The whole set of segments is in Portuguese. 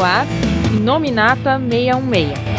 no ar, Inominata 616.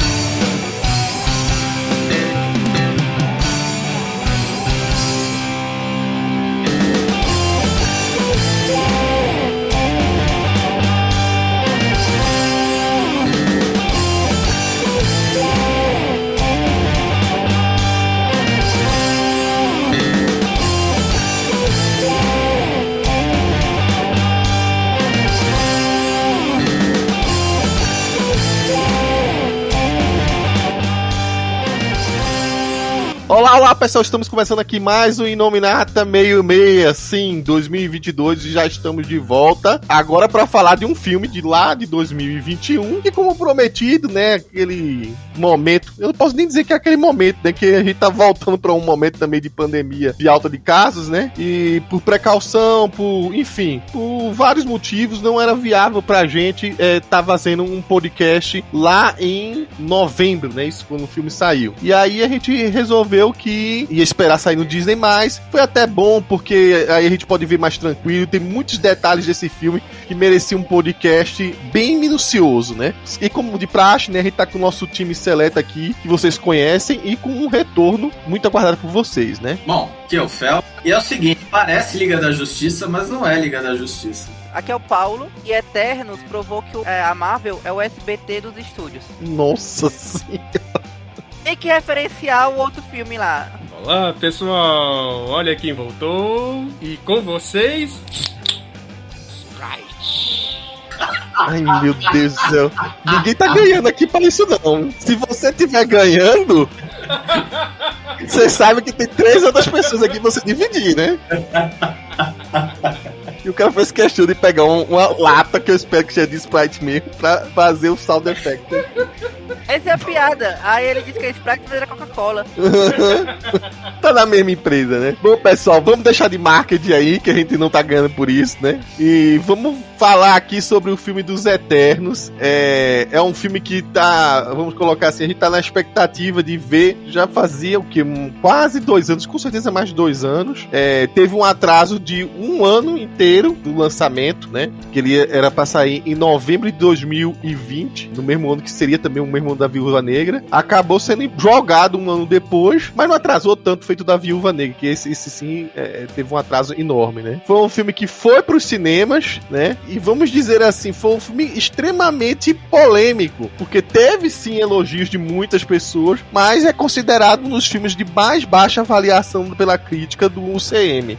Olá pessoal, estamos começando aqui mais um Inominata 616, sim, 2022 e já estamos de volta, agora para falar de um filme de lá de 2021, que como prometido, né, aquele momento, eu não posso nem dizer que é aquele momento, né, que a gente tá voltando para um momento também de pandemia, de alta de casos, né, e por precaução, enfim, por vários motivos, não era viável pra gente tá fazendo um podcast lá em novembro, né, isso quando o filme saiu, e aí a gente resolveu que ia esperar sair no Disney+, foi até bom, porque aí a gente pode ver mais tranquilo, tem muitos detalhes desse filme que merecia um podcast bem minucioso, né? E como de praxe, né, a gente tá com o nosso time seleto aqui, que vocês conhecem, e com um retorno muito aguardado por vocês, né? Bom, aqui é o Fel, e é o seguinte, parece Liga da Justiça, mas não é Liga da Justiça. Aqui é o Paulo, e Eternos provou que a Marvel é o SBT dos estúdios. Nossa senhora! Tem que referenciar o outro filme lá. Olá, pessoal. Olha quem voltou. E com vocês... Sprite. Ai, meu Deus do céu. Ninguém tá ganhando aqui pra isso, não. Se você estiver ganhando... Você sabe que tem 3 outras pessoas aqui pra você dividir, né? E o cara fez questão de pegar uma lata, que eu espero que seja de Sprite mesmo, pra fazer o sound effect. Essa é a piada. Aí ele disse que a Sprite era Coca-Cola. Tá na mesma empresa, né? Bom, pessoal, vamos deixar de marketing aí, que a gente não tá ganhando por isso, né? E vamos falar aqui sobre o filme dos Eternos. É um filme que tá, vamos colocar assim, a gente tá na expectativa de ver, já fazia o quê? Quase 2 anos, com certeza mais de 2 anos. Teve um atraso de 1 ano inteiro do lançamento, né? Que ele era pra sair em novembro de 2020, no mesmo ano que seria também o mesmo ano da Viúva Negra. Acabou sendo jogado 1 ano depois, mas não atrasou tanto feito da Viúva Negra, que esse sim teve um atraso enorme, né? Foi um filme que foi pros cinemas, né? E vamos dizer assim, foi um filme extremamente polêmico, porque teve sim elogios de muitas pessoas, mas é considerado um dos filmes de mais baixa avaliação pela crítica do UCM.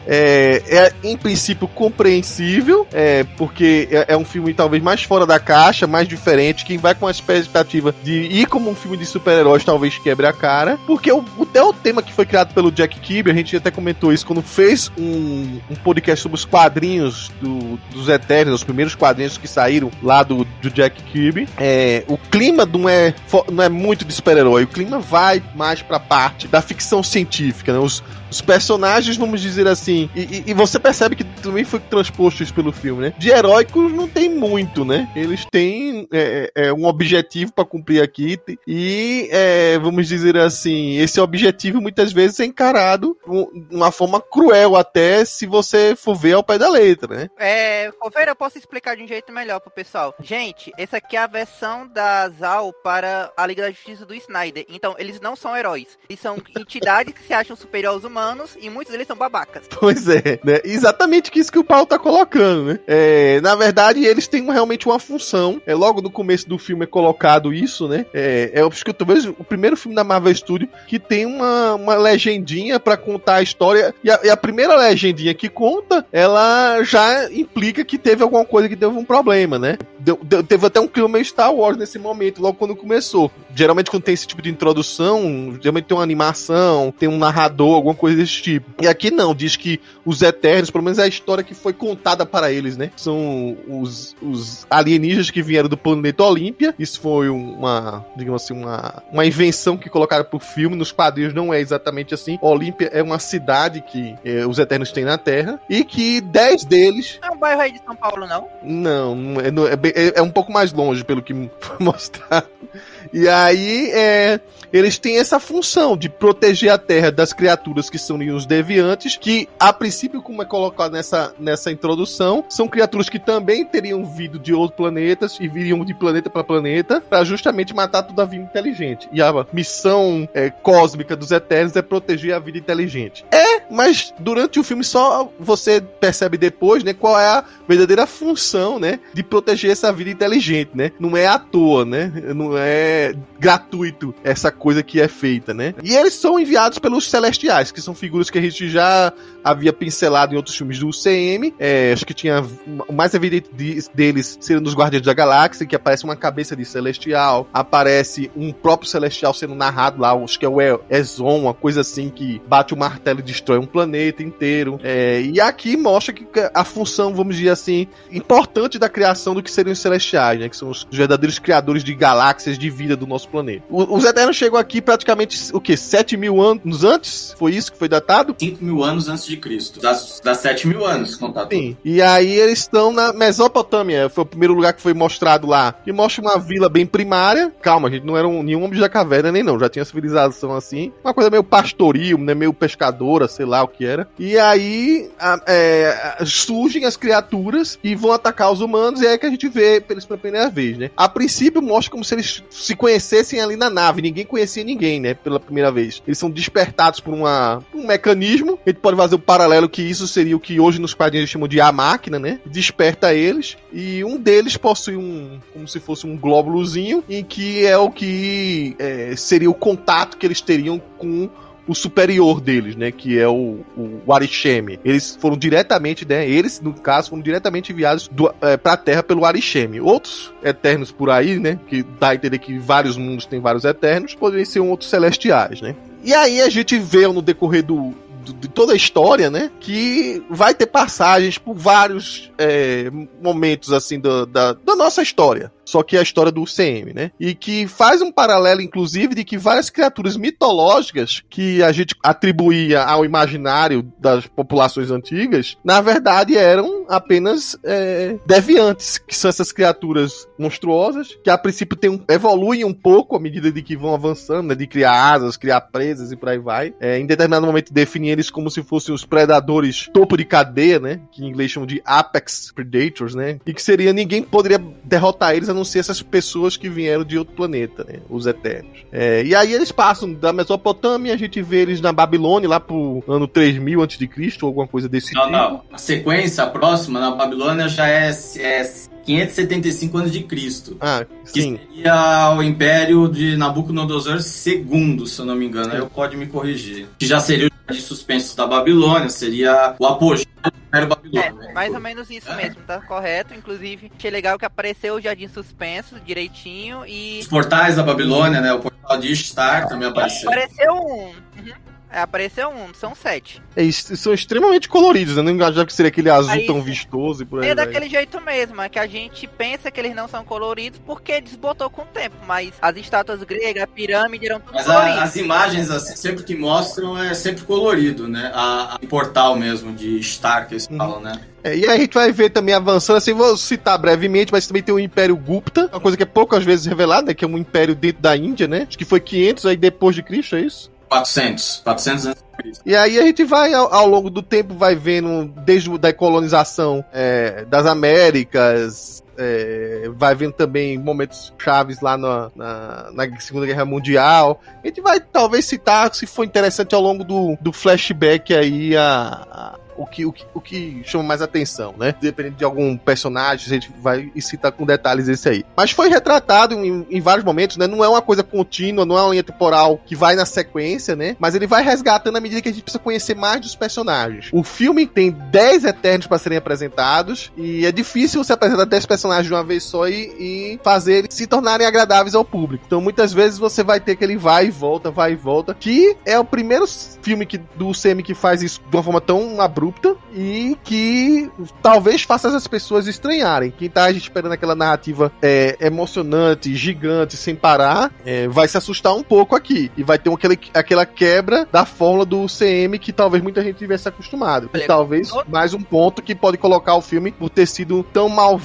Em princípio compreensível, porque é um filme talvez mais fora da caixa, mais diferente. Quem vai com a expectativa de ir como um filme de super-heróis talvez quebre a cara, porque até o tema que foi criado pelo Jack Kirby, a gente até comentou isso quando fez um podcast sobre os quadrinhos dos Eternos, os primeiros quadrinhos que saíram lá do Jack Kirby. O clima não é muito de super-herói, o clima vai mais pra parte da ficção científica, né? Os personagens, vamos dizer assim, e você percebe que também foi transposto isso pelo filme, né? De heróicos não tem muito, né? Eles têm um objetivo pra cumprir aqui e, vamos dizer assim, esse objetivo muitas vezes é encarado de uma forma cruel até, se você for ver ao pé da letra, né? Coveira, eu posso explicar de um jeito melhor pro pessoal. Gente, essa aqui é a versão da ZAL para a Liga da Justiça do Snyder. Então, eles não são heróis. Eles são entidades que se acham superiores aos humanos e muitos deles são babacas. Pois é, né? Exatamente isso que o Paulo tá colocando, né? Na verdade, eles têm realmente uma função. Logo no começo do filme é colocado isso, né? Acho que talvez o primeiro filme da Marvel Studios que tem uma legendinha pra contar a história. E a primeira legendinha que conta, ela já implica que teve alguma coisa que teve um problema, né? Teve até um clima meio Star Wars nesse momento, logo quando começou. Geralmente quando tem esse tipo de introdução, geralmente tem uma animação, tem um narrador, alguma coisa desse tipo. E aqui não, diz que os Eternos, pelo menos é a história que foi contada para eles, né? São os alienígenas que vieram do planeta Olímpia. Isso foi digamos assim, uma invenção que colocaram pro filme. Nos quadrinhos não é exatamente assim. Olímpia é uma cidade que os Eternos têm na Terra. E que 10 deles... Não é um bairro aí de São Paulo, não? Não, é um pouco mais longe, pelo que foi mostrado. E aí, eles têm essa função de proteger a Terra das criaturas que são os deviantes, que, a princípio, como é colocado nessa introdução, são criaturas que também teriam vindo de outros planetas e viriam de planeta para planeta para justamente matar toda a vida inteligente. E a missão cósmica dos Eternos é proteger a vida inteligente. Mas durante o filme só você percebe depois, né, qual é a verdadeira função, né, de proteger essa vida inteligente, né? Não é à toa, né? Não é gratuito essa coisa que é feita, né? E eles são enviados pelos Celestiais, que são figuras que a gente já havia pincelado em outros filmes do UCM. Acho que tinha o mais evidente deles sendo nos Guardiões da Galáxia, que aparece uma cabeça de Celestial, aparece um próprio Celestial sendo narrado lá, acho que é o Ezon, uma coisa assim, que bate o martelo e destrói um planeta inteiro. E aqui mostra que a função, vamos dizer assim, importante da criação do que seriam os Celestiais, né? Que são os verdadeiros criadores de galáxias, de vida do nosso planeta. Os Eternos chegam aqui praticamente, 7.000 anos antes? Foi isso que foi datado? 5.000 anos antes de Cristo. Dá 7.000 anos, contado. Sim. E aí eles estão na Mesopotâmia, foi o primeiro lugar que foi mostrado lá, que mostra uma vila bem primária. Calma, gente, não era nenhum homem da caverna, nem não, já tinha civilização assim, uma coisa meio pastoril, né, meio pescadora, sei lá o que era. E aí surgem as criaturas e vão atacar os humanos, e é aí que a gente vê eles pela primeira vez, né? A princípio mostra como se eles se conhecessem ali na nave, ninguém conhecia ninguém, né, pela primeira vez. Eles são despertados por um mecanismo, a gente pode fazer o paralelo que isso seria o que hoje nos quadrinhos chamam de a máquina, né? Desperta eles, e um deles possui como se fosse um glóbulozinho, em que é o que seria o contato que eles teriam com o superior deles, né, que é o Arishem. Eles foram diretamente, né, no caso, foram diretamente enviados pra Terra pelo Arishem. Outros Eternos por aí, né, que dá a entender que vários mundos têm vários Eternos, poderiam ser outros Celestiais, né. E aí a gente vê no decorrer de toda a história, né, que vai ter passagens por vários momentos, assim, da nossa história. Só que é a história do UCM, né? E que faz um paralelo, inclusive, de que várias criaturas mitológicas que a gente atribuía ao imaginário das populações antigas, na verdade eram apenas deviantes, que são essas criaturas monstruosas, que a princípio evoluem um pouco à medida de que vão avançando, né? De criar asas, criar presas e por aí vai. Em determinado momento definem eles como se fossem os predadores topo de cadeia, né? Que em inglês chamam de Apex Predators, né? E que ninguém poderia derrotar eles a não ser essas pessoas que vieram de outro planeta, né? Os Eternos. E aí eles passam da Mesopotâmia, a gente vê eles na Babilônia, lá pro ano 3000 a.C., ou alguma coisa desse tipo. Não. A sequência, a próxima, na Babilônia já é 575 anos de Cristo. Sim. Que seria o Império de Nabucodonosor II, se eu não me engano. Aí eu pode me corrigir. Que já seria o de suspensos da Babilônia, seria o apogeu do Império Babilônico. Mais ou menos isso mesmo, tá correto. Inclusive, achei legal que apareceu o Jardim Suspenso direitinho e... Os portais da Babilônia, né? O portal de Ishtar também apareceu. Apareceu um... Apareceu são 7. São extremamente coloridos, né? Não engajava que seria aquele azul tão vistoso e por aí. É daquele jeito mesmo, é que a gente pensa que eles não são coloridos porque desbotou com o tempo, mas as estátuas gregas, a pirâmide eram tudo coloridas. As imagens, assim, sempre que mostram, é sempre colorido, né? O portal mesmo de Star que eles falam, né? E aí a gente vai ver também avançando, assim, vou citar brevemente, mas também tem o Império Gupta, uma coisa que é poucas vezes revelada, né? Que é um império dentro da Índia, né? Acho que foi 500 aí depois de Cristo, é isso? 400 antes de Cristo. E aí a gente vai, ao longo do tempo, vai vendo, desde a colonização das Américas, vai vendo também momentos chaves lá na Segunda Guerra Mundial. A gente vai, talvez, citar, se for interessante, ao longo do flashback aí, o que chama mais atenção, né? Dependendo de algum personagem, a gente vai citar com detalhes esse aí. Mas foi retratado em vários momentos, né? Não é uma coisa contínua, não é uma linha temporal que vai na sequência, né? Mas ele vai resgatando à medida que a gente precisa conhecer mais dos personagens. O filme tem 10 Eternos para serem apresentados, e é difícil você apresentar 10 personagens de uma vez só e fazer eles se tornarem agradáveis ao público. Então, muitas vezes, você vai ter que ele vai e volta, que é o primeiro filme do UCM que faz isso de uma forma tão abrupta, e que talvez faça as pessoas estranharem. Quem tá esperando aquela narrativa emocionante, gigante, sem parar, vai se assustar um pouco aqui. E vai ter aquela quebra da fórmula do UCM que talvez muita gente tivesse acostumado. E talvez mais um ponto que pode colocar o filme por ter sido tão mal visto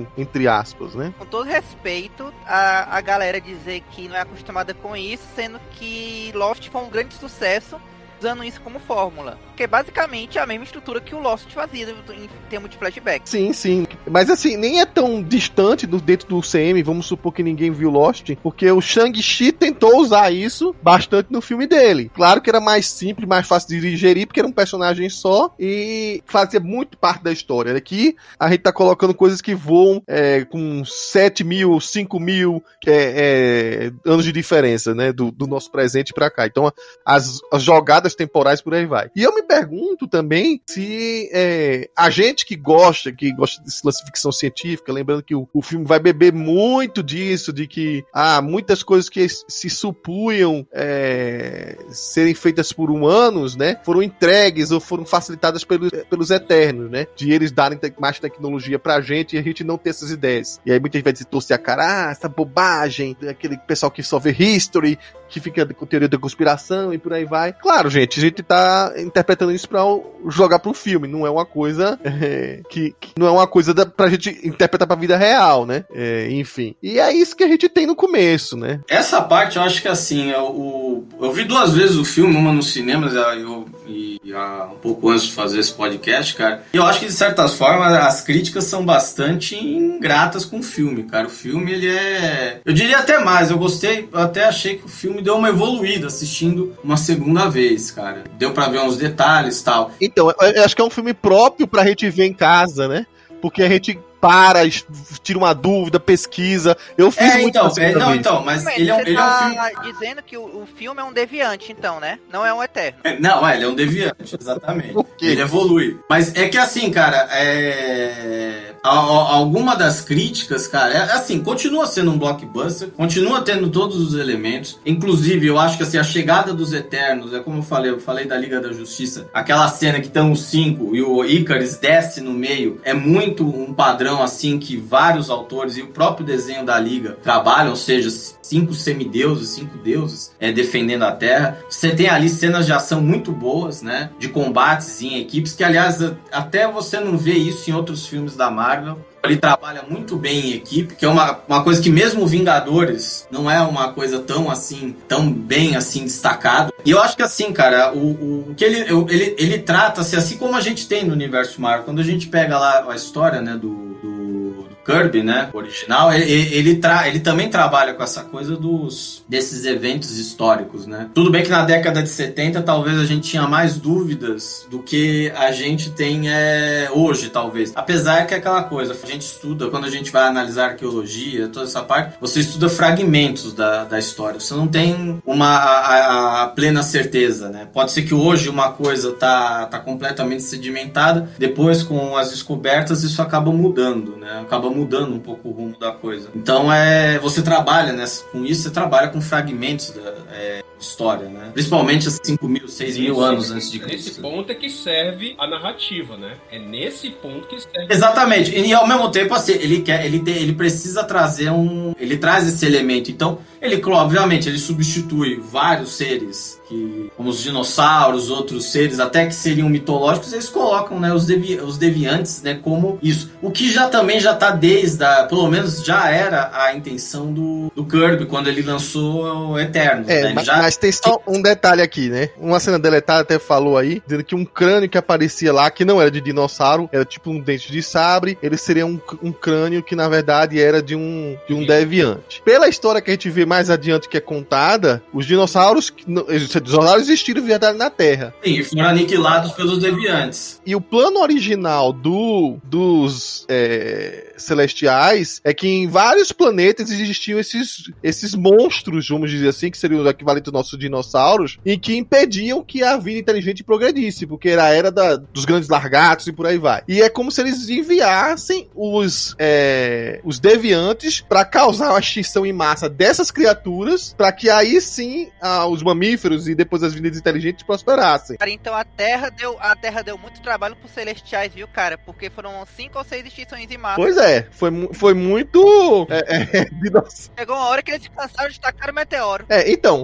muito, entre aspas, né? Com todo respeito, a galera dizer que não é acostumada com isso, sendo que Lost foi um grande sucesso usando isso como fórmula. Porque basicamente é a mesma estrutura que o Lost fazia em termos de flashback. Sim, sim. Mas assim, nem é tão distante dentro do CM, vamos supor que ninguém viu Lost, porque o Shang-Chi tentou usar isso bastante no filme dele. Claro que era mais simples, mais fácil de digerir, porque era um personagem só e fazia muito parte da história. Aqui a gente tá colocando coisas que voam com 7 mil, 5 mil anos de diferença, né? Do nosso presente pra cá. Então as jogadas temporais por aí vai. E eu me pergunto também se a gente que gosta de ficção científica, lembrando que o filme vai beber muito disso, de que muitas coisas que se supunham serem feitas por humanos, né, foram entregues ou foram facilitadas pelos Eternos, né, de eles darem mais tecnologia pra gente e a gente não ter essas ideias. E aí muita gente vai dizer, torcer a cara, essa bobagem, aquele pessoal que só vê History, que fica com teoria da conspiração e por aí vai. Claro, gente, a gente tá interpretando isso pra jogar pro filme, não é uma coisa que não é uma coisa pra gente interpretar pra vida real, né? Enfim. E é isso que a gente tem no começo, né? Essa parte eu acho que assim, eu vi 2 vezes o filme, uma no cinema e há um pouco antes de fazer esse podcast, cara. E eu acho que de certas formas as críticas são bastante ingratas com o filme, cara. O filme, ele eu diria até mais, eu até achei que o filme deu uma evoluída assistindo uma segunda vez, cara. Deu pra ver uns detalhes e tal. Então, eu acho que é um filme próprio pra gente ver em casa, né? Porque a gente tira uma dúvida, pesquisa. Eu fiz muito mas ele é um filme... dizendo que o filme é um deviante, então, né? Não é um eterno. Ele é um deviante, exatamente. Ele evolui. Mas é que assim, cara, alguma das críticas, cara, assim, continua sendo um blockbuster, continua tendo todos os elementos. Inclusive, eu acho que assim, a chegada dos Eternos, como eu falei da Liga da Justiça, aquela cena que estão os 5 e o Icarus desce no meio, é muito um padrão assim que vários autores e o próprio desenho da Liga trabalham, ou seja, 5 semideuses, 5 deuses defendendo a Terra. Você tem ali cenas de ação muito boas, né? De combates em equipes, que aliás, até você não vê isso em outros filmes da Marvel. Ele trabalha muito bem em equipe, que é uma coisa que mesmo Vingadores não é uma coisa tão bem assim destacado. E eu acho que assim, cara, o que ele trata-se assim como a gente tem no universo Marvel. Quando a gente pega lá a história, né, do Kirby, né, original, ele também trabalha com essa coisa desses eventos históricos, né. Tudo bem que na década de 70 talvez a gente tinha mais dúvidas do que a gente tem hoje, talvez. Apesar que é aquela coisa, a gente estuda, quando a gente vai analisar arqueologia, toda essa parte, você estuda fragmentos da história, você não tem a plena certeza, né. Pode ser que hoje uma coisa tá completamente sedimentada, depois com as descobertas isso acaba mudando, né, acaba mudando um pouco o rumo da coisa. Então você trabalha com isso, você trabalha com fragmentos da história, né? Principalmente 5 mil, 6 mil anos antes de Cristo. Nesse ponto é que serve a narrativa, né? É nesse ponto que serve. Exatamente. E ao mesmo tempo, assim, ele precisa trazer ele traz esse elemento. Então, obviamente, ele substitui vários seres como os dinossauros, outros seres até que seriam mitológicos, eles colocam, né, os deviantes, né, como isso. O que também já tá pelo menos já era a intenção do Kirby quando ele lançou o Eterno. Né? Mas tem só um detalhe aqui, né? Uma cena deletada até falou aí, dizendo que um crânio que aparecia lá, que não era de dinossauro, era tipo um dente de sabre, ele seria um crânio que na verdade era de um deviante. Pela história que a gente vê mais adiante que é contada, os dinossauros existiram de verdade na Terra. Sim, e foram aniquilados pelos deviantes. E o plano original dos celestiais é que em vários planetas existiam esses monstros, vamos dizer assim, que seriam o equivalente dos nossos dinossauros, e que impediam que a vida inteligente progredisse, porque era a era dos grandes largatos e por aí vai. E é como se eles enviassem os deviantes para causar uma extinção em massa dessas criaturas, para que aí sim os mamíferos e depois as vidas inteligentes prosperassem. Cara, então a Terra deu muito trabalho pros celestiais, viu, cara? Porque foram 5 ou 6 extinções em massa. Pois é, foi muito... Chegou uma hora que eles cansaram de tacar o meteoro. Então,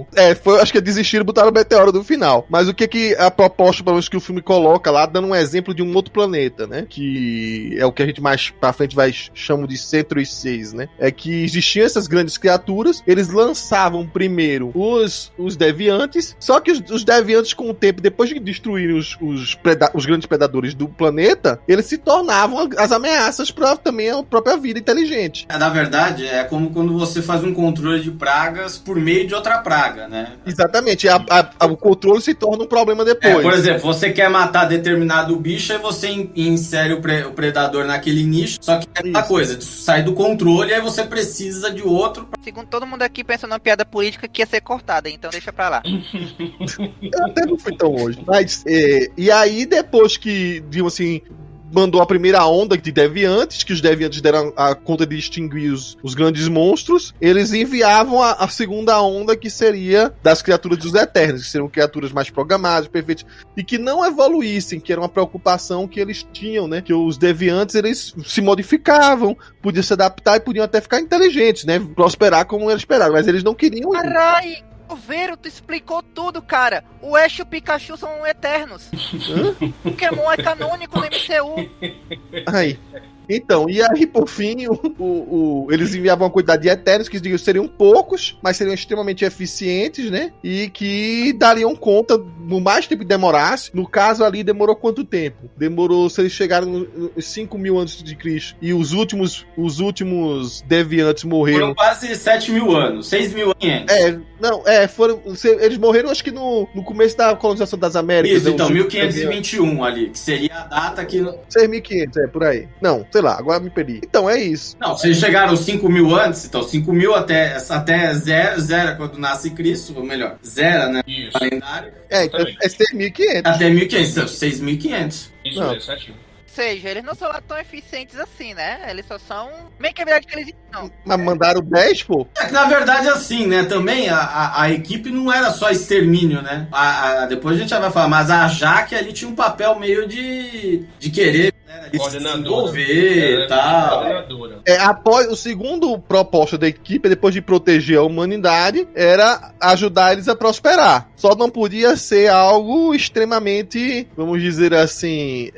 foi, acho que desistiram e botaram o meteoro no final. Mas o que a proposta, pelo menos, que o filme coloca lá, dando um exemplo de um outro planeta, né? Que é o que a gente mais pra frente vai chamar de Centro 6, né? É que existiam essas grandes criaturas, eles lançavam primeiro os deviantes, só que os deviantes, com o tempo, depois de destruírem os grandes predadores do planeta, eles se tornavam as ameaças para também a própria vida inteligente. Na verdade, é como quando você faz um controle de pragas por meio de outra praga, né? Exatamente, o controle se torna um problema depois. Por exemplo, você quer matar determinado bicho e você insere o predador naquele nicho, só que é aquela coisa, sai do controle e aí você precisa de outro. Segundo todo mundo aqui pensa numa piada política que ia ser cortada, então deixa pra lá. Eu até não fui tão longe. Mas, e aí, depois que, digamos assim, mandou a primeira onda de deviantes, que os deviantes deram a conta de extinguir os grandes monstros, eles enviavam a segunda onda, que seria das criaturas dos Eternos, que seriam criaturas mais programadas, perfeitas, e que não evoluíssem, que era uma preocupação que eles tinham, né? Que os deviantes, eles se modificavam, podiam se adaptar e podiam até ficar inteligentes, né? Prosperar como era esperado, mas eles não queriam... Carai! Coveiro, tu explicou tudo, cara. O Ash e o Pikachu são eternos. Pokémon é canônico no MCU. Aí. Então, e aí, por fim, eles enviavam uma quantidade de Eternos que seriam poucos, mas seriam extremamente eficientes, né? E que dariam conta, no mais tempo que demorasse. No caso ali, demorou quanto tempo? Demorou, se eles chegaram nos 5.000 antes de Cristo e os últimos deviantes morreram... Foram quase 7.000 anos, 6.500. Eles morreram, acho que no começo da colonização das Américas. Isso, então, 1521 ali, que seria a data que... 6.500, por aí. Não, sei lá, agora me perdi. Então, é isso. Não, vocês chegaram 5.000 antes, então 5.000 até zero quando nasce Cristo, ou melhor, zero, né? Isso. Calendário. Então é 6.500. Até 1.500, então 6.500. Isso Não. mesmo, certinho. Ou seja, eles não são lá tão eficientes assim, né? Eles só são... Bem que é verdade que eles não. Mas mandaram 10, pô? É que na verdade assim, né? Também a equipe não era só extermínio, né? Depois a gente já vai falar, mas a Jaque ali tinha um papel meio de querer, né? De se desenvolver e tal. Após o segundo proposta da equipe, depois de proteger a humanidade, era ajudar eles a prosperar. Só não podia ser algo extremamente, vamos dizer assim,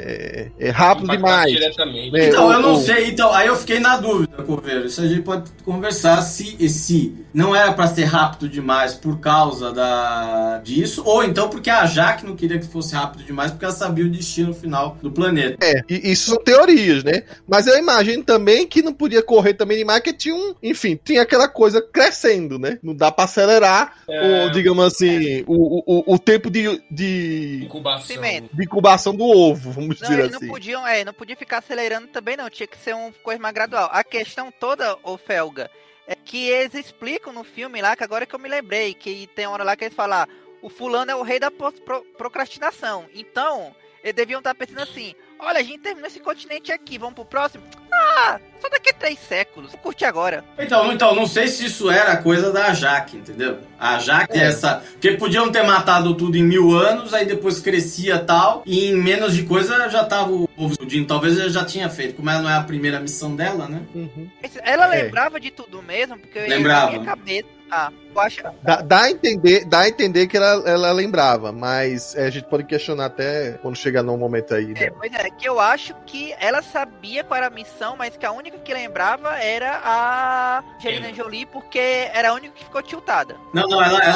rápido demais. Então, eu não sei. Então, aí eu fiquei na dúvida, Coveiro. Isso a gente pode conversar se não era pra ser rápido demais por causa disso, ou então porque a Jaque não queria que fosse rápido demais porque ela sabia o destino final do planeta. E isso são teorias, né? Mas eu imagino também que não podia correr também demais, que tinha aquela coisa crescendo, né? Não dá pra acelerar, ou, digamos assim, o tempo de incubação do ovo, vamos dizer assim. Não podia ficar acelerando também, não. Tinha que ser uma coisa mais gradual. A questão toda, ô Felga, é que eles explicam no filme lá, que agora que eu me lembrei, que tem uma hora lá que eles falam, o fulano é o rei da procrastinação. Então, eles deviam estar pensando assim, olha, a gente terminou esse continente aqui, vamos pro próximo? Só daqui a 3 séculos, vou curtir agora. Então, não sei se isso era coisa da Jaque, entendeu? A Jaque porque podiam ter matado tudo em 1000 anos, aí depois crescia e tal, e em menos de coisa já tava o ovo explodindo. Talvez ele já tinha feito, como ela não é a primeira missão dela, né? Uhum. Ela lembrava de tudo mesmo, porque lembrava. Na minha cabeça... eu acho... Dá a entender que ela lembrava, mas a gente pode questionar até quando chegar num momento aí. Né? Pois é, que eu acho que ela sabia qual era a missão, mas que a única que lembrava era a Angelina Jolie, porque era a única que ficou tiltada. Não, ela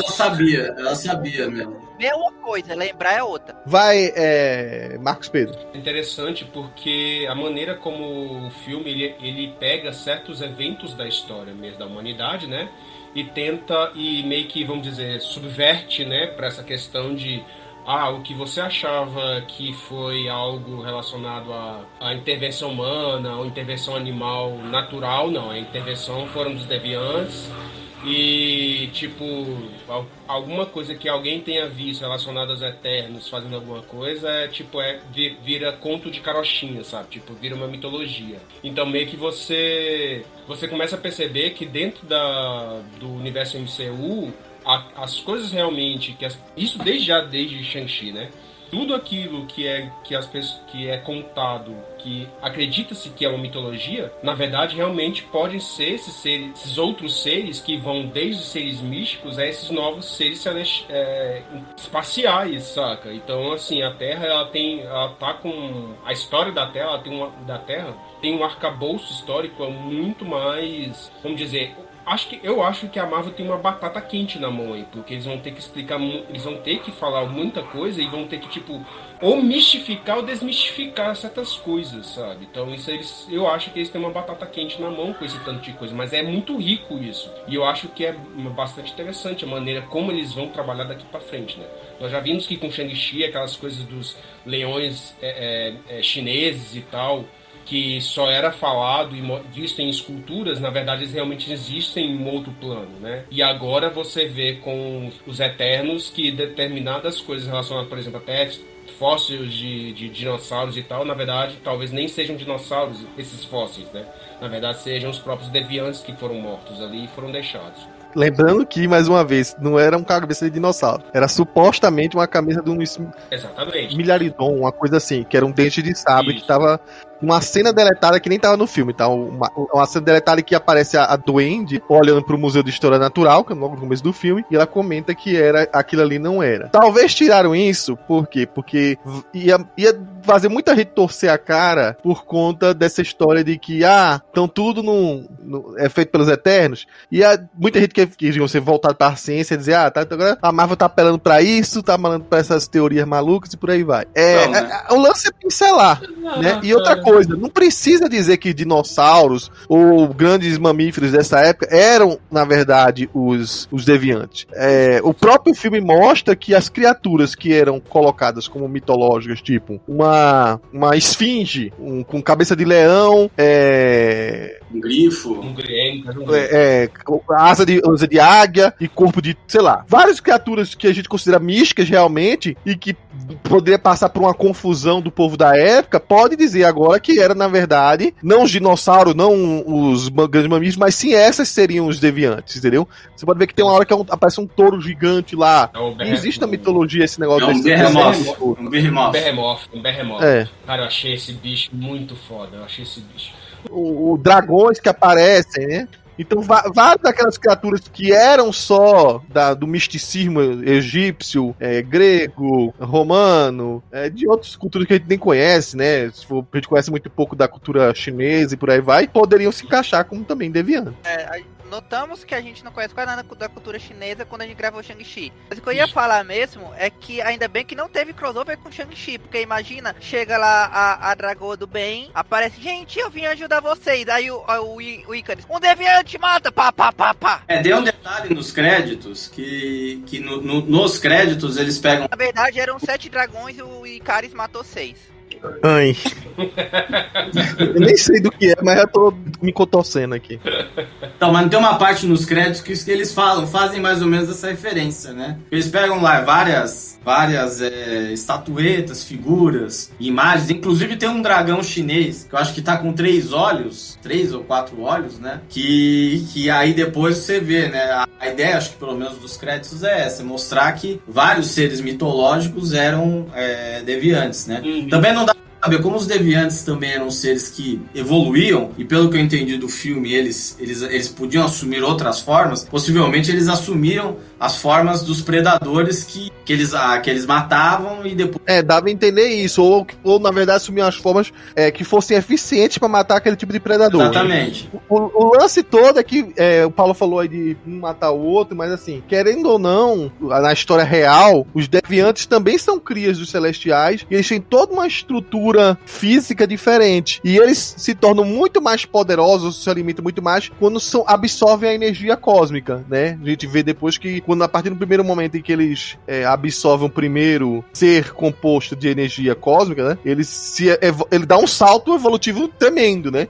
sabia mesmo. É uma coisa, lembrar é outra. Vai, Marcos Pedro. Interessante porque a maneira como o filme ele pega certos eventos da história mesmo da humanidade, né? E tenta, e meio que, vamos dizer, subverte, né, para essa questão de o que você achava que foi algo relacionado à intervenção humana, ou intervenção animal natural, não, a intervenção foram dos deviantes. E, tipo, alguma coisa que alguém tenha visto relacionada aos Eternos fazendo alguma coisa, vira conto de carochinha, sabe? Tipo, vira uma mitologia. Então, meio que você começa a perceber que dentro do universo MCU, as coisas realmente... Isso desde Shang-Chi, né? tudo aquilo que é contado, que acredita-se que é uma mitologia, na verdade realmente podem ser esses outros seres que vão desde os seres místicos a esses novos seres espaciais, saca? Então, assim, a Terra, ela tá com a história da Terra, tem um arcabouço histórico muito mais, vamos dizer, eu acho que a Marvel tem uma batata quente na mão aí, porque eles vão ter que explicar, eles vão ter que falar muita coisa e vão ter que, tipo, ou mistificar ou desmistificar certas coisas, sabe? Então eu acho que eles têm uma batata quente na mão com esse tanto de coisa, mas é muito rico isso. E eu acho que é bastante interessante a maneira como eles vão trabalhar daqui pra frente, né? Nós já vimos que com Shang-Chi, aquelas coisas dos leões chineses e tal, que só era falado e visto em esculturas, na verdade eles realmente existem em um outro plano, né? E agora você vê com os Eternos que determinadas coisas relacionadas, por exemplo, até fósseis de dinossauros e tal, na verdade, talvez nem sejam dinossauros esses fósseis, né? Na verdade, sejam os próprios deviantes que foram mortos ali e foram deixados. Lembrando que, mais uma vez, não era uma cabeça de dinossauro. Era supostamente uma cabeça de um milharidon, uma coisa assim, que era um dente de sabre. Isso. Que tava uma cena deletada que nem tava no filme, tá? Uma cena deletada que aparece a Duende olhando pro Museu de História Natural, que é logo no começo do filme, e ela comenta que aquilo ali não era. Talvez tiraram isso, por quê? Porque ia fazer muita gente torcer a cara por conta dessa história de que, então tudo é feito pelos Eternos, e muita gente que digam ser voltado pra ciência e dizer, agora a Marvel tá apelando pra isso, tá apelando pra essas teorias malucas e por aí vai. O lance é pincelar, né? E outra coisa, não precisa dizer que dinossauros ou grandes mamíferos dessa época eram, na verdade, os deviantes. O próprio filme mostra que as criaturas que eram colocadas como mitológicas, tipo uma esfinge com cabeça de leão, um grifo, asa de águia e corpo de, sei lá, várias criaturas que a gente considera místicas realmente e que poderia passar por uma confusão do povo da época, pode dizer agora que era, na verdade, não os dinossauros, não os grandes mamíferos, mas sim essas seriam os deviantes, entendeu? Você pode ver que tem uma hora que aparece um touro gigante lá. Existe na mitologia esse negócio desse. Um Behemoth. Cara, eu achei esse bicho muito foda. Os dragões que aparecem, né? Então, várias daquelas criaturas que eram só do misticismo egípcio, grego, romano, de outras culturas que a gente nem conhece, né? A gente conhece muito pouco da cultura chinesa e por aí vai, poderiam se encaixar como também deviantes. Notamos que a gente não conhece quase nada da cultura chinesa quando a gente gravou Shang-Chi. Mas o que eu ia falar mesmo é que ainda bem que não teve crossover com Shang-Chi, porque imagina, chega lá a Dragoa do Bem, aparece, gente, eu vim ajudar vocês. Aí o Icarus, um deviante, mata, pá. Deu um detalhe nos créditos, que nos créditos eles pegam... Na verdade eram 7 dragões e o Icarus matou 6. Ai. Eu nem sei do que é, mas eu tô me contorcendo aqui. Então, mas tem uma parte nos créditos que eles fazem mais ou menos essa referência, né? Eles pegam lá várias estatuetas, figuras, imagens. Inclusive tem um dragão chinês, que eu acho que tá com 3 olhos, 3 ou 4 olhos, né? Que aí depois você vê, né? A ideia, acho que pelo menos dos créditos é essa, mostrar que vários seres mitológicos eram deviantes, né? Também não dá pra saber como os deviantes também eram seres que evoluíam, e pelo que eu entendi do filme, eles podiam assumir outras formas. Possivelmente eles assumiram as formas dos predadores que eles matavam e depois... dava a entender isso, ou na verdade assumiam as formas que fossem eficientes pra matar aquele tipo de predador. Exatamente. O lance todo é que o Paulo falou aí de um matar o outro, mas assim, querendo ou não, na história real, os deviantes também são crias dos celestiais, e eles têm toda uma estrutura física diferente, e eles se tornam muito mais poderosos, se alimentam muito mais quando absorvem a energia cósmica, né? A gente vê depois que a partir do primeiro momento em que eles absorvem o primeiro ser composto de energia cósmica, né? Ele dá um salto evolutivo tremendo, né?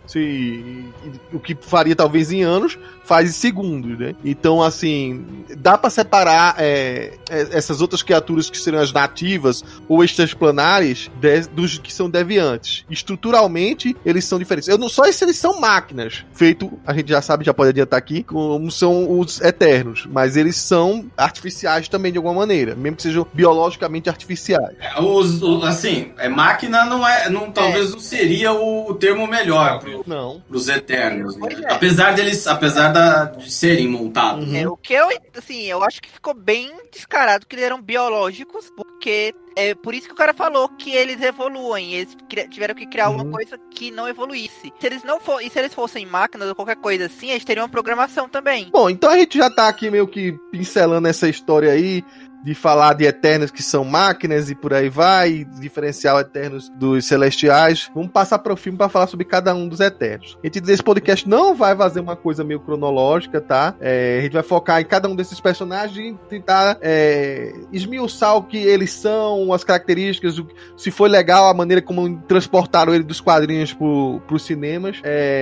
O que faria talvez em anos, faz em segundos, né? Então, assim, dá pra separar essas outras criaturas que seriam as nativas ou extraplanárias dos que são deviantes. Estruturalmente, eles são diferentes. Só se eles são máquinas, feito, a gente já sabe, já pode adiantar aqui, como são os Eternos, mas eles são são artificiais também, de alguma maneira, mesmo que sejam biologicamente artificiais. Assim, máquina talvez não seria o termo melhor pros Eternos, né? Apesar de serem montados. O que eu acho que ficou bem descarado que eles eram biológicos, porque é por isso que o cara falou que eles evoluem. Eles tiveram que criar alguma coisa que não evoluísse. Se eles fossem máquinas ou qualquer coisa assim, eles teriam uma programação também. Bom, então a gente já tá aqui meio que pincelando essa história aí, de falar de Eternos que são máquinas e por aí vai, diferenciar Eternos dos Celestiais. Vamos passar para o filme para falar sobre cada um dos Eternos. A gente nesse podcast não vai fazer uma coisa meio cronológica, tá? A gente vai focar em cada um desses personagens e tentar esmiuçar o que eles são, as características, se foi legal a maneira como transportaram ele dos quadrinhos para os cinemas.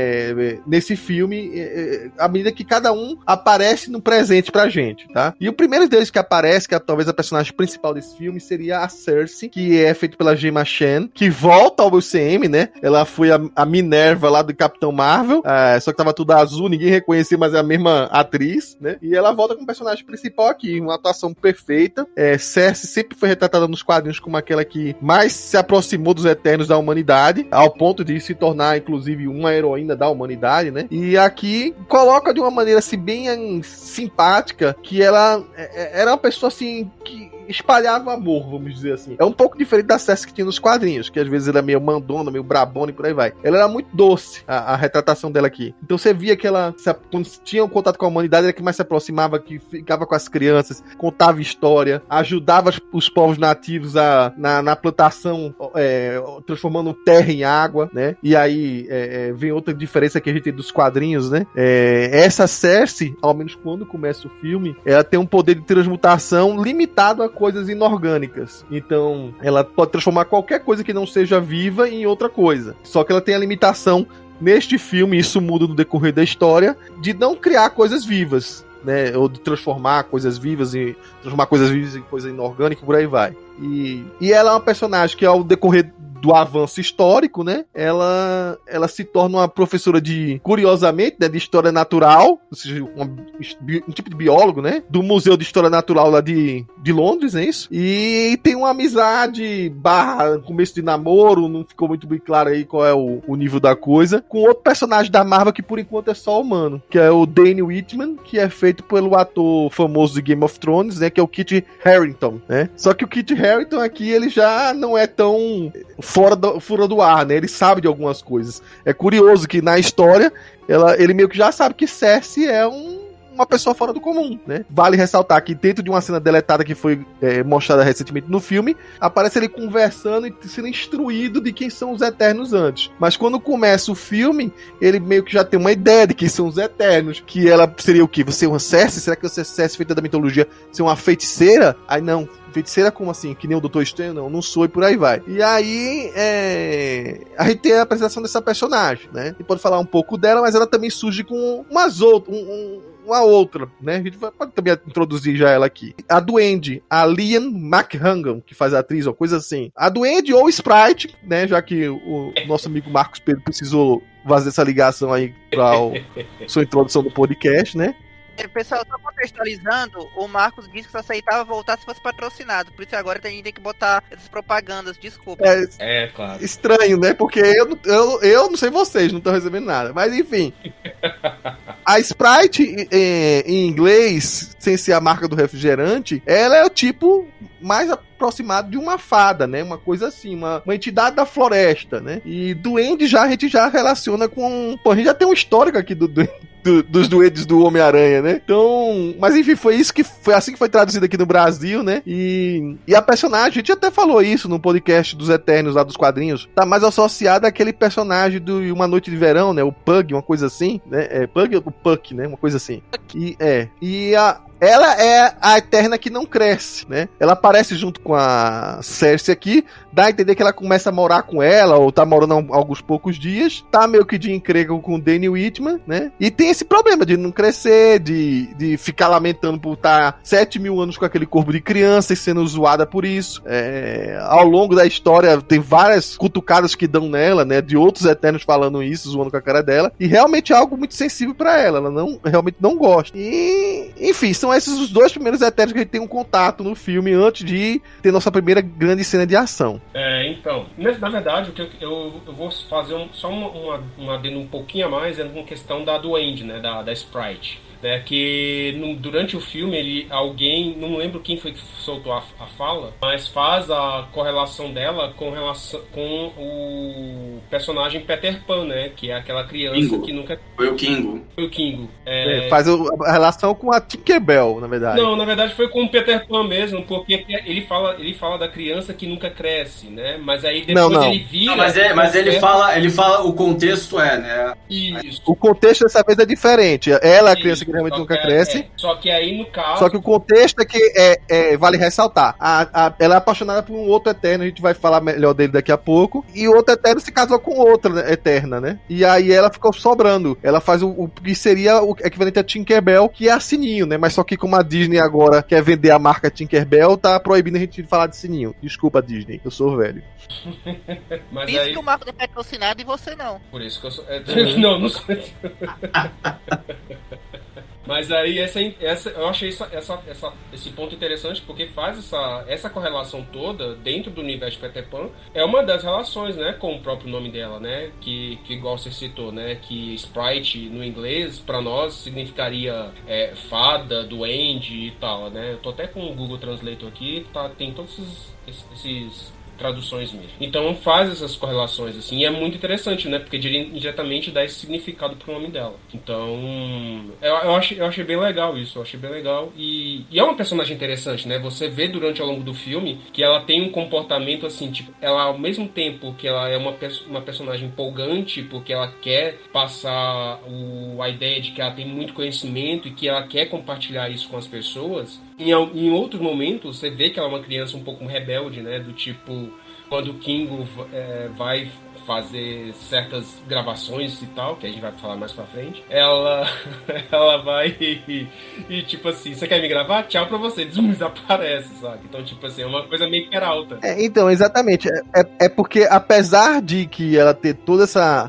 Nesse filme, à medida que cada um aparece no presente pra gente, tá? E o primeiro deles que aparece, que talvez a personagem principal desse filme, seria a Cersei, que é feita pela Gemma Chan, que volta ao UCM, né? Ela foi a Minerva lá do Capitão Marvel, só que tava tudo azul, ninguém reconhecia, mas é a mesma atriz, né? E ela volta como personagem principal aqui, uma atuação perfeita. Cersei sempre foi retratada nos quadrinhos como aquela que mais se aproximou dos Eternos da humanidade, ao ponto de se tornar, inclusive, uma heroína da humanidade, né? E aqui coloca de uma maneira, assim, bem simpática, que ela era uma pessoa, assim, que espalhava amor, vamos dizer assim. É um pouco diferente da Cersei que tinha nos quadrinhos, que às vezes ela é meio mandona, meio brabona e por aí vai. Ela era muito doce, a retratação dela aqui. Então você via que ela, quando tinha um contato com a humanidade, era que mais se aproximava, que ficava com as crianças, contava história, ajudava os povos nativos na plantação, transformando terra em água, né? E aí vem outra diferença que a gente tem dos quadrinhos, né? Essa Cersei, ao menos quando começa o filme, ela tem um poder de transmutação limitado a coisas inorgânicas. Então, ela pode transformar qualquer coisa que não seja viva em outra coisa. Só que ela tem a limitação, neste filme, isso muda no decorrer da história, de não criar coisas vivas, né? Ou de transformar coisas vivas em coisa inorgânica, por aí vai. E ela é uma personagem que, ao decorrer do avanço histórico, né? Ela se torna uma professora curiosamente, né, de história natural, ou seja, um tipo de biólogo, né? Do Museu de História Natural lá de Londres, é isso? E tem uma amizade começo de namoro, não ficou muito bem claro aí qual é o nível da coisa, com outro personagem da Marvel que por enquanto é só humano, que é o Danny Whitman, que é feito pelo ator famoso de Game of Thrones, né? Que é o Kit Harington, né? Só que o Kit Harington aqui, ele já não é tão fora do ar, né? Ele sabe de algumas coisas. É curioso que na história ele meio que já sabe que Cersei é uma pessoa fora do comum, né? Vale ressaltar que dentro de uma cena deletada que foi mostrada recentemente no filme, aparece ele conversando e sendo instruído de quem são os Eternos antes. Mas quando começa o filme, ele meio que já tem uma ideia de quem são os Eternos, que ela seria o quê? Você é uma Cersei? Será que você é Cersei feita da mitologia? Ser uma feiticeira? Aí não. Feiticeira como assim? Que nem o Doutor Estranho? Não sou e por aí vai. E aí a gente tem a apresentação dessa personagem, né? A gente pode falar um pouco dela, mas ela também surge com uma outra, né? A gente pode também introduzir já ela aqui. A Duende, a Liam McHangan, que faz a atriz, ou coisa assim. A Duende ou Sprite, né? Já que o nosso amigo Marcos Pedro precisou fazer essa ligação aí para sua introdução do podcast, né? Pessoal, só contextualizando, o Marcos disse que só aceitava voltar se fosse patrocinado. Por isso agora a gente tem que botar essas propagandas, desculpa. Claro. Estranho, né? Porque eu não sei vocês, não estão recebendo nada. Mas enfim. A Sprite, em inglês, sem ser a marca do refrigerante, ela é o tipo mais aproximado de uma fada, né? Uma coisa assim, uma entidade da floresta, né? E duende a gente já relaciona com... Pô, a gente já tem um histórico aqui dos duendes do Homem-Aranha, né? Então, mas enfim, foi assim que foi traduzido aqui no Brasil, né? E a personagem, a gente até falou isso no podcast dos Eternos lá dos quadrinhos, tá mais associada àquele personagem do Uma Noite de Verão, né? O Pug, uma coisa assim, né? Pug ou Puck, né? Uma coisa assim. Ela é a Eterna que não cresce, né? Ela aparece junto com a Cersei aqui, dá a entender que ela começa a morar com ela, ou tá morando há alguns poucos dias, tá meio que de encrenca com o Danny Whitman, né? E tem esse problema de não crescer, de ficar lamentando por estar 7.000 anos com aquele corpo de criança e sendo zoada por isso. Ao longo da história, tem várias cutucadas que dão nela, né? De outros Eternos falando isso, zoando com a cara dela, e realmente é algo muito sensível pra ela, realmente não gosta. E, enfim, são são esses os dois primeiros Eternos que a gente tem um contato no filme antes de ter nossa primeira grande cena de ação. Então, na verdade, o que eu vou fazer só um adendo um pouquinho a mais é com questão da Duende, né, da Sprite. Né, que durante o filme alguém, não lembro quem foi que soltou a fala, mas faz a correlação dela com o personagem Peter Pan, né, que é aquela criança Kingo. Que nunca... Foi o Kingo. Faz a relação com a Tinkerbell, na verdade. Não, na verdade foi com o Peter Pan mesmo, porque ele fala da criança que nunca cresce, né, mas aí depois ele vira... Não, mas ele fala, o contexto né? Isso. O contexto dessa vez é diferente. Ela é a criança que realmente nunca cresce. Só que aí, no caso... Só que o contexto é que vale ressaltar. Ela é apaixonada por um outro Eterno, a gente vai falar melhor dele daqui a pouco. E o outro Eterno se casou com outra Eterna, né? E aí ela ficou sobrando. Ela faz o que seria o equivalente a Tinkerbell, que é a Sininho, né? Mas só que como a Disney agora quer vender a marca Tinkerbell, tá proibindo a gente de falar de Sininho. Desculpa, Disney, eu sou velho. Mas isso aí... que o Marco é patrocinado e você não. Por isso que eu sou... não sou... Mas aí eu achei esse ponto interessante, porque faz essa correlação toda dentro do universo de Peter Pan. É uma das relações, né, com o próprio nome dela, né, que igual você citou, né, que Sprite no inglês para nós significaria fada, duende e tal, né. Eu tô até com o Google Translator aqui, tem todos esses traduções mesmo. Então faz essas correlações assim, e é muito interessante, né, porque diretamente dá esse significado pro nome dela. Então eu achei bem legal isso, e é uma personagem interessante, né, você vê ao longo do filme que ela tem um comportamento assim, tipo, ela ao mesmo tempo que ela é uma personagem empolgante, porque ela quer passar a ideia de que ela tem muito conhecimento e que ela quer compartilhar isso com as pessoas. Em outros momentos, você vê que ela é uma criança um pouco rebelde, né? Do tipo, quando o Kingo vai fazer certas gravações e tal, que a gente vai falar mais pra frente, ela vai e tipo assim, você quer me gravar? Tchau pra você, desaparece, sabe? Então, tipo assim, é uma coisa meio peralta. Então, exatamente. É porque, apesar de que ela ter toda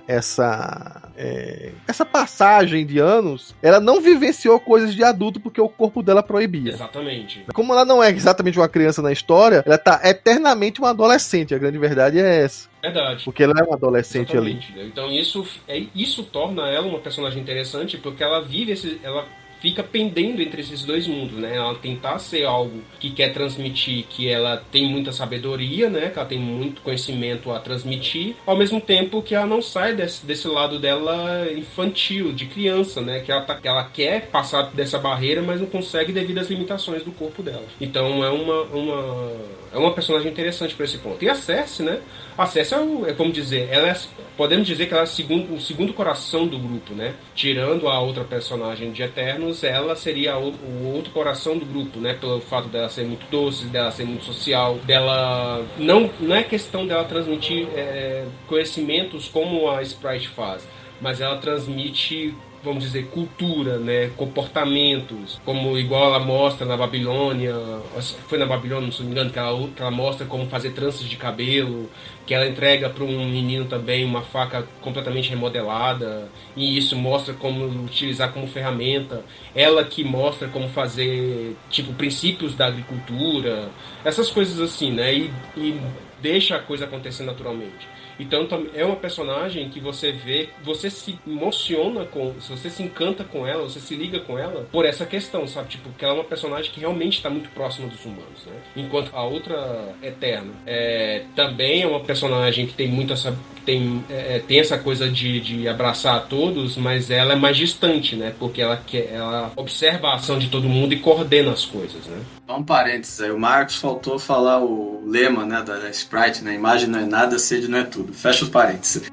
essa passagem de anos, ela não vivenciou coisas de adulto porque o corpo dela proibia. Exatamente. Como ela não é exatamente uma criança na história, ela tá eternamente uma adolescente. A grande verdade é essa. Verdade. Porque ela é uma adolescente. Exatamente. Ali. Então isso torna ela uma personagem interessante, porque ela ela fica pendendo entre esses dois mundos, né? Ela tentar ser algo que quer transmitir, que ela tem muita sabedoria, né? Que ela tem muito conhecimento a transmitir, ao mesmo tempo que ela não sai desse lado dela infantil, de criança, né? Que ela quer passar dessa barreira, mas não consegue devido às limitações do corpo dela. Então é uma personagem interessante para esse ponto. E a Cersei, né? A Cersei como dizer, podemos dizer que ela é o segundo coração do grupo, né? Tirando a outra personagem de Eternos, ela seria o outro coração do grupo, né? Pelo fato dela ser muito doce, dela ser muito social, dela... Não é questão dela transmitir conhecimentos como a Sprite faz, mas ela transmite, vamos dizer, cultura, né, comportamentos, como igual ela mostra na Babilônia, foi na Babilônia, não se me engano, que ela mostra como fazer tranças de cabelo, que ela entrega para um menino também uma faca completamente remodelada, e isso mostra como utilizar como ferramenta, ela que mostra como fazer, tipo, princípios da agricultura, essas coisas assim, né, e deixa a coisa acontecer naturalmente. Então é uma personagem que você vê, você se emociona você se encanta com ela, você se liga com ela por essa questão, sabe? Tipo, que ela é uma personagem que realmente está muito próxima dos humanos, né? Enquanto a outra Eterna também é uma personagem que tem muita tem essa coisa de abraçar a todos, mas ela é mais distante, né? Porque ela observa a ação de todo mundo e coordena as coisas, né? Só um parênteses aí, o Marcos faltou falar o lema, né, da Sprite, né? Imagem não é nada, sede não é tudo. Fecha os parênteses.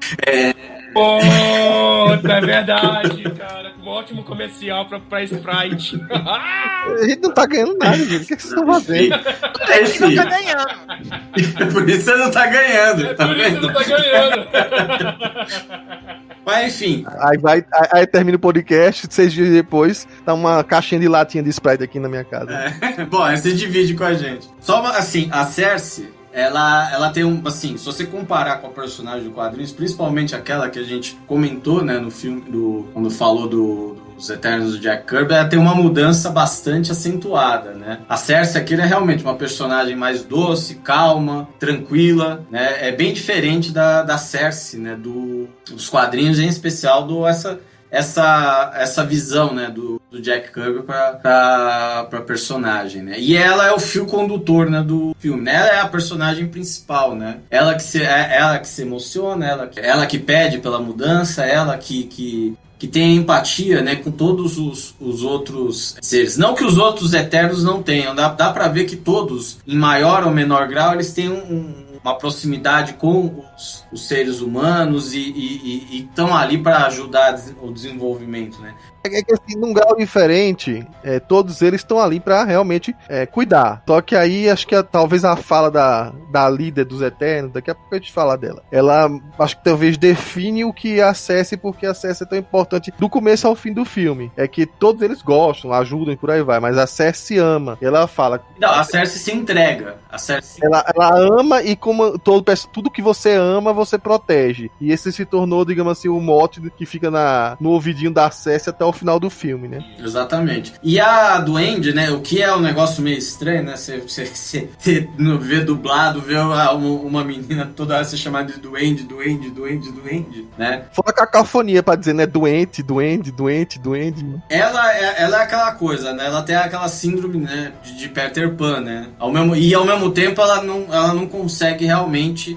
Puta, é verdade, cara. Um ótimo comercial pra Sprite. A gente não tá ganhando nada, gente. O que vocês estão fazendo? A gente não tá ganhando. Por isso você não tá ganhando. Por isso você não tá ganhando. Mas enfim. Aí termina o podcast, 6 dias depois, tá uma caixinha de latinha de Sprite aqui na minha casa. Bom, aí você divide com a gente. Só assim, a Cersei, ela tem assim, se você comparar com a personagem do quadrinhos, principalmente aquela que a gente comentou, né, no filme, quando falou dos Os Eternos do Jack Kirby, ela tem uma mudança bastante acentuada, né? A Cersei aqui é realmente uma personagem mais doce, calma, tranquila, né? É bem diferente da Cersei, né? Dos quadrinhos, em especial essa visão, né, do Jack Kirby pra personagem, né? E ela é o fio condutor, né, do filme, né? Ela é a personagem principal, né? Ela que se emociona, ela que pede pela mudança, ela que tem empatia, né, com todos os outros seres. Não que os outros Eternos não tenham, dá pra ver que todos, em maior ou menor grau, eles têm uma proximidade com os seres humanos e estão ali para ajudar o desenvolvimento, né? É que assim, num grau diferente, todos eles estão ali pra realmente cuidar. Só que aí, acho que talvez a fala da líder dos Eternos, daqui a pouco a gente fala dela, ela, acho que talvez define o que é a Cersei, porque a Cersei é tão importante do começo ao fim do filme. É que todos eles gostam, ajudam e por aí vai, mas a Cersei ama. Ela fala... Não, a Cersei se entrega. A Cersei... Ela ama e como tudo que você ama, você protege. E esse se tornou, digamos assim, o mote que fica no ouvidinho da Cersei até o final do filme, né? Exatamente. E a Duende, né? O que é um negócio meio estranho, né? Você vê dublado, vê uma menina toda hora ser chamada de Duende, né? Fora a cacofonia pra dizer, né? Doente. Ela é aquela coisa, né? Ela tem aquela síndrome, né? De Peter Pan, né? Ao mesmo tempo, ela não consegue realmente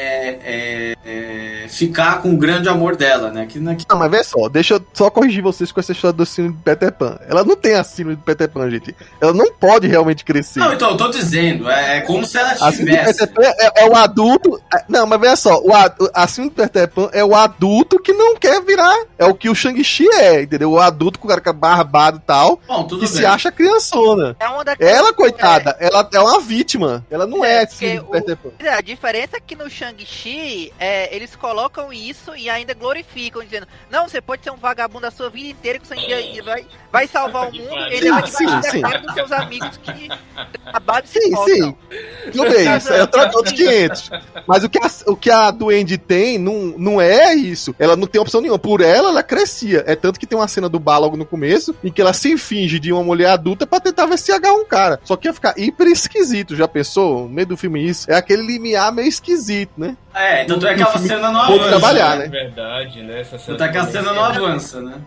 ficar com o grande amor dela, né? Não, mas vê só, deixa eu só corrigir vocês com essa história do síndrome de Peter Pan. Ela não tem a síndrome de Peter Pan, gente. Ela não pode realmente crescer. Não, então, eu tô dizendo, é como se ela tivesse. A síndrome de Peter Pan é o adulto... Não, mas veja só, a síndrome de Peter Pan é o adulto que não quer virar... É o que o Shang-Chi entendeu? O adulto com o cara que é barbado e tal, que bem. Se acha criançona. Ela, coitada, ela é uma vítima. Ela não é síndrome de Peter Pan. A diferença é que no Shang-Chi, eles colocam isso e ainda glorificam, dizendo, não, você pode ser um vagabundo a sua vida inteira que você vai salvar o mundo, ele vai te dos seus amigos que trabalham e se sim. Tudo bem, isso é outros 500. Mas o que a Duende tem não é isso. Ela não tem opção nenhuma. Por ela crescia. É tanto que tem uma cena do bar logo no começo, em que ela se finge de uma mulher adulta pra tentar ver se agarra um cara. Só que ia ficar hiper esquisito. Já pensou? No meio do filme isso? É aquele limiar meio esquisito, né? Tanto é que a cena não avança. Trabalhar, né? É verdade, né? Essa cena tanto é que a cena não avança, né?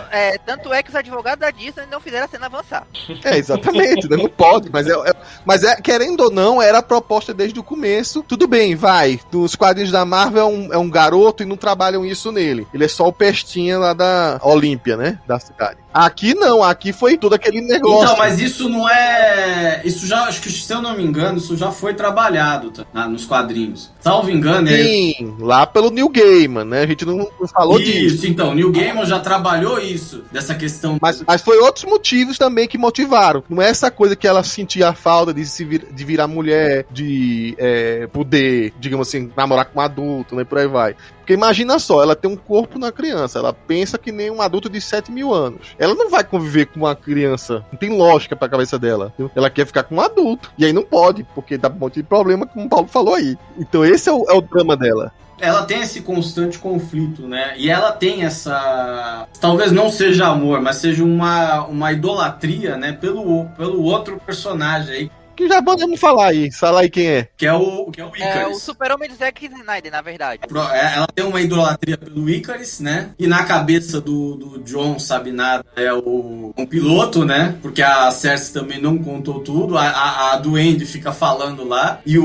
Tanto é que os advogados da Disney não fizeram a cena avançar. Exatamente, né? Não pode, mas querendo ou não, era a proposta desde o começo. Tudo bem, vai. Nos quadrinhos da Marvel é um garoto e não trabalham isso nele. Ele é só o pestinha lá da Olímpia, né? Da cidade. Aqui não, aqui foi todo aquele negócio. Então, mas isso não é... Isso já, acho que se eu não me engano, isso já foi trabalhado nos quadrinhos. Salvo engano, Sim, lá pelo Neil Gaiman, né? A gente não falou disso. Isso, então, Neil Gaiman já trabalhou isso, dessa questão. Mas foi outros motivos também que motivaram. Não é essa coisa que ela sentia a falta de virar mulher, de poder, digamos assim, namorar com um adulto, né? Por aí vai. Porque imagina só, ela tem um corpo na criança, ela pensa que nem um adulto de 7.000 anos. Ela não vai conviver com uma criança, não tem lógica pra cabeça dela. Entendeu? Ela quer ficar com um adulto, e aí não pode, porque dá um monte de problema, como o Paulo falou aí. Então esse é o drama dela. Ela tem esse constante conflito, né? E ela tem essa... Talvez não seja amor, mas seja uma idolatria, né? Pelo outro personagem aí. Que já podemos falar aí. Fala aí quem é. Que é o Icarus. É o super-homem de Zack Snyder, na verdade. Ela tem uma idolatria pelo Icarus, né? E na cabeça do Jon, sabe nada, é um piloto, né? Porque a Cersei também não contou tudo. A Duende fica falando lá. E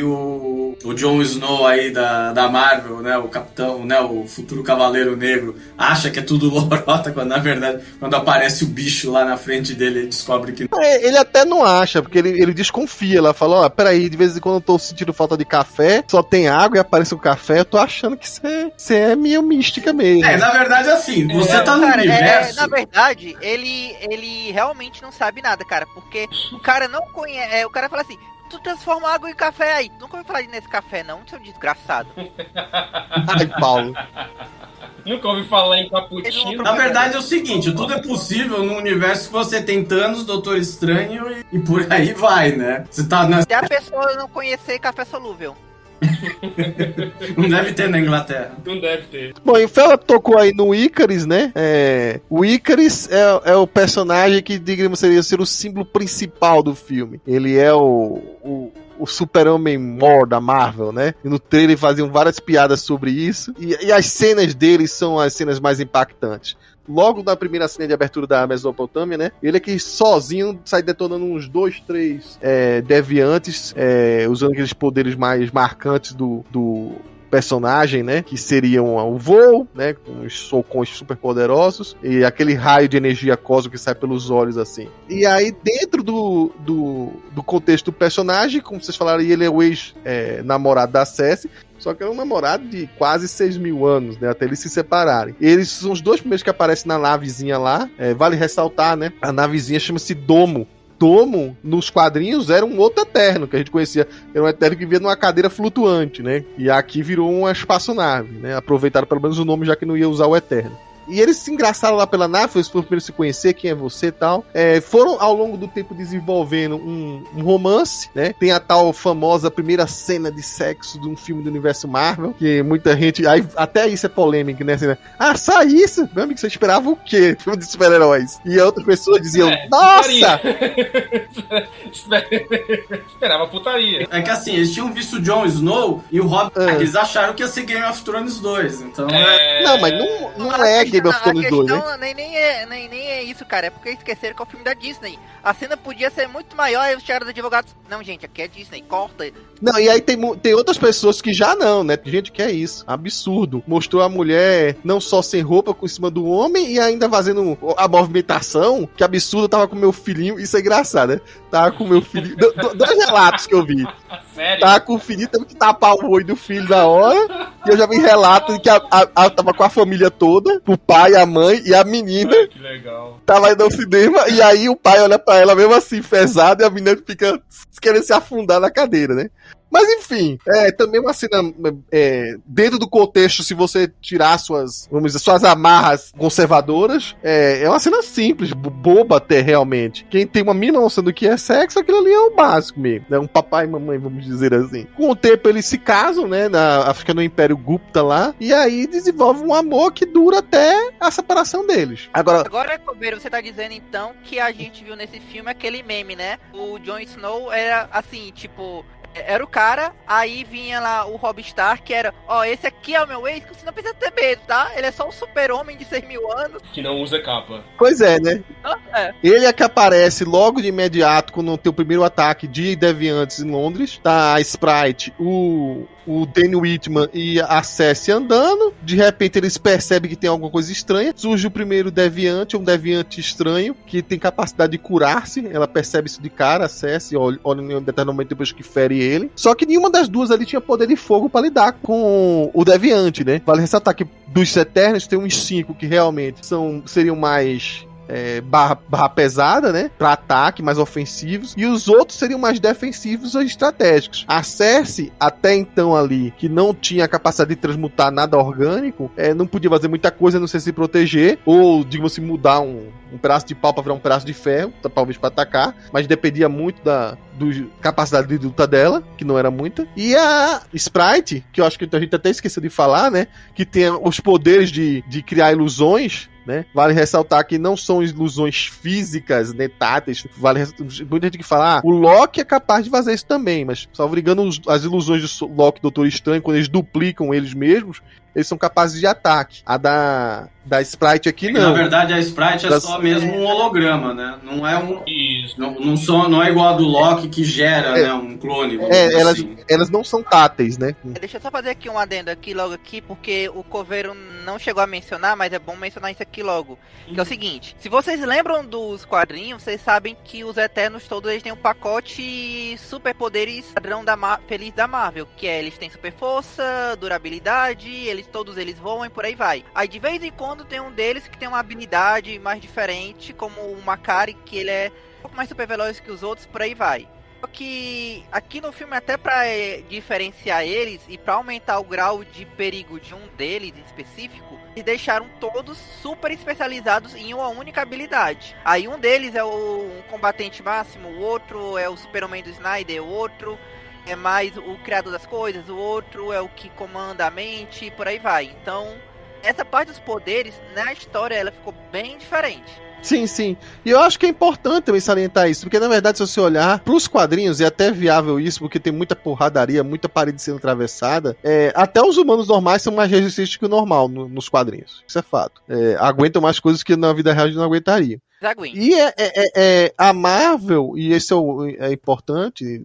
o Jon Snow aí da Marvel, né? O capitão, né? O futuro Cavaleiro Negro, acha que é tudo lorota, quando na verdade, quando aparece o bicho lá na frente dele, ele descobre que... Ele até não acha, porque ele desconfia. Ela fala, peraí, de vez em quando eu tô sentindo falta de café, só tem água e aparece o café, eu tô achando que você é meio mística mesmo. Na verdade, assim, você tá no universo... na verdade, ele realmente não sabe nada, cara, porque o cara não conhece... O cara fala assim, tu transforma água em café aí. Nunca ouvi falar nesse café, não, seu desgraçado. Ai, Paulo. Nunca ouvi falar em cappuccino. Na verdade é o seguinte, tudo é possível no universo que você tem Thanos, Doutor Estranho e por aí vai, né? Você tá Se a pessoa não conhecer café solúvel. Não deve ter na Inglaterra. Não deve ter. Bom, e o Fela tocou aí no Icarus, né? O Icarus é o personagem que, digamos, seria ser o símbolo principal do filme. Ele é o super-homem mor da Marvel, né? E no trailer faziam várias piadas sobre isso. E as cenas dele são as cenas mais impactantes. Logo na primeira cena de abertura da Mesopotâmia, né? Ele é que sozinho sai detonando uns 2, 3 deviantes, usando aqueles poderes mais marcantes do personagem, né? Que seriam o voo, né? Com os socões super poderosos e aquele raio de energia cósmica que sai pelos olhos, assim. E aí, dentro do contexto do personagem, como vocês falaram, ele é o ex-namorado da Cersei. Só que é um namorado de quase 6 mil anos, né? Até eles se separarem. Eles são os dois primeiros que aparecem na navezinha lá. Vale ressaltar, né? A navezinha chama-se Domo. Domo, nos quadrinhos, era um outro Eterno, que a gente conhecia. Era um Eterno que vivia numa cadeira flutuante, né? E aqui virou uma espaçonave, né? Aproveitaram pelo menos o nome, já que não ia usar o Eterno. E eles se engraçaram lá pela nave, eles foram primeiro se conhecer, quem é você e tal. Foram, ao longo do tempo, desenvolvendo um romance, né? Tem a tal famosa primeira cena de sexo de um filme do universo Marvel, que muita gente... Aí, até isso é polêmico, né? Assim, só isso? Meu amigo, você esperava o quê? Filme de super-heróis. E outras pessoas diziam, nossa! Esperava putaria. É que assim, eles tinham visto o Jon Snow e o Robb, eles acharam que ia ser Game of Thrones 2, então... Não, mas não é Game of Thrones 2, né? Nem é isso, cara. É porque esqueceram que é o filme da Disney. A cena podia ser muito maior e os caras dos advogados... Não, gente, aqui é Disney, corta. Não, e aí tem outras pessoas que já não, né? Gente, que é isso? Absurdo. Mostrou a mulher não só sem roupa em cima do homem e ainda fazendo a movimentação. Que absurdo, eu tava com meu filhinho. Isso é engraçado, né? Tava com meu filhinho... Dois relatos que eu vi. Sério? Tava com o filhinho, teve que tapar o olho do filho na hora. E eu já vi relato de que tava com a família toda, o pai, a mãe e a menina. Ai, que legal. Tava indo ao cinema, e aí o pai olha pra ela mesmo assim, pesado, e a menina fica querendo se afundar na cadeira, né? Mas enfim, também uma cena dentro do contexto, se você tirar vamos dizer, suas amarras conservadoras, é uma cena simples, boba até realmente. Quem tem uma mínima noção do que é sexo, aquilo ali é o básico mesmo, né? Um papai e mamãe, vamos dizer assim. Com o tempo eles se casam, né? Fica no Império Gupta lá, e aí desenvolve um amor que dura até a separação deles. Agora, Cobeiro, você tá dizendo então que a gente viu nesse filme aquele meme, né? O Jon Snow era assim, tipo... Era o cara, aí vinha lá o Robb Stark, que era, esse aqui é o meu ex, que você não precisa ter medo, tá? Ele é só um super-homem de 6 mil anos. Que não usa capa. Pois é, né? Ele é que aparece logo de imediato quando tem o primeiro ataque de deviantes em Londres. Tá a Sprite, o Danny Whitman e a Cersei andando. De repente eles percebem que tem alguma coisa estranha. Surge o primeiro deviante, um deviante estranho, que tem capacidade de curar-se. Ela percebe isso de cara, a Cersei, olha em um determinado momento depois que fere ele. Só que nenhuma das duas ali tinha poder de fogo pra lidar com o deviante, né? Vale ressaltar que dos Eternos tem uns 5 que realmente seriam mais... barra pesada, né? Pra ataque, mais ofensivos. E os outros seriam mais defensivos ou estratégicos. A Cersei, até então ali, que não tinha a capacidade de transmutar nada orgânico, não podia fazer muita coisa, a não sei se proteger, ou, digamos assim, mudar um pedaço de pau pra virar um pedaço de ferro, talvez pra atacar, mas dependia muito da capacidade de luta dela, que não era muita. E a Sprite, que eu acho que a gente até esqueceu de falar, né? Que tem os poderes de criar ilusões, né? Vale ressaltar que não são ilusões físicas, né, táteis. Muita gente que fala, o Loki é capaz de fazer isso também, mas, salvo engano, as ilusões do Loki e Doutor Estranho, quando eles duplicam eles mesmos, eles são capazes de ataque. A da Sprite aqui não. Na verdade, a Sprite é só mesmo um holograma, né? Não é não é igual a do Loki que gera, né, um clone. Elas não são táteis, né? Deixa eu só fazer aqui um adendo logo aqui, porque o Coveiro não chegou a mencionar, mas é bom mencionar isso aqui logo. Que é o seguinte, se vocês lembram dos quadrinhos, vocês sabem que os Eternos todos eles têm um pacote superpoderes padrão feliz da Marvel, que eles têm super força, durabilidade, todos eles voam e por aí vai. Aí de vez em quando tem um deles que tem uma habilidade mais diferente, como o Makkari, que ele é um pouco mais super veloz que os outros, por aí vai. Só que aqui no filme, até pra diferenciar eles e pra aumentar o grau de perigo de um deles em específico, eles deixaram todos super especializados em uma única habilidade. Aí um deles é um combatente máximo, o outro é o Super-Homem do Snyder, o outro é mais o criador das coisas, o outro é o que comanda a mente e por aí vai. Então, essa parte dos poderes, na história, ela ficou bem diferente. Sim, sim. E eu acho que é importante também salientar isso, porque na verdade, se você olhar pros quadrinhos, é até viável isso, porque tem muita porradaria, muita parede sendo atravessada, até os humanos normais são mais resistentes que o normal nos quadrinhos. Isso é fato. Aguentam mais coisas que na vida real a gente não aguentaria. E a Marvel, e esse é importante,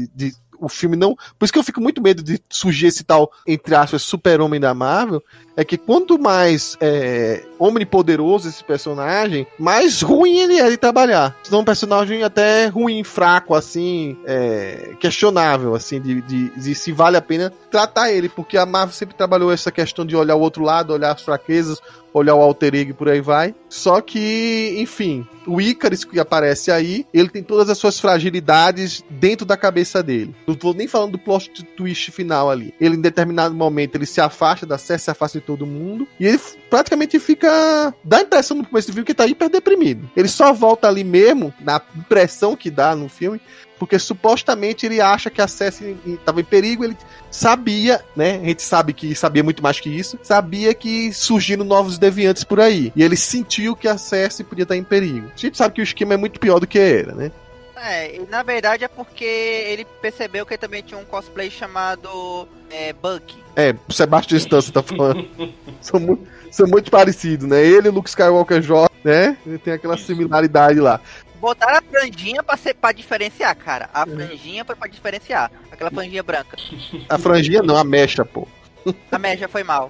o filme não... Por isso que eu fico muito medo de surgir esse tal, entre aspas, super-homem da Marvel, é que quanto mais omnipoderoso esse personagem, mais ruim ele é de trabalhar. Senão um personagem até ruim, fraco, assim, questionável, assim, de se vale a pena tratar ele, porque a Marvel sempre trabalhou essa questão de olhar o outro lado, olhar as fraquezas, olhar o alter ego e por aí vai. Só que, enfim, o Icarus que aparece aí, ele tem todas as suas fragilidades dentro da cabeça dele. Não tô nem falando do plot twist final ali. Ele, em determinado momento, ele se afasta da Cersei, se afasta de todo mundo, e ele praticamente fica... Dá a impressão no começo do filme que tá hiper deprimido. Ele só volta ali mesmo, na impressão que dá no filme, porque supostamente ele acha que a Cersei estava em perigo, ele sabia, né? A gente sabe que sabia muito mais que isso, sabia que surgiram novos deviantes por aí. E ele sentiu que a Cersei podia estar em perigo. A gente sabe que o esquema é muito pior do que era, né? Na verdade é porque ele percebeu que ele também tinha um cosplay chamado Bucky. O Sebastian Stan, você tá falando. são muito parecidos, né? Ele e o Luke Skywalker jovem, né? Ele tem aquela similaridade lá. Botaram a franjinha pra diferenciar, cara. A franjinha foi pra diferenciar. Aquela franjinha branca. A franjinha não, a mecha, pô. A mecha foi mal.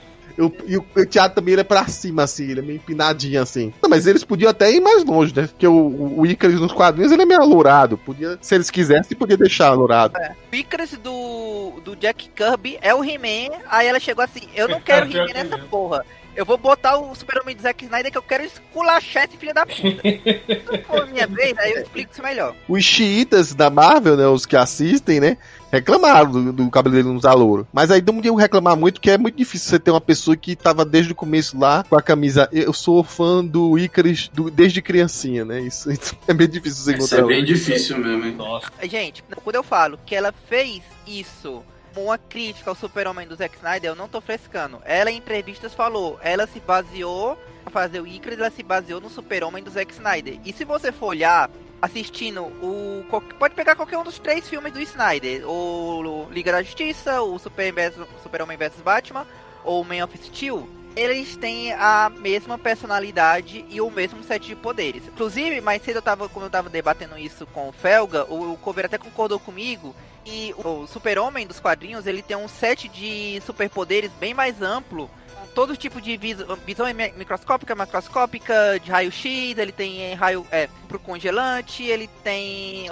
E o teatro também ele é pra cima, assim, ele é meio empinadinho, assim. Não, mas eles podiam até ir mais longe, né? Porque o Icarus nos quadrinhos, ele é meio alourado. Podia, se eles quisessem, podia deixar alourado. O Icarus do Jack Kirby é o He-Man, aí ela chegou assim, eu não quero He-Man nessa porra. Eu vou botar o Super-Homem do Zack Snyder que eu quero esculachar esse filho da puta. Se for minha vez, aí eu explico isso melhor. Os xiitas da Marvel, né, os que assistem, né, reclamaram do cabelo dele nos alouro. Mas aí não podiam reclamar muito, porque é muito difícil você ter uma pessoa que tava desde o começo lá com a camisa. Eu sou fã do Icarus desde criancinha, né? Isso é bem difícil você encontrar. Isso é bem difícil mesmo, hein? Nossa. Gente, quando eu falo que ela fez isso, uma crítica ao Super-Homem do Zack Snyder, eu não tô frescando. Ela em entrevistas falou, ela se baseou pra fazer o Icarus, ela se baseou no Super-Homem do Zack Snyder. E se você for olhar, assistindo pode pegar qualquer um dos 3 filmes do Snyder, o Liga da Justiça, o Super-Homem vs Batman, ou Man of Steel, eles têm a mesma personalidade e o mesmo set de poderes. Inclusive, mais cedo quando eu tava debatendo isso com o Felga, o Cover até concordou comigo. E o Super-Homem dos quadrinhos, ele tem um set de superpoderes bem mais amplo, com todo tipo de visão microscópica, macroscópica, de raio-x, ele tem raio pro congelante, ele tem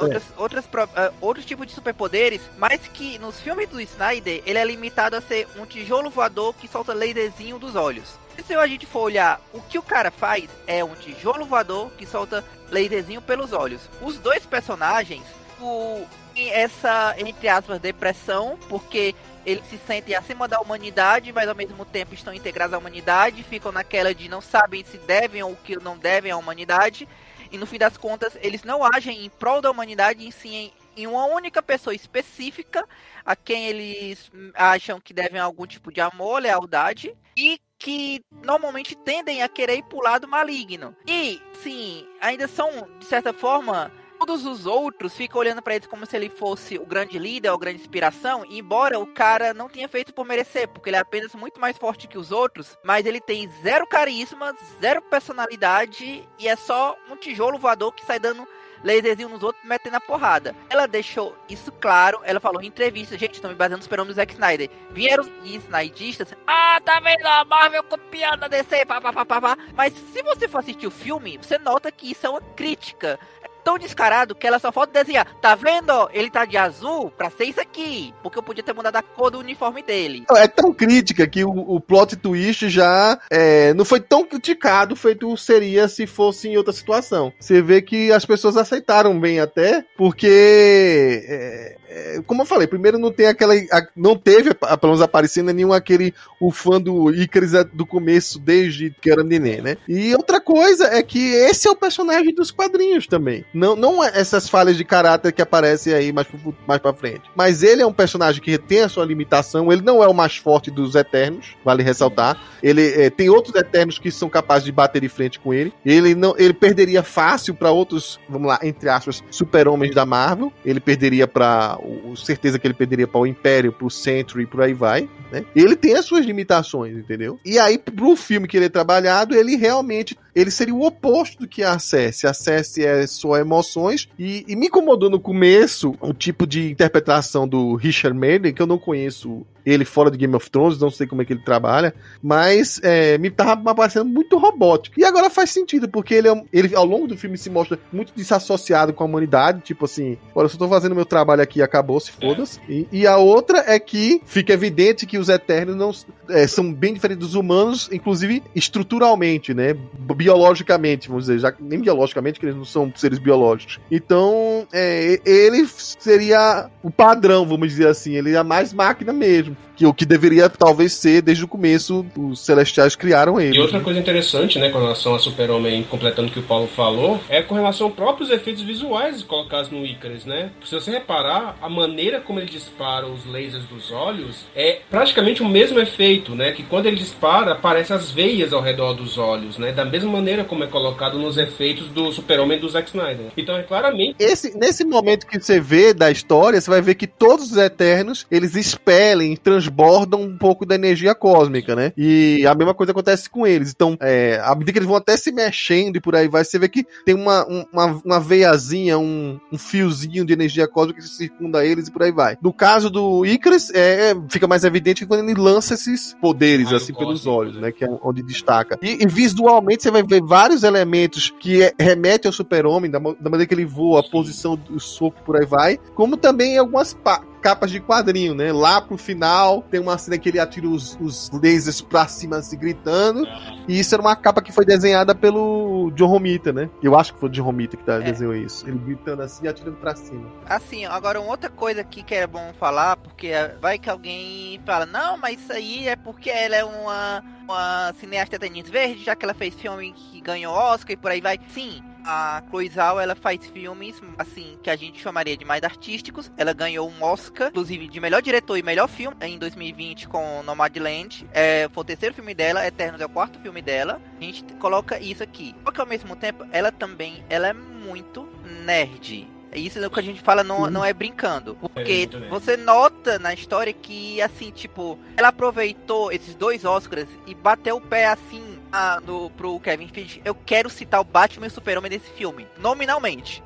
outros tipos de superpoderes, mas que nos filmes do Snyder, ele é limitado a ser um tijolo voador que solta laserzinho dos olhos. E se a gente for olhar, o que o cara faz é um tijolo voador que solta laserzinho pelos olhos. Os dois personagens, essa, entre aspas, depressão, porque eles se sentem acima da humanidade, mas ao mesmo tempo estão integrados à humanidade, ficam naquela de não sabem se devem ou que não devem à humanidade, e no fim das contas eles não agem em prol da humanidade, em sim em uma única pessoa específica, a quem eles acham que devem algum tipo de amor, lealdade, e que normalmente tendem a querer ir pro lado maligno. E, sim, ainda são, de certa forma... Todos os outros ficam olhando pra ele como se ele fosse o grande líder, a grande inspiração, embora o cara não tenha feito por merecer, porque ele é apenas muito mais forte que os outros, mas ele tem 0 carisma, 0 personalidade e é só um tijolo voador que sai dando laserzinho nos outros, metendo a porrada. Ela deixou isso claro, ela falou em entrevista, gente, estão me baseando no Super-Homem do Zack Snyder. Vieram os snydistas, tá vendo a Marvel copiando a DC, pá. Mas se você for assistir o filme, você nota que isso é uma crítica. Tão descarado que ela só falta desenhar. Tá vendo? Ele tá de azul pra ser isso aqui. Porque eu podia ter mudado a cor do uniforme dele. É tão crítica que o plot twist já não foi tão criticado feito seria se fosse em outra situação. Você vê que as pessoas aceitaram bem até, porque como eu falei, primeiro não tem não teve, pelo menos aparecendo nenhum o fã do Icarus do começo, desde que era neném, né? E outra coisa é que esse é o personagem dos quadrinhos também. Não essas falhas de caráter que aparecem aí mais pra frente. Mas ele é um personagem que tem a sua limitação, ele não é o mais forte dos Eternos, vale ressaltar. Ele tem outros Eternos que são capazes de bater de frente com ele. Ele perderia fácil pra outros, vamos lá, entre aspas, super-homens da Marvel. Ele perderia certeza que ele perderia para o Império, pro Sentry e por aí vai, né? Ele tem as suas limitações, entendeu? E aí, pro filme que ele é trabalhado, ele seria o oposto do que a Cersei. A Cersei é só emoções e me incomodou no começo o tipo de interpretação do Richard Madden, que eu não conheço ele fora de Game of Thrones, não sei como é que ele trabalha, mas me tava parecendo muito robótico. E agora faz sentido, porque ele ao longo do filme se mostra muito desassociado com a humanidade, tipo assim, olha, eu só tô fazendo meu trabalho aqui, acabou, se foda-se. E a outra é que fica evidente que os Eternos não são bem diferentes dos humanos, inclusive estruturalmente, né? Biologicamente, vamos dizer, já nem biologicamente, que eles não são seres biológicos. Então, ele seria o padrão, vamos dizer assim, ele é mais máquina mesmo. Que o que deveria talvez ser desde o começo, os Celestiais criaram ele. E outra coisa interessante, né, com relação a Super-Homem, completando o que o Paulo falou, é com relação aos próprios efeitos visuais colocados no Icarus, né? Se você reparar, a maneira como ele dispara os lasers dos olhos é praticamente o mesmo efeito, né? Que quando ele dispara, aparecem as veias ao redor dos olhos, né? Da mesma maneira como é colocado nos efeitos do Super-Homem do Zack Snyder. Então é claramente... Nesse momento que você vê da história, você vai ver que todos os Eternos, eles expelem, transbordam um pouco da energia cósmica, né? E a mesma coisa acontece com eles. Então, à medida que eles vão até se mexendo e por aí vai, você vê que tem uma veiazinha, um fiozinho de energia cósmica que circunda eles e por aí vai. No caso do Icarus, fica mais evidente quando ele lança esses poderes, assim, pelos olhos, né? Que é onde destaca. E visualmente você vai ver vários elementos que remetem ao Super-Homem, da maneira que ele voa, a posição do soco, por aí vai, como também algumas capas de quadrinho, né? Lá pro final, tem uma cena que ele atira os lasers pra cima, assim, gritando. E isso era uma capa que foi desenhada pelo John Romita, né? Eu acho que foi o John Romita que desenhou isso. Ele gritando assim e atirando pra cima. Assim, agora uma outra coisa aqui que é bom falar, porque vai que alguém fala, não, mas isso aí é porque ela é uma cineasta tênis verde, já que ela fez filme que ganhou Oscar e por aí vai. Sim, a Chloe Zhao, ela faz filmes, assim, que a gente chamaria de mais artísticos. Ela ganhou um Oscar, inclusive, de melhor diretor e melhor filme em 2020 com Nomadland. Foi o terceiro filme dela, Eternos é o quarto filme dela. A gente coloca isso aqui. Só que ao mesmo tempo, ela é muito nerd. Isso é o que a gente fala, não é brincando. Porque você nota na história que, assim, tipo, ela aproveitou esses 2 Oscars e bateu o pé, assim, pro Kevin Feige. Eu quero citar o Batman e o Super-Homem desse filme, nominalmente.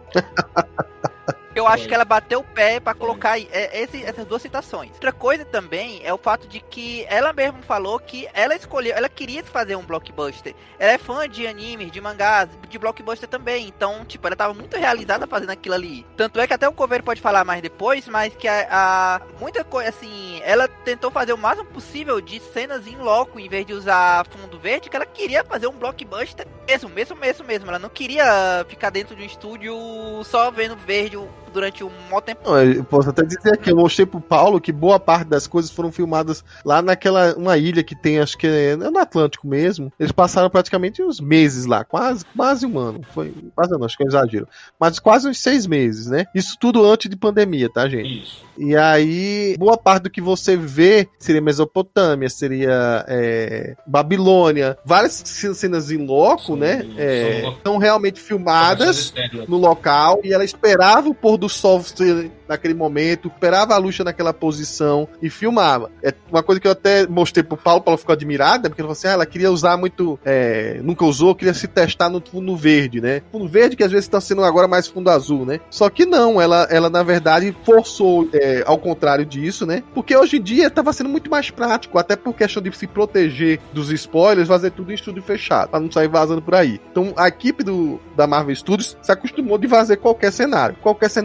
Eu acho que ela bateu o pé pra colocar essas 2 citações. Outra coisa também é o fato de que ela mesma falou que ela queria fazer um blockbuster. Ela é fã de animes, de mangás, de blockbuster também. Então, tipo, ela tava muito realizada fazendo aquilo ali. Tanto é que até o Coveiro pode falar mais depois, mas que muita coisa, assim, ela tentou fazer o máximo possível de cenas em loco, em vez de usar fundo verde, que ela queria fazer um blockbuster mesmo. Ela não queria ficar dentro de um estúdio só vendo verde durante um maior tempo. Não, eu posso até dizer que eu mostrei pro Paulo que boa parte das coisas foram filmadas lá uma ilha que tem, acho que é no Atlântico mesmo. Eles passaram praticamente uns meses lá, quase um ano. Quase não, acho que é um exagero. Mas quase uns 6 meses, né? Isso tudo antes de pandemia, tá, gente? Isso. E aí, boa parte do que você vê seria Mesopotâmia, seria Babilônia, várias cenas em loco, né? São realmente filmadas no local e ela esperava o pôr do sol naquele momento, esperava a luz naquela posição e filmava. É uma coisa que eu até mostrei pro Paulo ficou admirada, porque ele falou assim, ela queria usar muito, nunca usou, queria se testar no fundo verde, né? Fundo verde que às vezes está sendo agora mais fundo azul, né? Só que não, ela na verdade forçou ao contrário disso, né? Porque hoje em dia estava sendo muito mais prático, até por questão de se proteger dos spoilers, fazer tudo em estúdio fechado, para não sair vazando por aí. Então a equipe da Marvel Studios se acostumou de fazer qualquer cenário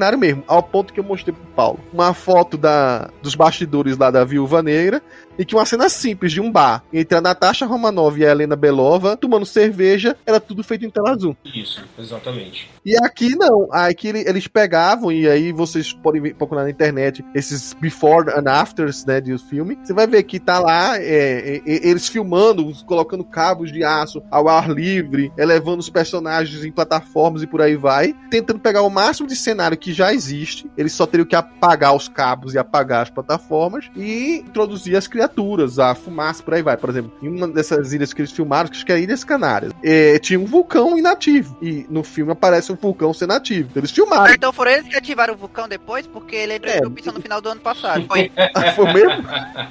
cenário mesmo, ao ponto que eu mostrei pro Paulo. Uma foto dos bastidores lá da Viúva Negra, e que uma cena simples de um bar, entre a Natasha Romanoff e a Helena Belova, tomando cerveja, era tudo feito em tela azul. Isso, exatamente. E aqui não, aqui eles pegavam, e aí vocês podem procurar na internet esses before and afters, né, do filme. Você vai ver que tá lá, eles filmando, colocando cabos de aço ao ar livre, elevando os personagens em plataformas e por aí vai, tentando pegar o máximo de cenário que já existe. Eles só teriam que apagar os cabos e apagar as plataformas e introduzir as criaturas, a fumaça, por aí vai. Por exemplo, em uma dessas ilhas que eles filmaram, que acho que é Ilhas Canárias, tinha um vulcão inativo, e no filme aparece um vulcão ser nativo. Eles filmaram. Então foram eles que ativaram o vulcão depois, porque ele entrou em erupção no final do ano passado. Foi. Foi mesmo?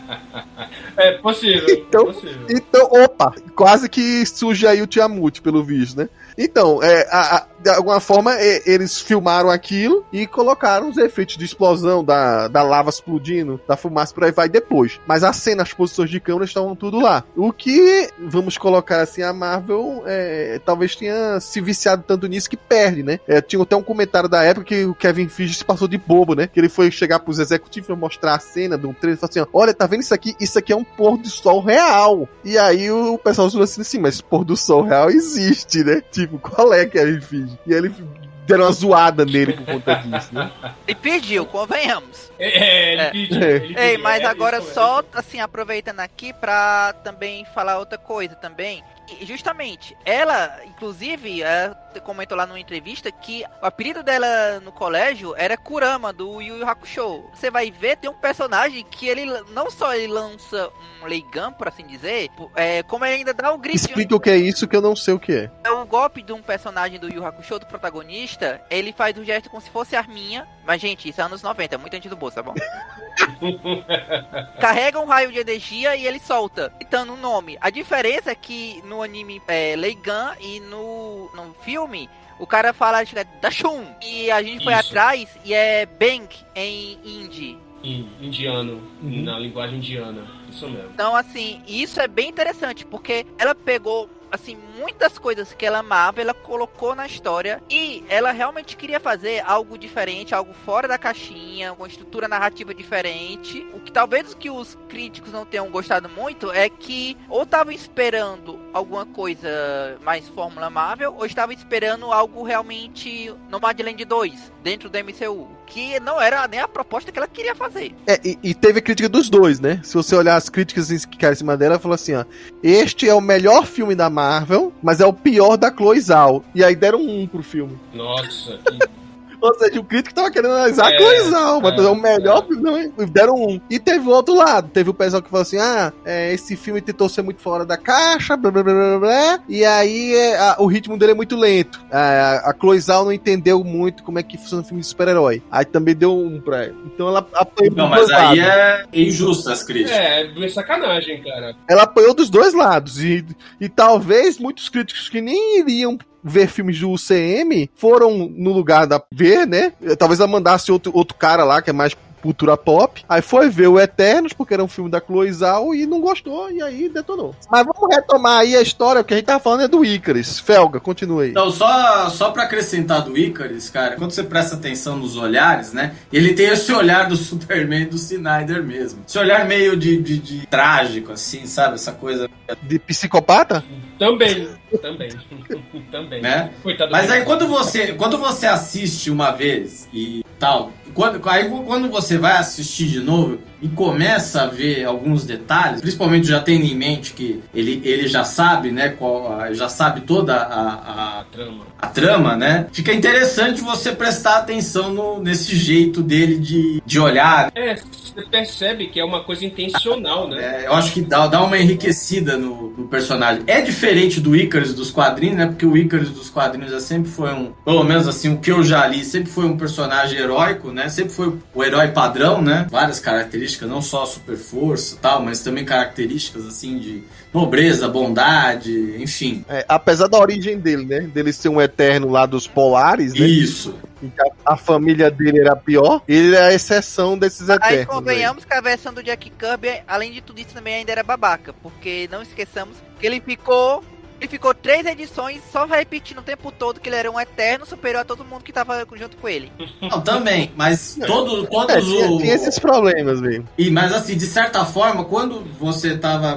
É possível. Então, opa, quase que surge aí o Tiamut, pelo visto, né? Então, de alguma forma, eles filmaram aquilo e colocaram os efeitos de explosão da lava explodindo, da fumaça por aí vai depois. Mas a cena, as posições de câmera estavam tudo lá. O que, vamos colocar assim, a Marvel talvez tenha se viciado tanto nisso que perde, né? Tinha até um comentário da época que o Kevin Feige se passou de bobo, né? Que ele foi chegar pros executivos pra mostrar a cena de um trailer e falou assim, olha, tá vendo isso aqui? Isso aqui é um pôr do sol real. E aí o pessoal falou assim, mas pôr do sol real existe, né? Tipo, qual é Kevin Feige? E aí ele deram uma zoada nele por conta disso, né? Ele pediu, convenhamos. Ele pediu. Ei, mas agora só, assim, aproveitando aqui pra também falar outra coisa também. E justamente, ela, inclusive, comentou lá numa entrevista que o apelido dela no colégio era Kurama, do Yu Yu Hakusho. Você vai ver, tem um personagem que ele, não só ele lança um Leigan, por assim dizer, como ele ainda dá um grito. Explica o que é isso, que eu não sei o que é. É o golpe de um personagem do Yu Yu Hakusho, do protagonista, ele faz um gesto como se fosse arminha, mas gente, isso é anos 90, é muito antes do bolso, tá bom? Carrega um raio de energia e ele solta, gritando um nome. A diferença é que no anime Leigan e no filme o cara fala Dashun. E a gente foi atrás e é Bank em hindi. Indiano, na linguagem indiana. Isso mesmo. Então, assim, isso é bem interessante, porque ela pegou, assim, muitas coisas que ela amava, ela colocou na história e ela realmente queria fazer algo diferente, algo fora da caixinha, uma estrutura narrativa diferente. O que talvez os críticos não tenham gostado muito é que ou estavam esperando alguma coisa mais Fórmula Marvel, ou estavam esperando algo realmente Nomadland 2, dentro do MCU, que não era nem a proposta que ela queria fazer. E teve crítica dos dois, né? Se você olhar as críticas que caíram em cima dela, ela falou assim, ó, este é o melhor filme da Marvel, mas é o pior da Chloe Zhao. E aí deram 1 pro filme. Nossa, que... Ou seja, o crítico tava querendo analisar a Chloe Zhao, mas é o melhor filme, não, deram 1. E teve o outro lado, teve o pessoal que falou assim, esse filme tentou ser muito fora da caixa, blá blá blá blá blá, e aí o ritmo dele é muito lento. A Chloe Zhao não entendeu muito como é que funciona um filme de super-herói. Aí também deu 1 pra ela. Então ela apanhou. Não, mas aí é injusto as críticas. É sacanagem, cara. Ela apanhou dos dois lados. E talvez muitos críticos que nem iriam ver filmes do UCM foram no lugar da ver, né? Talvez ela mandasse outro cara lá que é mais cultura pop, aí foi ver o Eternos, porque era um filme da Chloe Zhao, e não gostou, e aí detonou. Mas vamos retomar aí a história, o que a gente tava falando é do Icarus. Felga, continua aí. Então, só pra acrescentar do Icarus, cara, quando você presta atenção nos olhares, né, ele tem esse olhar do Superman do Snyder mesmo. Esse olhar meio de trágico, assim, sabe? Essa coisa... De psicopata? Também. Né? Coitado. Mas aí quando você assiste uma vez e tal, quando você vai assistir de novo e começa a ver alguns detalhes, principalmente já tendo em mente que ele já sabe, né, já sabe toda a trama, né? Fica interessante você prestar atenção nesse jeito dele de olhar. Você percebe que é uma coisa intencional, né? Eu acho que dá uma enriquecida no personagem. É diferente do Icarus dos quadrinhos, né? Porque o Icarus dos quadrinhos sempre foi pelo menos assim, o que eu já li, sempre foi um personagem heróico, né? Sempre foi o herói padrão, né? Várias características, não só super força e tal, mas também características assim de nobreza, bondade, enfim. Apesar da origem dele, né? Dele ser um eterno lá dos polares, né? Isso. A família dele era pior, ele é a exceção desses eternos. Aí convenhamos que a versão do Jack Kirby, além de tudo isso, também ainda era babaca, porque não esqueçamos que ele ficou Ele ficou 3 edições só repetindo o tempo todo que ele era um eterno superior a todo mundo que tava junto com ele. Não, também, mas todos tinha esses problemas, velho. Mas assim, de certa forma, quando você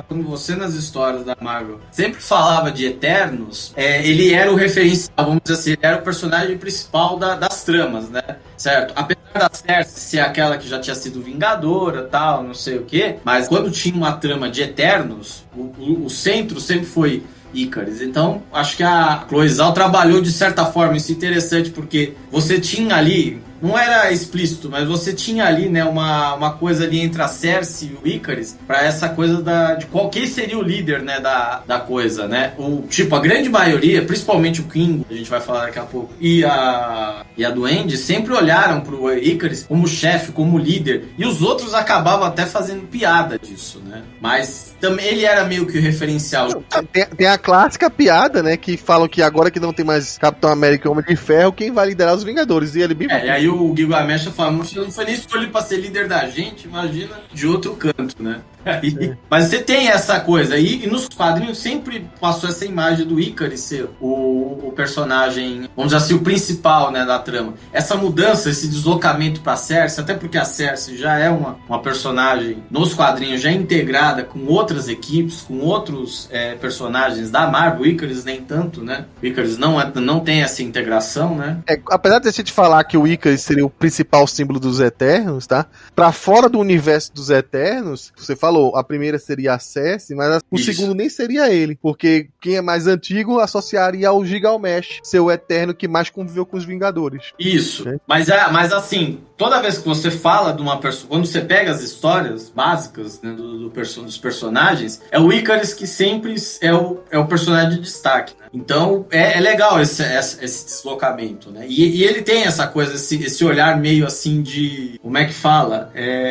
nas histórias da Marvel sempre falava de Eternos, ele era o referencial, vamos dizer assim, ele era o personagem principal das tramas, né? Certo? Apesar da Cersei ser aquela que já tinha sido Vingadora, tal, não sei o quê, mas quando tinha uma trama de Eternos, o centro sempre foi Icaris. Então, acho que a Chloe Zhao trabalhou de certa forma, isso é interessante, porque você tinha ali, não era explícito, mas você tinha ali, né, uma coisa ali entre a Cersei e o Icaris, pra essa coisa de quem seria o líder, né, da coisa, né? A grande maioria, principalmente o Kingo, a gente vai falar daqui a pouco, e a Duende, sempre olharam pro Icaris como chefe, como líder, e os outros acabavam até fazendo piada disso, né? Mas também ele era meio que o referencial. Tem a clássica piada, né, que falam que agora que não tem mais Capitão América e Homem de Ferro, quem vai liderar os Vingadores? E ele bem... E aí o Gilgamesh fala, você não foi nem escolhido pra ser líder da gente, imagina de outro canto, né? Mas você tem essa coisa, e nos quadrinhos sempre passou essa imagem do Icaris ser o personagem, vamos dizer assim, o principal, né, da trama. Essa mudança, esse deslocamento pra Cersei, até porque a Cersei já é uma personagem nos quadrinhos já integrada com outras equipes, com outros personagens da Marvel, o Icaris nem tanto, né? O Icaris não tem essa integração, né? Apesar de a gente falar que o Icaris seria o principal símbolo dos Eternos, tá? Pra fora do universo dos Eternos, você falou, a primeira seria a Cersei, mas o segundo nem seria ele, porque quem é mais antigo associaria ao Gilgamesh, ser o Eterno que mais conviveu com os Vingadores. Isso, mas assim, toda vez que você fala de uma pessoa, quando você pega as histórias básicas, né, dos personagens, é o Icaris que sempre é o personagem de destaque, né? Então é legal esse deslocamento, né? E ele tem essa coisa, esse olhar meio assim de, como é que fala?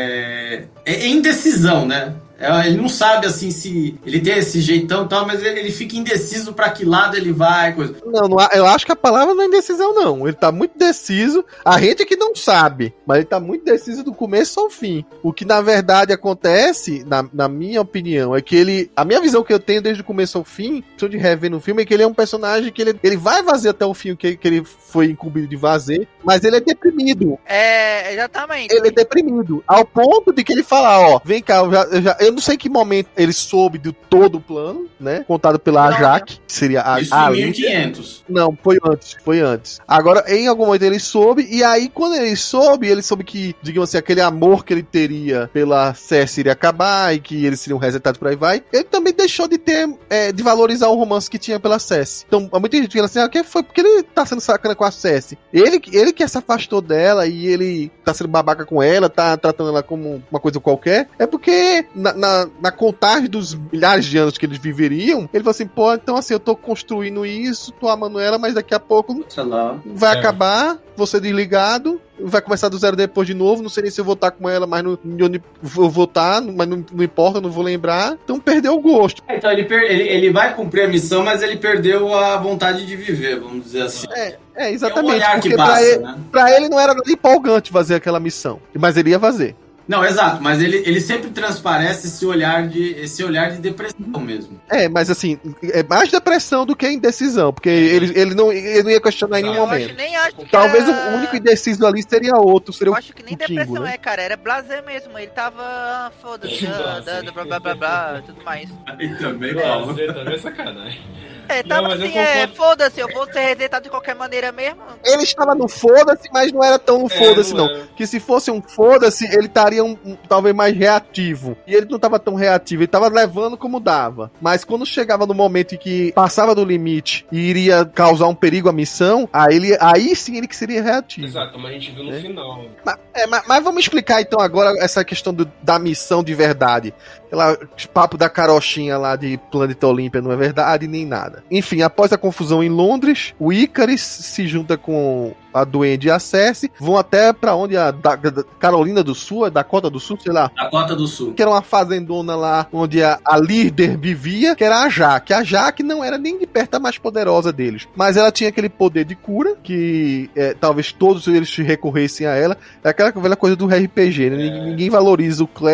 É indecisão, né? Ele não sabe, assim, se ele tem esse jeitão e tal, mas ele fica indeciso pra que lado ele vai, coisa. Não, eu acho que a palavra não é indecisão, não. Ele tá muito deciso. A gente é que não sabe, mas ele tá muito deciso do começo ao fim. O que, na verdade, acontece, na minha opinião, é que a minha visão que eu tenho desde o começo ao fim, só de rever no filme, é que ele é um personagem que ele vai fazer até o fim o que ele foi incumbido de fazer, mas ele é deprimido. Exatamente. Ele é deprimido. Ao ponto de que ele fala, ó, vem cá, eu não sei em que momento ele soube de todo o plano, né? Contado pela Jaque, que seria a isso em 1500. Não, foi antes. Agora, em algum momento ele soube, e aí quando ele soube que, digamos assim, aquele amor que ele teria pela Cersei iria acabar, e que eles seriam resetados por aí vai, ele também deixou de ter, de valorizar o romance que tinha pela Cersei. Então, muita gente fala assim, o que foi? Porque ele tá sendo sacana com a Cersei. Ele que se afastou dela, e ele tá sendo babaca com ela, tá tratando ela como uma coisa qualquer, é porque na contagem dos milhares de anos que eles viveriam, ele falou assim, pô, então assim, eu tô construindo isso, tô amando ela, mas daqui a pouco vai acabar, vou ser desligado, vai começar do zero depois de novo, não sei nem se eu vou estar com ela, mas onde eu vou estar, mas não importa, não vou lembrar, então perdeu o gosto. Então ele vai cumprir a missão, mas ele perdeu a vontade de viver, vamos dizer assim. Exatamente, é um olhar porque que passa, né? Pra ele não era nada empolgante fazer aquela missão, mas ele ia fazer. Não, exato, mas ele sempre transparece esse olhar de depressão mesmo. Mas assim, é mais depressão do que indecisão, porque ele não ia questionar em nenhum momento. Talvez o único indeciso ali seria outro, seria eu acho que nem depressão, né? Cara, era blazer mesmo, ele tava, foda-se, blá blá blá blá, tudo mais. Aí também, blazer também é sacanagem. Tava assim, foda-se, eu vou ser resetado de qualquer maneira mesmo. Ele estava no foda-se, mas não era tão no foda-se, não. Que se fosse um foda-se, ele estaria talvez mais reativo. E ele não estava tão reativo, ele estava levando como dava. Mas quando chegava no momento em que passava do limite e iria causar um perigo à missão, aí sim ele que seria reativo. Exato, mas a gente viu no final. Mas vamos explicar então agora essa questão da missão de verdade. Aquela papo da carochinha lá de Planeta Olímpia não é verdade nem nada. Enfim, após a confusão em Londres, o Icaris se junta com a Duende e a Cersei, vão até pra onde a Carolina do Sul, Dakota do Sul, sei lá. Dakota do Sul. Que era uma fazendona lá onde a líder vivia, que era a Jaque. A Jaque não era nem de perto a mais poderosa deles, mas ela tinha aquele poder de cura, que talvez todos eles recorressem a ela. É aquela velha coisa do RPG, né? Ninguém valoriza o clérigo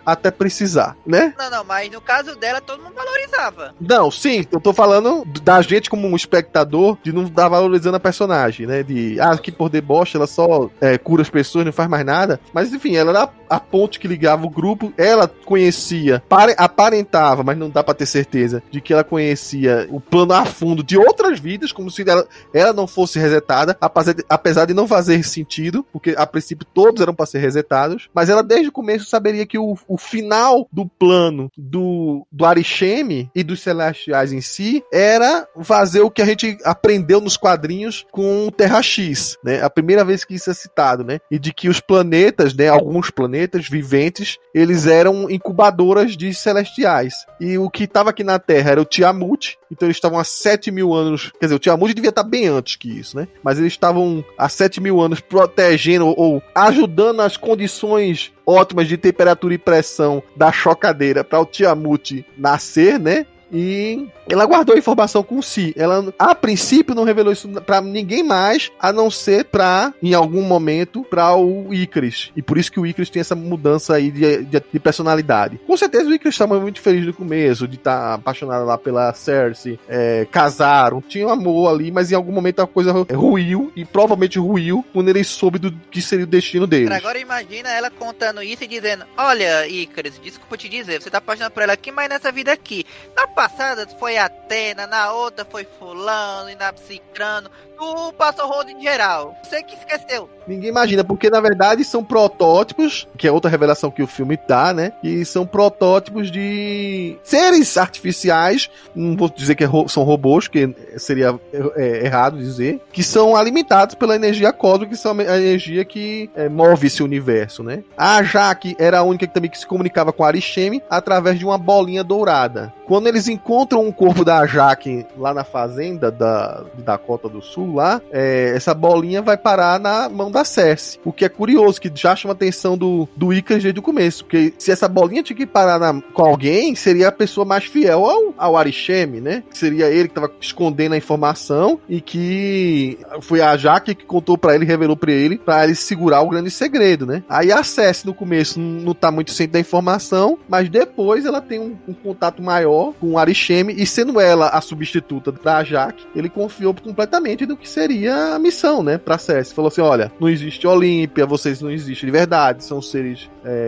até precisar, né? Não, mas no caso dela, todo mundo valorizava. Não, sim, eu tô falando da gente como um espectador, de não estar valorizando a personagem, né? De, que por deboche, ela só cura as pessoas, não faz mais nada. Mas, enfim, ela era a ponte que ligava o grupo, ela conhecia, aparentava, mas não dá pra ter certeza, de que ela conhecia o plano a fundo de outras vidas, como se ela não fosse resetada, apesar de não fazer sentido, porque a princípio todos eram pra ser resetados, mas ela desde o começo saberia que o final do plano do Arishem e dos Celestiais em si era fazer o que a gente aprendeu nos quadrinhos com Terra X, né? A primeira vez que isso é citado, né? E de que os planetas, né? Alguns planetas viventes, eles eram incubadoras de celestiais. E o que estava aqui na Terra era o Tiamut, então eles estavam há 7.000 anos, quer dizer, o Tiamut devia estar bem antes que isso, né? Mas eles estavam há 7.000 anos protegendo ou ajudando as condições ótimas de temperatura e pressão da chocadeira para o Tiamut nascer, né? E ela guardou a informação com si. Ela, a princípio, não revelou isso pra ninguém mais, a não ser em algum momento, pra o Ikaris. E por isso que o Ikaris tem essa mudança aí de personalidade. Com certeza o Ikaris estava muito feliz no começo, de estar apaixonado lá pela Cersei. Casaram, tinha um amor ali, mas em algum momento a coisa ruiu, e provavelmente ruiu, quando ele soube do que seria o destino deles. Agora imagina ela contando isso e dizendo: olha, Ikaris, desculpa te dizer, você tá apaixonado por ela aqui, mas nessa vida aqui. Na passada foi Atena, na outra foi fulano e na Cicrano. Tu passou rodo em geral. Você que esqueceu. Ninguém imagina, porque na verdade são protótipos, que é outra revelação que o filme dá, né? E são protótipos de seres artificiais, não vou dizer que são robôs, que seria errado dizer, que são alimentados pela energia cósmica, que são a energia que move esse universo, né? A Jaque era a única que também se comunicava com a Arishem através de uma bolinha dourada. Quando eles encontram o corpo da Jaque lá na fazenda de Dakota do Sul, lá, essa bolinha vai parar na mão da Cersei. O que é curioso, que já chama a atenção do Ikaris desde o começo, porque se essa bolinha tinha que parar com alguém, seria a pessoa mais fiel ao Arishem, né? Seria ele que estava escondendo a informação e que foi a Jaque que contou pra ele, revelou pra ele segurar o grande segredo, né? Aí a Cersei no começo não tá muito ciente da informação, mas depois ela tem um contato maior com o Arishem, e sendo ela a substituta da Jaque, ele confiou completamente no que seria a missão, né, pra Cersei. Falou assim: olha, não existe Olímpia, vocês não existem de verdade, são seres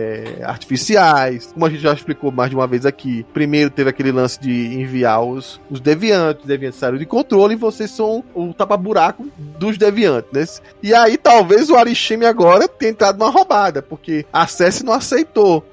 artificiais. Como a gente já explicou mais de uma vez aqui, primeiro teve aquele lance de enviar os deviantes saíram de controle, e vocês são o tapa-buraco dos deviantes, né? E aí talvez o Arishem agora tenha entrado numa roubada, porque a Cersei não aceitou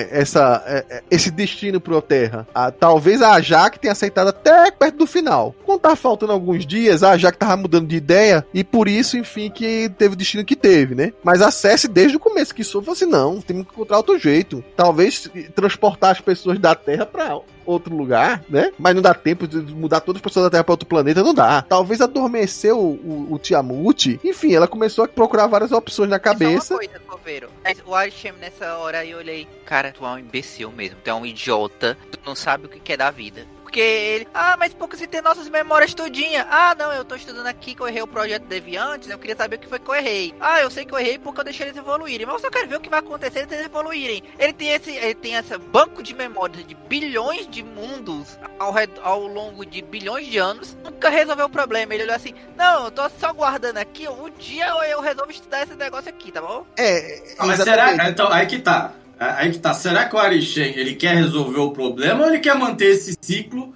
esse destino pro Terra. Talvez a Jaque tenha aceitado até perto do final. Quando tava faltando alguns dias, a Jaque tava mudando de ideia, e por isso, enfim, que teve o destino que teve, né? Mas a Cersei, desde o começo que soube, falou assim: não, temos que encontrar outro jeito. Talvez transportar as pessoas da Terra pra outro lugar, né? Mas não dá tempo de mudar todas as pessoas da Terra para outro planeta, não dá. Talvez adormeceu o Tiamut. Enfim, ela começou a procurar várias opções na cabeça. Só uma coisa, Coveiro. O Arishem, nessa hora, eu olhei: cara, tu é um imbecil mesmo, tu é um idiota, tu não sabe o que é da vida. Porque ele, mas pouco se tem nossas memórias tudinha. Não, eu tô estudando aqui que eu errei o projeto Deviantes, eu queria saber o que foi que eu errei. Eu sei que eu errei porque eu deixei eles evoluírem, mas eu só quero ver o que vai acontecer se eles evoluírem. Ele tem esse banco de memórias de bilhões de mundos ao longo de bilhões de anos, nunca resolveu o problema. Ele olhou assim: não, eu tô só guardando aqui, um dia eu resolvo estudar esse negócio aqui, tá bom? Mas será? Então, aí que tá. Será que o Arishem, ele quer resolver o problema ou ele quer manter esse ciclo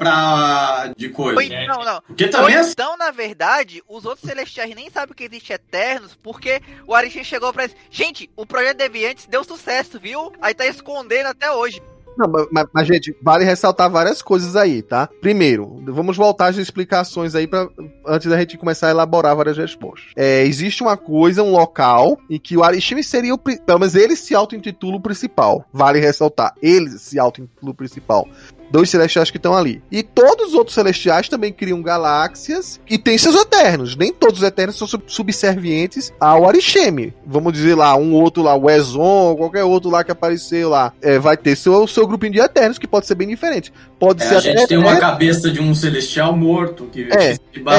de coisa? Não. Porque também então, na verdade, os outros celestiais nem sabem que existe Eternos, porque o Arishem chegou pra eles: gente, o projeto Deviantes deu sucesso, viu? Aí tá escondendo até hoje. Não, mas, gente, vale ressaltar várias coisas aí, tá? Primeiro, vamos voltar às explicações aí antes da gente começar a elaborar várias respostas. Existe uma coisa, um local, em que o Arishem seria pelo menos ele se auto-intitula o principal. Vale ressaltar, ele se auto-intitula o principal. 2 celestiais que estão ali. E todos os outros celestiais também criam galáxias e têm seus Eternos. Nem todos os Eternos são subservientes ao Arishem. Vamos dizer lá, um outro lá, o Ezon, qualquer outro lá que apareceu lá, vai ter seu grupinho de Eternos, que pode ser bem diferente. Pode ser a gente tem uma cabeça de um celestial morto, que de base.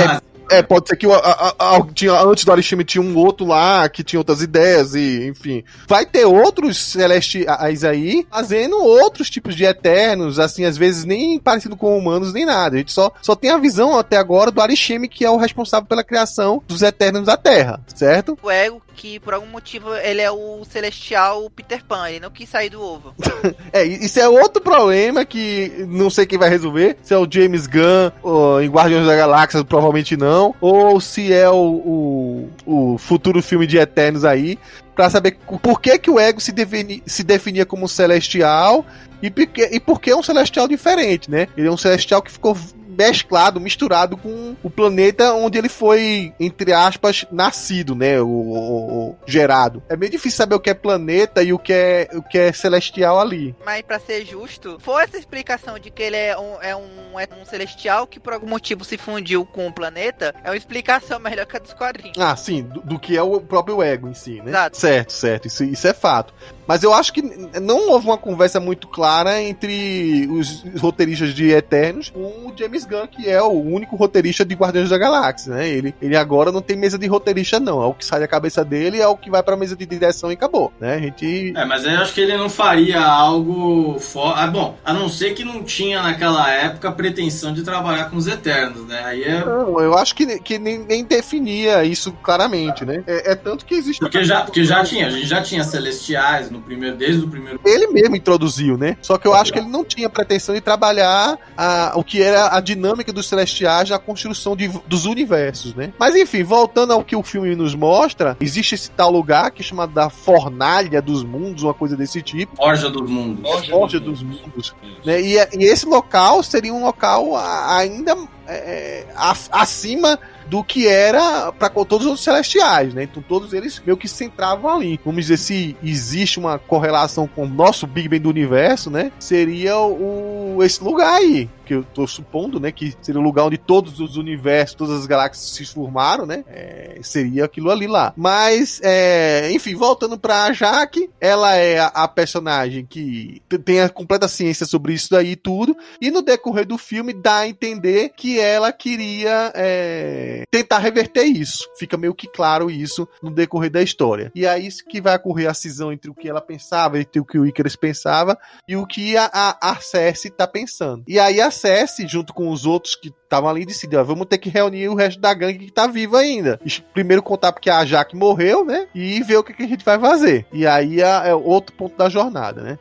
Pode ser que antes do Arishime tinha um outro lá, que tinha outras ideias, e enfim. Vai ter outros celestiais aí, fazendo outros tipos de Eternos, assim, às vezes nem parecido com humanos, nem nada. A gente só tem a visão até agora do Arishime, que é o responsável pela criação dos Eternos da Terra, certo? O Ego, que por algum motivo ele é o celestial Peter Pan, ele não quis sair do ovo. Isso é outro problema que não sei quem vai resolver, se é o James Gunn, ou em Guardiões da Galáxia, provavelmente não, ou se é o futuro filme de Eternos aí, pra saber por que o Ego se definia como celestial e por que é um celestial diferente, né? Ele é um celestial que ficou misturado com o planeta onde ele foi, entre aspas, nascido, né? O gerado. É meio difícil saber o que é planeta e o que é celestial ali. Mas pra ser justo, foi essa explicação de que ele é um celestial que por algum motivo se fundiu com o planeta, é uma explicação melhor que a dos quadrinhos. Ah, sim, do que é o próprio Ego em si, né? Exato. Certo, isso é fato. Mas eu acho que não houve uma conversa muito clara entre os roteiristas de Eternos com o James Gunn, que é o único roteirista de Guardiões da Galáxia, né? Ele agora não tem mesa de roteirista, não. É o que sai da cabeça dele, é o que vai pra mesa de direção e acabou, né? Mas eu acho que ele não faria algo bom, a não ser que não tinha naquela época a pretensão de trabalhar com os Eternos, né? Aí Não, eu acho que nem definia isso claramente, né? É tanto que existe... Porque a gente já tinha Celestiais desde o primeiro... Ele mesmo introduziu, né? Só que eu acho que ele não tinha pretensão de trabalhar o que era a dinâmica dos Celestiais na construção dos universos, né? Mas enfim, voltando ao que o filme nos mostra, existe esse tal lugar que é chamado da Fornalha dos Mundos, uma coisa desse tipo. Forja dos Mundos. Forja dos Mundos. Né? E esse local seria um local ainda acima do que era para todos os outros celestiais, né? Então todos eles meio que se centravam ali. Vamos dizer, se existe uma correlação com o nosso Big Bang do universo, né? Seria esse lugar aí, que eu tô supondo, né? Que seria o lugar onde todos os universos, todas as galáxias se formaram, né? Seria aquilo ali lá. Mas, enfim, voltando pra Jaque, ela é a personagem que tem a completa ciência sobre isso daí e tudo, e no decorrer do filme dá a entender que ela queria tentar reverter isso. Fica meio que claro isso no decorrer da história. E é isso que vai ocorrer a cisão entre o que ela pensava, entre o que o Icarus pensava e o que a Cersei tá pensando. E aí a Cersei, junto com os outros que estavam ali, decidiu, vamos ter que reunir o resto da gangue que tá viva ainda. Primeiro contar porque a Jaque morreu, né? E ver o que a gente vai fazer. E aí é outro ponto da jornada, né?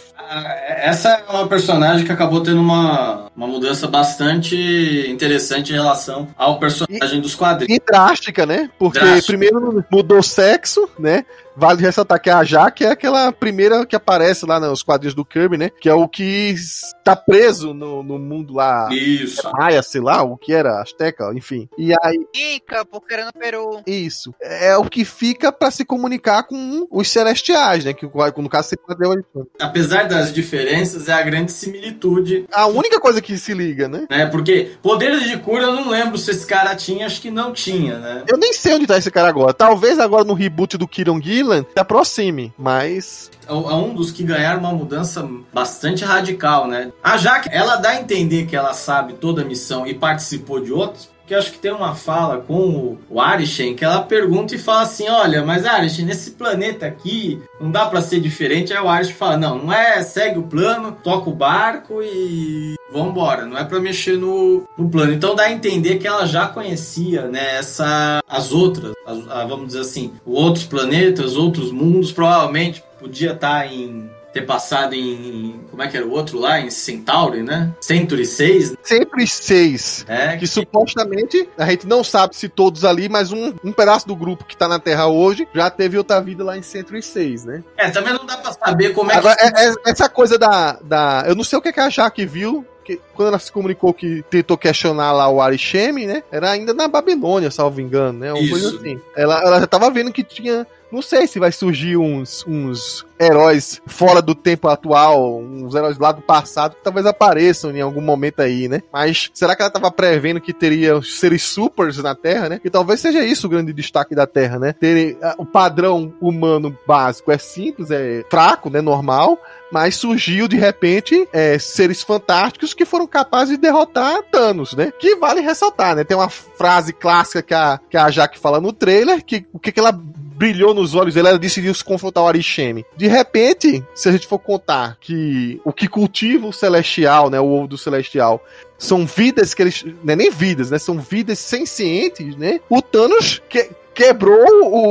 Essa é uma personagem que acabou tendo uma mudança bastante interessante em relação ao personagem dos quadrinhos. E drástica, né? Porque primeiro mudou sexo, né? Vale ressaltar que a Jaque é aquela primeira que aparece lá nos quadrinhos do Kirby, né? Que é o que tá preso no mundo lá. Isso. Maia, sei lá, o que era, Azteca, enfim. E aí... Ica, porque era no Peru. Isso. É o que fica pra se comunicar com os celestiais, né? Que no caso você deu ali. Apesar das diferenças, é a grande similitude. A única coisa que se liga, né? Porque poderes de cura eu não lembro se esse cara tinha, acho que não tinha, né? Eu nem sei onde tá esse cara agora. Talvez agora no reboot do Kieron Gillen se aproxime, mas... É um dos que ganharam uma mudança bastante radical, né? A Jaque, ela dá a entender que ela sabe toda a missão e participou de outros, porque acho que tem uma fala com o Arishem que ela pergunta e fala assim, olha, mas Arishem, nesse planeta aqui não dá pra ser diferente. Aí o Arishem fala, não é, segue o plano, toca o barco e vambora, não é pra mexer no plano. Então dá a entender que ela já conhecia, né, as outras, vamos dizer assim, outros planetas, outros mundos, provavelmente podia ter passado em... Como é que era o outro lá? Em Centauri, né? Century 6. Century 6. Que supostamente, a gente não sabe se todos ali, mas um pedaço do grupo que tá na Terra hoje já teve outra vida lá em Century 6, né? Também não dá pra saber como é agora, que... Essa coisa eu não sei o que a Jaque viu, quando ela se comunicou que tentou questionar lá o Arishem, né? Era ainda na Babilônia, salvo engano, né? Uma coisa assim. Ela já tava vendo que tinha Não sei se vai surgir uns heróis fora do tempo atual, uns heróis lá do passado que talvez apareçam em algum momento aí, né? Mas será que ela tava prevendo que teria seres supers na Terra, né? E talvez seja isso o grande destaque da Terra, né? O padrão humano básico é simples, é fraco, né? Normal. Mas surgiu, de repente, seres fantásticos que foram capazes de derrotar Thanos, né? Que vale ressaltar, né? Tem uma frase clássica que a Jaque fala no trailer, que o que ela brilhou nos olhos dele, ela decidiu se confrontar o Arishem. De repente, se a gente for contar que o que cultiva o Celestial, né? O ovo do Celestial, são vidas que eles... Não é nem vidas, né? São vidas sencientes, né? O Thanos... quebrou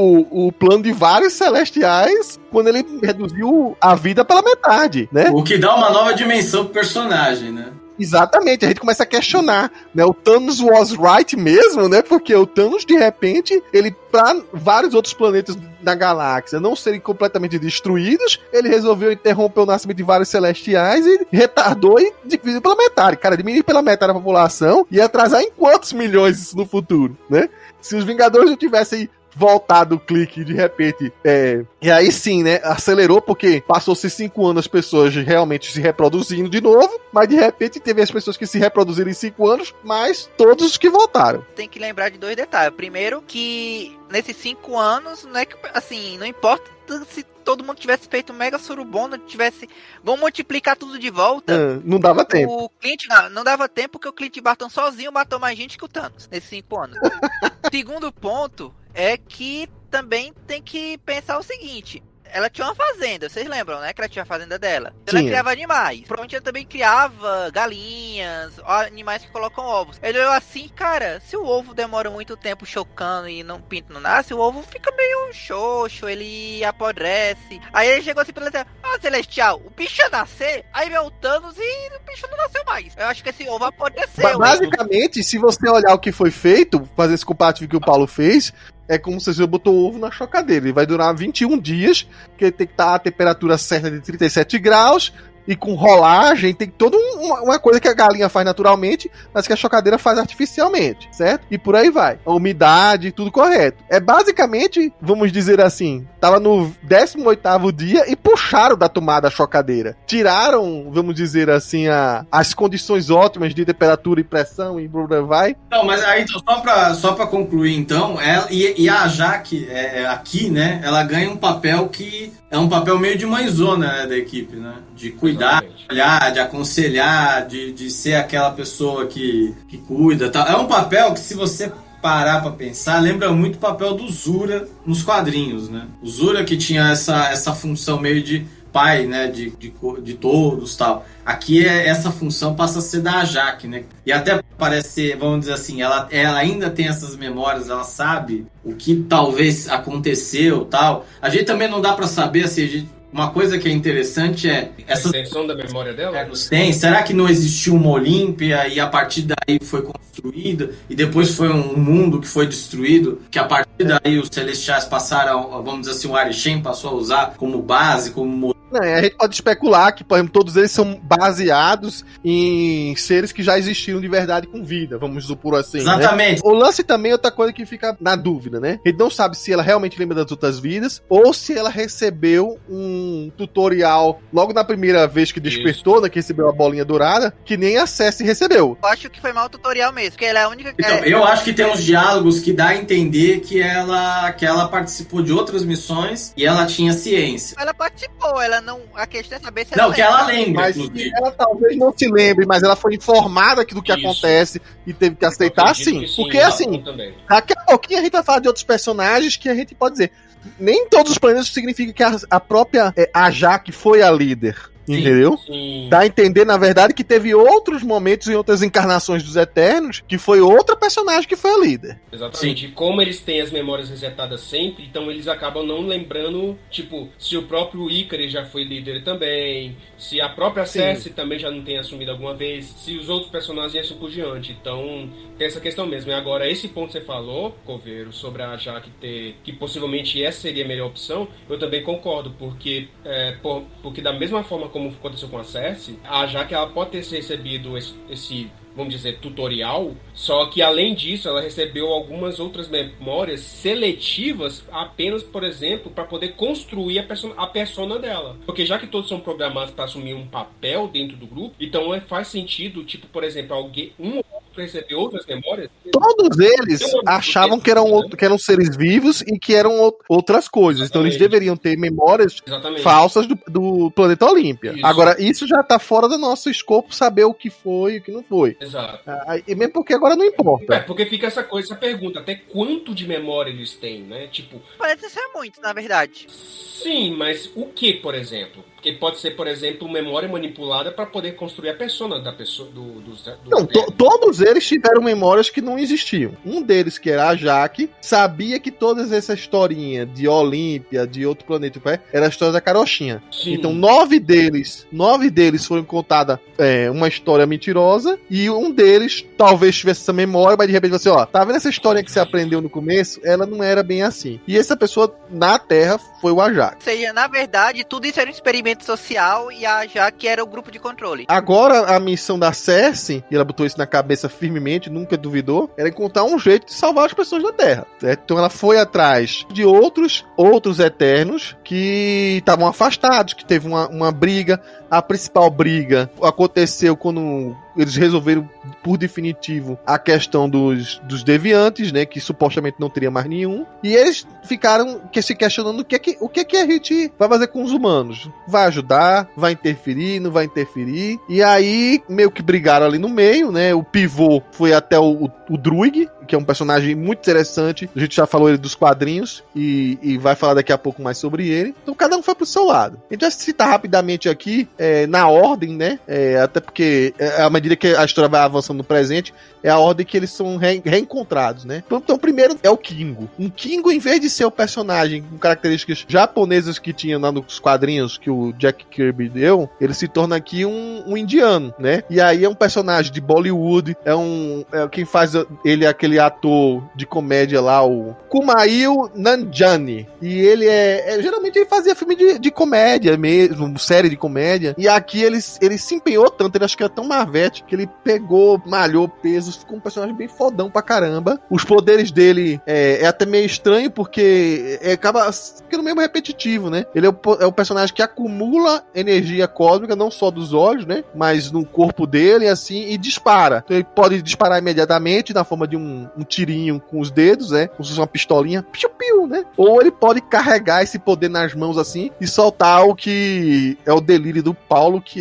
o plano de vários celestiais quando ele reduziu a vida pela metade, né? O que dá uma nova dimensão pro personagem, né? Exatamente, a gente começa a questionar, né? O Thanos was right mesmo, né? Porque o Thanos, de repente, ele, pra vários outros planetas da galáxia não serem completamente destruídos, ele resolveu interromper o nascimento de vários celestiais e retardou e dividiu pela metade. Cara, diminuir pela metade a população e atrasar em quantos milhões no futuro, né? Se os Vingadores não tivessem voltado o clique de repente, e aí sim, né, acelerou, porque passou-se 5 anos as pessoas realmente se reproduzindo de novo, mas de repente teve as pessoas que se reproduziram em 5 anos, mas todos os que voltaram. Tem que lembrar de 2 detalhes. Primeiro, que nesses 5 anos, não é que, assim, não importa se todo mundo tivesse feito um mega surubom, vamos multiplicar tudo de volta. Não dava tempo. O Clint, não dava tempo, porque o Clint Barton sozinho matou mais gente que o Thanos nesses 5 anos. Segundo ponto é que também tem que pensar o seguinte: ela tinha uma fazenda, vocês lembram, né? Que ela tinha a fazenda dela. Ela criava animais. Provavelmente ela também criava galinhas, animais que colocam ovos. Ele olhou assim, cara, se o ovo demora muito tempo chocando e não pinta, não nasce, o ovo fica meio xoxo, ele apodrece. Aí ele chegou assim pra ela dizer, Celestial, o bicho ia nascer, aí veio o Thanos e o bicho não nasceu mais. Eu acho que esse ovo apodreceu. Basicamente, se você olhar o que foi feito, fazer esse comparativo que o Paulo fez, é como se você botou o ovo na chocadeira. Ele vai durar 21 dias, que ele tem que estar a temperatura certa de 37 graus, e com rolagem, tem toda uma coisa que a galinha faz naturalmente, mas que a chocadeira faz artificialmente, certo? E por aí vai. A umidade, tudo correto. É basicamente, vamos dizer assim, tava no 18º dia e puxaram da tomada a chocadeira. Tiraram, vamos dizer assim, as condições ótimas de temperatura e pressão e blá blá vai. Não, mas aí então, só pra concluir então, e a Jaque aqui, né, ela ganha um papel que é um papel meio de mãezona, né, da equipe, né? De cuidar, de olhar, de aconselhar, de ser aquela pessoa que cuida, tal. É um papel que, se você parar pra pensar, lembra muito o papel do Zura nos quadrinhos, né? O Zura que tinha essa função meio de pai, né, de todos, tal. Aqui essa função passa a ser da Jaque, né? E até parece, vamos dizer assim, ela ainda tem essas memórias, ela sabe o que talvez aconteceu, tal. A gente também não dá pra saber, assim, uma coisa que é interessante é essa extensão da memória dela. Será que não existiu uma Olímpia e a partir daí foi construída e depois foi um mundo que foi destruído, que a partir daí os Celestiais passaram, vamos dizer assim, o Arishem passou a usar como base, como Não, a gente pode especular que, por exemplo, todos eles são baseados em seres que já existiram de verdade com vida, vamos supor assim. Exatamente. Né? O lance também é outra coisa que fica na dúvida, né? A gente não sabe se ela realmente lembra das outras vidas ou se ela recebeu um tutorial logo na primeira vez que despertou, né? Que recebeu a bolinha dourada, que nem a Cersei recebeu. Eu acho que foi mal o tutorial mesmo, porque ela é a única que... Então, eu acho que tem uns diálogos que dá a entender que ela participou de outras missões e ela tinha ciência. Ela participou, ela não... A questão é saber se ela lembra. Que ela lembra, mas ela talvez não se lembre, mas ela foi informada do que acontece e teve que aceitar sim. Porque assim, daqui a pouquinho a gente vai falar de outros personagens que a gente pode dizer. Nem todos os planetas significa que a própria a Jaque foi a líder. Entendeu? Sim. Dá a entender, na verdade, que teve outros momentos em outras encarnações dos Eternos que foi outra personagem que foi a líder. Exatamente. Sim. E como eles têm as memórias resetadas sempre, então eles acabam não lembrando, tipo, se o próprio Ícaro já foi líder também, se a própria Cersei também já não tem assumido alguma vez, se os outros personagens e assim por diante. Então, tem essa questão mesmo. E agora, esse ponto que você falou, Coveiro, sobre a Jaque ter, que possivelmente essa seria a melhor opção, eu também concordo, porque da mesma forma como aconteceu com a Cersei, a Jaqen ela pode ter recebido esse vamos dizer, tutorial, só que além disso ela recebeu algumas outras memórias seletivas apenas, por exemplo, para poder construir a persona dela. Porque já que todos são programados para assumir um papel dentro do grupo, então faz sentido, tipo, por exemplo, alguém, um ou outro receber outras memórias. Todos eles achavam que eram seres vivos e que eram outras coisas. Exatamente. Então eles deveriam ter memórias falsas do planeta Olímpia. Isso. Agora, isso já tá fora do nosso escopo saber o que foi e o que não foi. Exato. E mesmo porque agora não importa. Porque fica essa pergunta, até quanto de memória eles têm, né? Tipo... Parece ser muito, na verdade. Sim, mas o que, por exemplo? Porque pode ser, por exemplo, memória manipulada para poder construir a persona da pessoa não, todos eles tiveram memórias que não existiam. Um deles, que era a Jaqen, sabia que todas essa historinha de Olímpia, de outro planeta, era a história da carochinha. Sim. Então 9 deles foram contadas uma história mentirosa, e um deles talvez tivesse essa memória, mas de repente você, tá vendo essa história que você aprendeu no começo? Ela não era bem assim. E essa pessoa na Terra foi o Ajak. Ou seja, na verdade, tudo isso era um experimento social e a Ajak era o grupo de controle. Agora, a missão da Cersei, e ela botou isso na cabeça firmemente, nunca duvidou, era encontrar um jeito de salvar as pessoas da Terra, certo? Então ela foi atrás de outros Eternos que estavam afastados, que teve uma briga. A principal briga aconteceu quando eles resolveram, por definitivo, a questão dos deviantes, né? Que supostamente não teria mais nenhum. E eles ficaram se questionando o que a gente vai fazer com os humanos. Vai ajudar? Vai interferir? Não vai interferir? E aí, meio que brigaram ali no meio, né? O pivô foi até o Druig, que é um personagem muito interessante. A gente já falou ele dos quadrinhos e vai falar daqui a pouco mais sobre ele. Então cada um foi pro seu lado. A gente vai citar rapidamente aqui, na ordem, né? Até porque à medida que a história vai avançando no presente, é a ordem que eles são reencontrados, né? Então primeiro é o Kingo. Um Kingo, em vez de ser o personagem com características japonesas que tinha lá nos quadrinhos que o Jack Kirby deu, ele se torna aqui um indiano, né? E aí é um personagem de Bollywood, quem faz ele é aquele ator de comédia lá, o Kumail Nanjiani. E ele geralmente ele fazia filme de comédia mesmo, série de comédia. E aqui ele se empenhou tanto, ele acho que é tão marvete, que ele pegou, malhou pesos, ficou um personagem bem fodão pra caramba. Os poderes dele é até meio estranho, porque acaba ficando meio repetitivo, né? Ele é o personagem que acumula energia cósmica, não só dos olhos, né? Mas no corpo dele, assim, e dispara. Então ele pode disparar imediatamente na forma de um tirinho com os dedos, né? Como se fosse uma pistolinha, piu-piu, né? Ou ele pode carregar esse poder nas mãos, assim, e soltar o que é o delírio do Paulo, que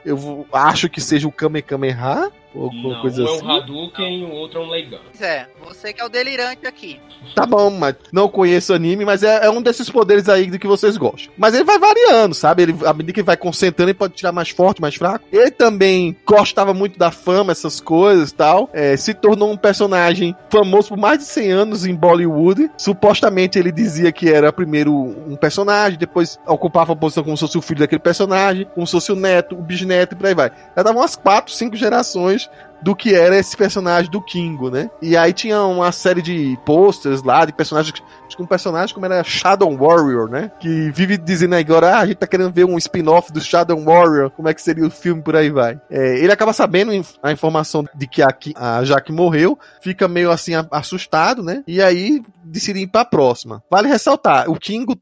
acho que seja o Kamehameha, ou alguma coisa assim. Um é um Hadouken e o outro é um Leigan. Você que é o delirante aqui. Tá bom, mas não conheço anime, mas é um desses poderes aí do que vocês gostam. Mas ele vai variando, sabe? À medida que ele vai concentrando, ele pode tirar mais forte, mais fraco. Ele também gostava muito da fama, essas coisas e tal. Se tornou um personagem famoso por mais de 100 anos em Bollywood. Supostamente ele dizia que era primeiro um personagem, depois ocupava a posição como se fosse o filho daquele personagem, como se fosse o neto, o bisneto e por aí vai. Já dava umas 4, 5 gerações do que era esse personagem do Kingo, né? E aí tinha uma série de posters lá, de personagens, acho que um personagem como era Shadow Warrior, né? Que vive dizendo agora, a gente tá querendo ver um spin-off do Shadow Warrior, como é que seria o filme, por aí vai. Ele acaba sabendo a informação de que a Jaqen morreu, fica meio assim assustado, né? E aí decide ir pra próxima. Vale ressaltar, o Kingo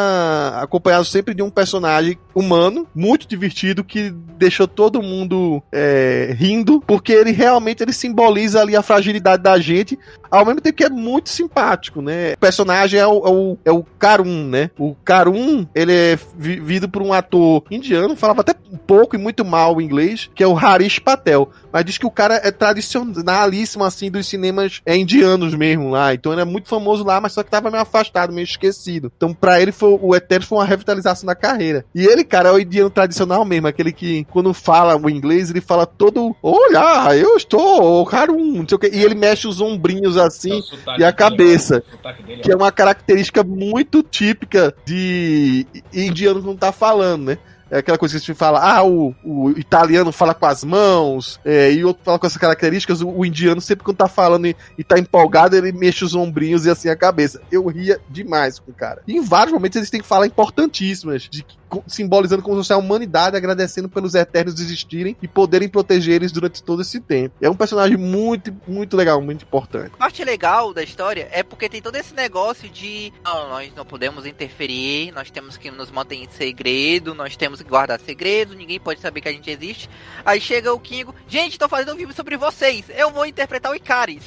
tá acompanhado sempre de um personagem humano, muito divertido, que deixou todo mundo rindo, porque ele realmente simboliza ali a fragilidade da gente, ao mesmo tempo que é muito simpático, né? O personagem é o Karun, né? O Karun, ele é vivido por um ator indiano, falava até pouco e muito mal o inglês, que é o Harish Patel, mas diz que o cara é tradicionalíssimo, assim, dos cinemas indianos mesmo lá, então ele é muito famoso lá, mas só que tava meio afastado, meio esquecido. Então pra ele o Eterno foi uma revitalização da carreira. E ele, cara, é o indiano tradicional mesmo, aquele que quando fala o inglês, ele fala todo, olha, eu estou o Karun, não sei o que, e ele mexe os ombrinhos assim, e a cabeça, que é uma característica muito típica de indiano que não tá falando, né? É aquela coisa que a gente fala, o italiano fala com as mãos, e o outro fala com essas características, o indiano sempre quando tá falando e tá empolgado, ele mexe os ombrinhos e assim a cabeça. Eu ria demais com o cara. E em vários momentos eles têm que falar importantíssimas, simbolizando como se fosse a humanidade agradecendo pelos Eternos existirem e poderem proteger eles durante todo esse tempo. É um personagem muito, muito legal, muito importante. A parte legal da história é porque tem todo esse negócio de nós não podemos interferir, nós temos que nos manter em segredo, nós temos que guardar segredo, ninguém pode saber que a gente existe. Aí chega o Kingo, gente, tô fazendo um filme sobre vocês, eu vou interpretar o Icaris.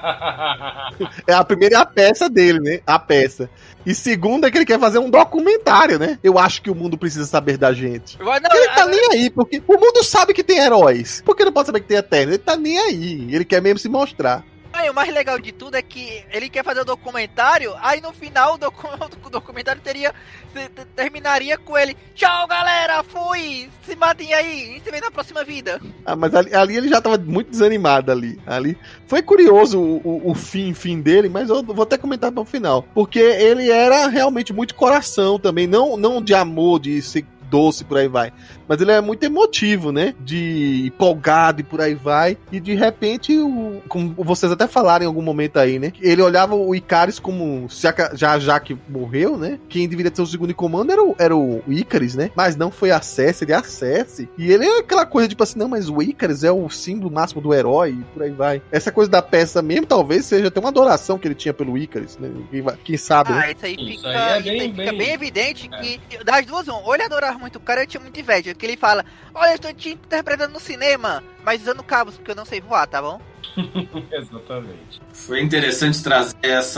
A primeira é a peça dele, né? A peça. E segunda é que ele quer fazer um documentário, né? Eu acho que o mundo precisa saber da gente. Mas não, ele tá nem aí, porque o mundo sabe que tem heróis. Por que não pode saber que tem Eternos? Ele tá nem aí. Ele quer mesmo se mostrar. Aí, o mais legal de tudo é que ele quer fazer o documentário, aí no final o documentário terminaria com ele: tchau galera, fui, se matem aí, a gente se vê na próxima vida. Mas ali ele já tava muito desanimado ali. Foi curioso o fim dele, mas eu vou até comentar para o final. Porque ele era realmente muito coração também, não de amor, de ser doce, por aí vai. Mas ele é muito emotivo, né? De empolgado e por aí vai. E de repente, como vocês até falaram em algum momento aí, né? Ele olhava o Icaris como, já que morreu, né? Quem deveria ter o segundo em comando era o Icaris, né? Mas não foi a Cersei, ele é a Cersei. E ele é aquela coisa tipo assim, não, mas o Icaris é o símbolo máximo do herói e por aí vai. Essa coisa da peça mesmo, talvez seja até uma adoração que ele tinha pelo Icaris, né? Quem sabe, né? Isso aí fica bem evidente que das duas, ou ele adorava muito o cara, eu tinha muita inveja. Que ele fala: olha, eu estou te interpretando no cinema, mas usando cabos, porque eu não sei voar, tá bom? Exatamente. Foi interessante trazer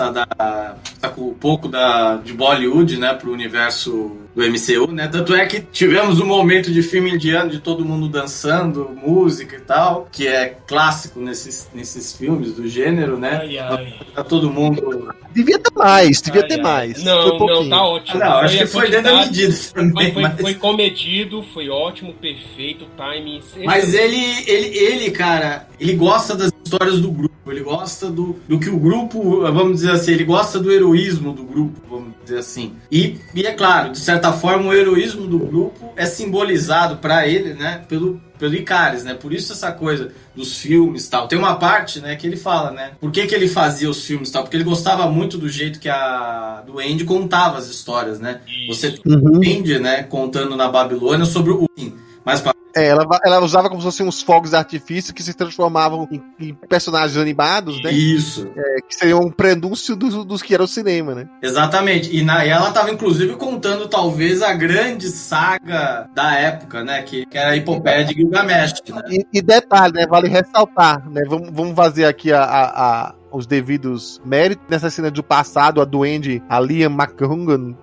um pouco de Bollywood, né, pro universo do MCU, né? Tanto é que tivemos um momento de filme indiano de todo mundo dançando, música e tal, que é clássico nesses filmes do gênero, né? Tá todo mundo... Devia ter mais, ter mais. Não, tá ótimo. Não, acho que foi dentro da medida também. Foi comedido, foi ótimo, perfeito, timing. Mas ele, cara, ele gosta das histórias do grupo, ele gosta do que o grupo, vamos dizer assim, ele gosta do heroísmo do grupo, vamos dizer assim. E é claro, de certa forma, o heroísmo do grupo é simbolizado pra ele, né, pelo Icaris, né? Por isso essa coisa dos filmes e tal. Tem uma parte, né, que ele fala, né? Por que ele fazia os filmes e tal? Porque ele gostava muito do jeito que a Duende contava as histórias, né? Você tem a Duende, né, contando na Babilônia sobre o... Mas ela usava como se fossem uns fogos de artifício que se transformavam em personagens animados, né? Isso. Que seriam um prenúncio dos que era o cinema, né? Exatamente. E ela estava, inclusive, contando, talvez, a grande saga da época, né? Que era a Epopeia de Gilgamesh, né? E detalhe, né? Vale ressaltar, né? Vamos fazer aqui os devidos méritos nessa cena do passado, a Duende, a Liam McHugan,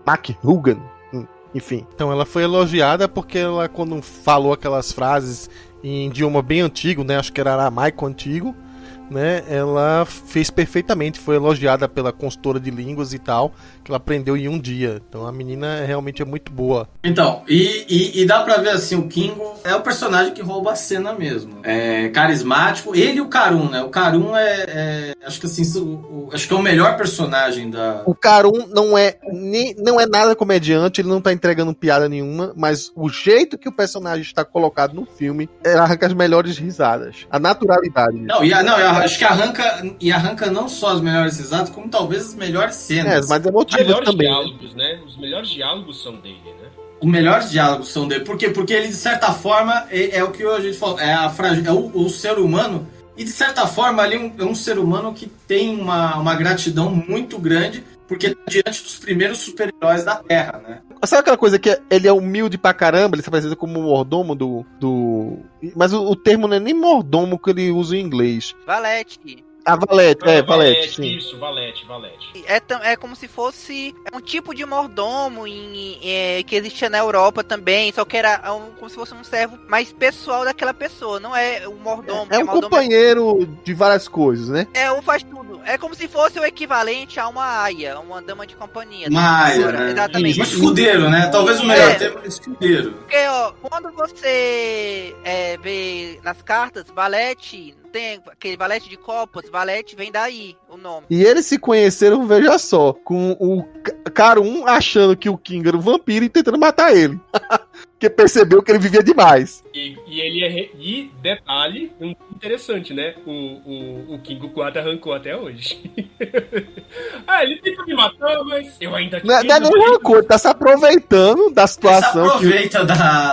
enfim. Então ela foi elogiada porque ela, quando falou aquelas frases em idioma bem antigo, né, acho que era aramaico antigo, né, ela fez perfeitamente, foi elogiada pela consultora de línguas e tal, que ela aprendeu em um dia. Então a menina realmente é muito boa. Então, e dá pra ver assim, o Kingo é o personagem que rouba a cena mesmo. É carismático, ele e o Karun, né? O Karun acho que assim, acho que é o melhor personagem da... O Karun não é nada comediante, ele não tá entregando piada nenhuma, mas o jeito que o personagem está colocado no filme, arranca as melhores risadas. A naturalidade. Acho que arranca não só as melhores risadas, como talvez as melhores cenas. Mas emotivas também. Diálogos, né? Os melhores diálogos são dele, né? Os melhores diálogos são dele. Por quê? Porque ele, de certa forma, é o que a gente falou, o ser humano, e de certa forma ali é um ser humano que tem uma gratidão muito grande, porque tá diante dos primeiros super-heróis da Terra, né? Sabe aquela coisa que ele é humilde pra caramba, ele se apresenta como um mordomo Mas o termo não é nem mordomo que ele usa em inglês. Valete. Valete, sim. Isso, Valete. É como se fosse um tipo de mordomo que existia na Europa também, só que era como se fosse um servo mais pessoal daquela pessoa, não é um mordomo. É um mordomo de várias coisas, né? Faz tudo. É como se fosse o equivalente a uma aia, uma dama de companhia. Uma aia, né? Exatamente. Mas escudeiro, né? Talvez o melhor termo é escudeiro. Porque, quando você vê nas cartas, Valete... tem aquele Valete de Copas, Valete vem daí, o nome. E eles se conheceram, veja só, com o Karun achando que o King era um vampiro e tentando matar ele. Porque percebeu que ele vivia demais. E detalhe interessante, né? O King guarda rancor até hoje. Ele tenta me matar, mas eu ainda não é nem rancor, ele tá se aproveitando da situação. Ele se aproveita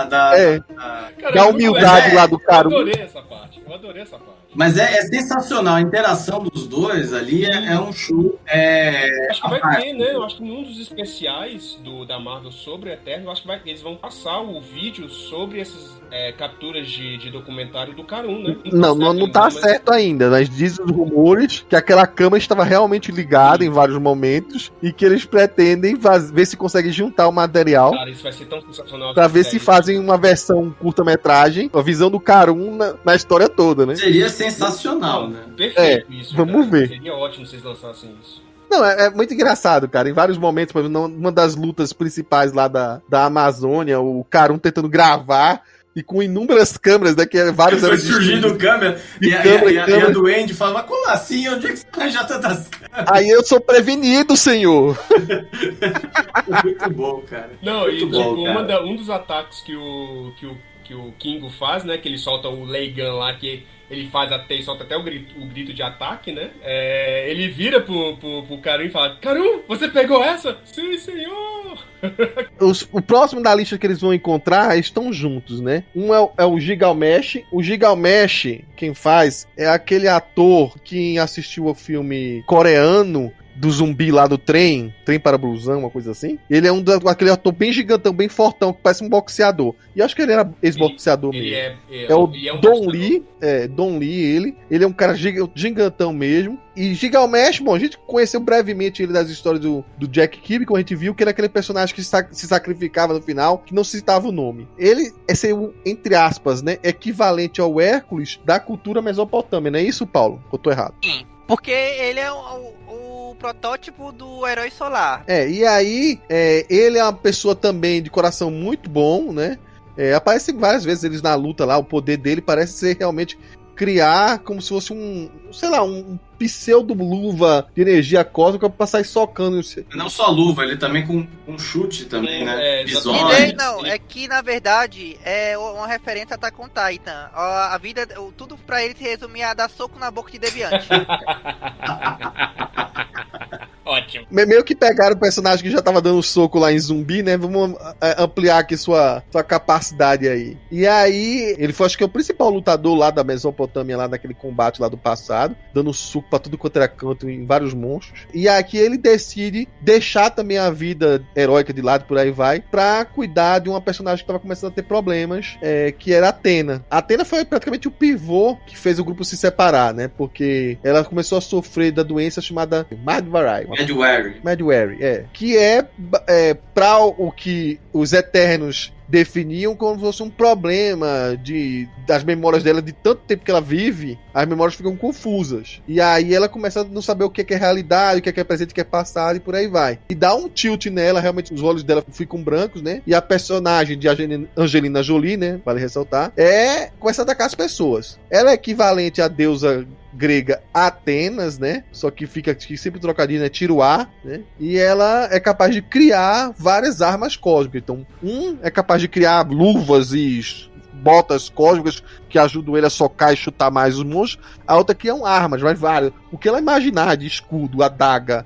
da humildade lá do Karun. Eu adorei essa parte. Mas é sensacional, a interação dos dois ali é um show. Acho que vai ter, né? Eu acho que num dos especiais da Marvel sobre o Eterno, eu acho que eles vão passar o vídeo sobre essas capturas de documentário do Karun, né? Não tá certo ainda, mas dizem os rumores que aquela câmera estava realmente ligada em vários momentos e que eles pretendem ver se conseguem juntar o material. Cara, isso vai ser tão sensacional. Pra ver se fazem uma versão curta-metragem, a visão do Karun na história toda, né? Seria sensacional, né? Perfeito isso. Vamos ver. Seria ótimo se eles lançassem isso. Não, é muito engraçado, cara. Em vários momentos, por exemplo, uma das lutas principais lá da Amazônia, o Karun tentando gravar e com inúmeras câmeras, né? Que vários foi surgindo câmera e a Duende fala, mas como assim? Onde é que você arranja tantas câmeras? Aí eu sou prevenido, senhor. Muito bom, cara. Não, muito bom, cara. Um dos ataques que o Kingo faz, né? Que ele solta o Lay Gun lá, que ele faz até e solta até o grito de ataque, né? Ele vira pro Karun e fala: Karun, você pegou essa? Sim, senhor! O próximo da lista que eles vão encontrar estão juntos, né? Um é o Gilgamesh. O Gilgamesh, quem faz, é aquele ator que assistiu ao filme coreano do zumbi lá do Trem para Busan, uma coisa assim. Ele é aquele ator bem gigantão, bem fortão, que parece um boxeador. E acho que ele era ex-boxeador mesmo. É o Don Lee. Don Lee, ele é um cara gigantão mesmo. E Gilgamesh, bom, a gente conheceu brevemente ele das histórias do Jack Kirby, como a gente viu, que ele é aquele personagem que se sacrificava no final, que não citava o nome. Ele é ser entre aspas, né, equivalente ao Hércules da cultura mesopotâmia, não é isso, Paulo? Eu tô errado? Sim, porque ele é o protótipo do herói solar. E aí, ele é uma pessoa também de coração muito bom, né? Aparece várias vezes eles na luta lá, o poder dele parece ser realmente criar como se fosse um pseudo-luva de energia cósmica pra sair socando. Não só luva, ele também com chute também, né? Não, é que na verdade é uma referência a Attack on Titan. A vida, tudo pra ele se resumir a dar soco na boca de deviante. Ótimo. Meio que pegaram o personagem que já tava dando soco lá em zumbi, né? Vamos ampliar aqui sua capacidade aí. E aí, ele foi, acho que, o principal lutador lá da Mesopotâmia, lá naquele combate lá do passado, dando soco pra tudo quanto era canto em vários monstros. E aqui ele decide deixar também a vida heróica de lado, por aí vai, pra cuidar de uma personagem que tava começando a ter problemas, que era a Athena. A Athena foi praticamente o pivô que fez o grupo se separar, né? Porque ela começou a sofrer da doença chamada Medwary, que pra o que os Eternos definiam como se fosse um problema das memórias dela, de tanto tempo que ela vive, as memórias ficam confusas. E aí ela começa a não saber o que é realidade, o que é presente, o que é passado, e por aí vai. E dá um tilt nela, realmente os olhos dela ficam brancos, né? E a personagem de Angelina Jolie, né? Vale ressaltar, começa a atacar as pessoas. Ela é equivalente à deusa grega Atenas, né? Só que fica sempre trocadinho, né? Tiruá, né? E ela é capaz de criar várias armas cósmicas. Então, é capaz de criar luvas e botas cósmicas que ajudam ele a socar e chutar mais os monstros. A outra cria armas, mas várias. O que ela imaginar de escudo, adaga,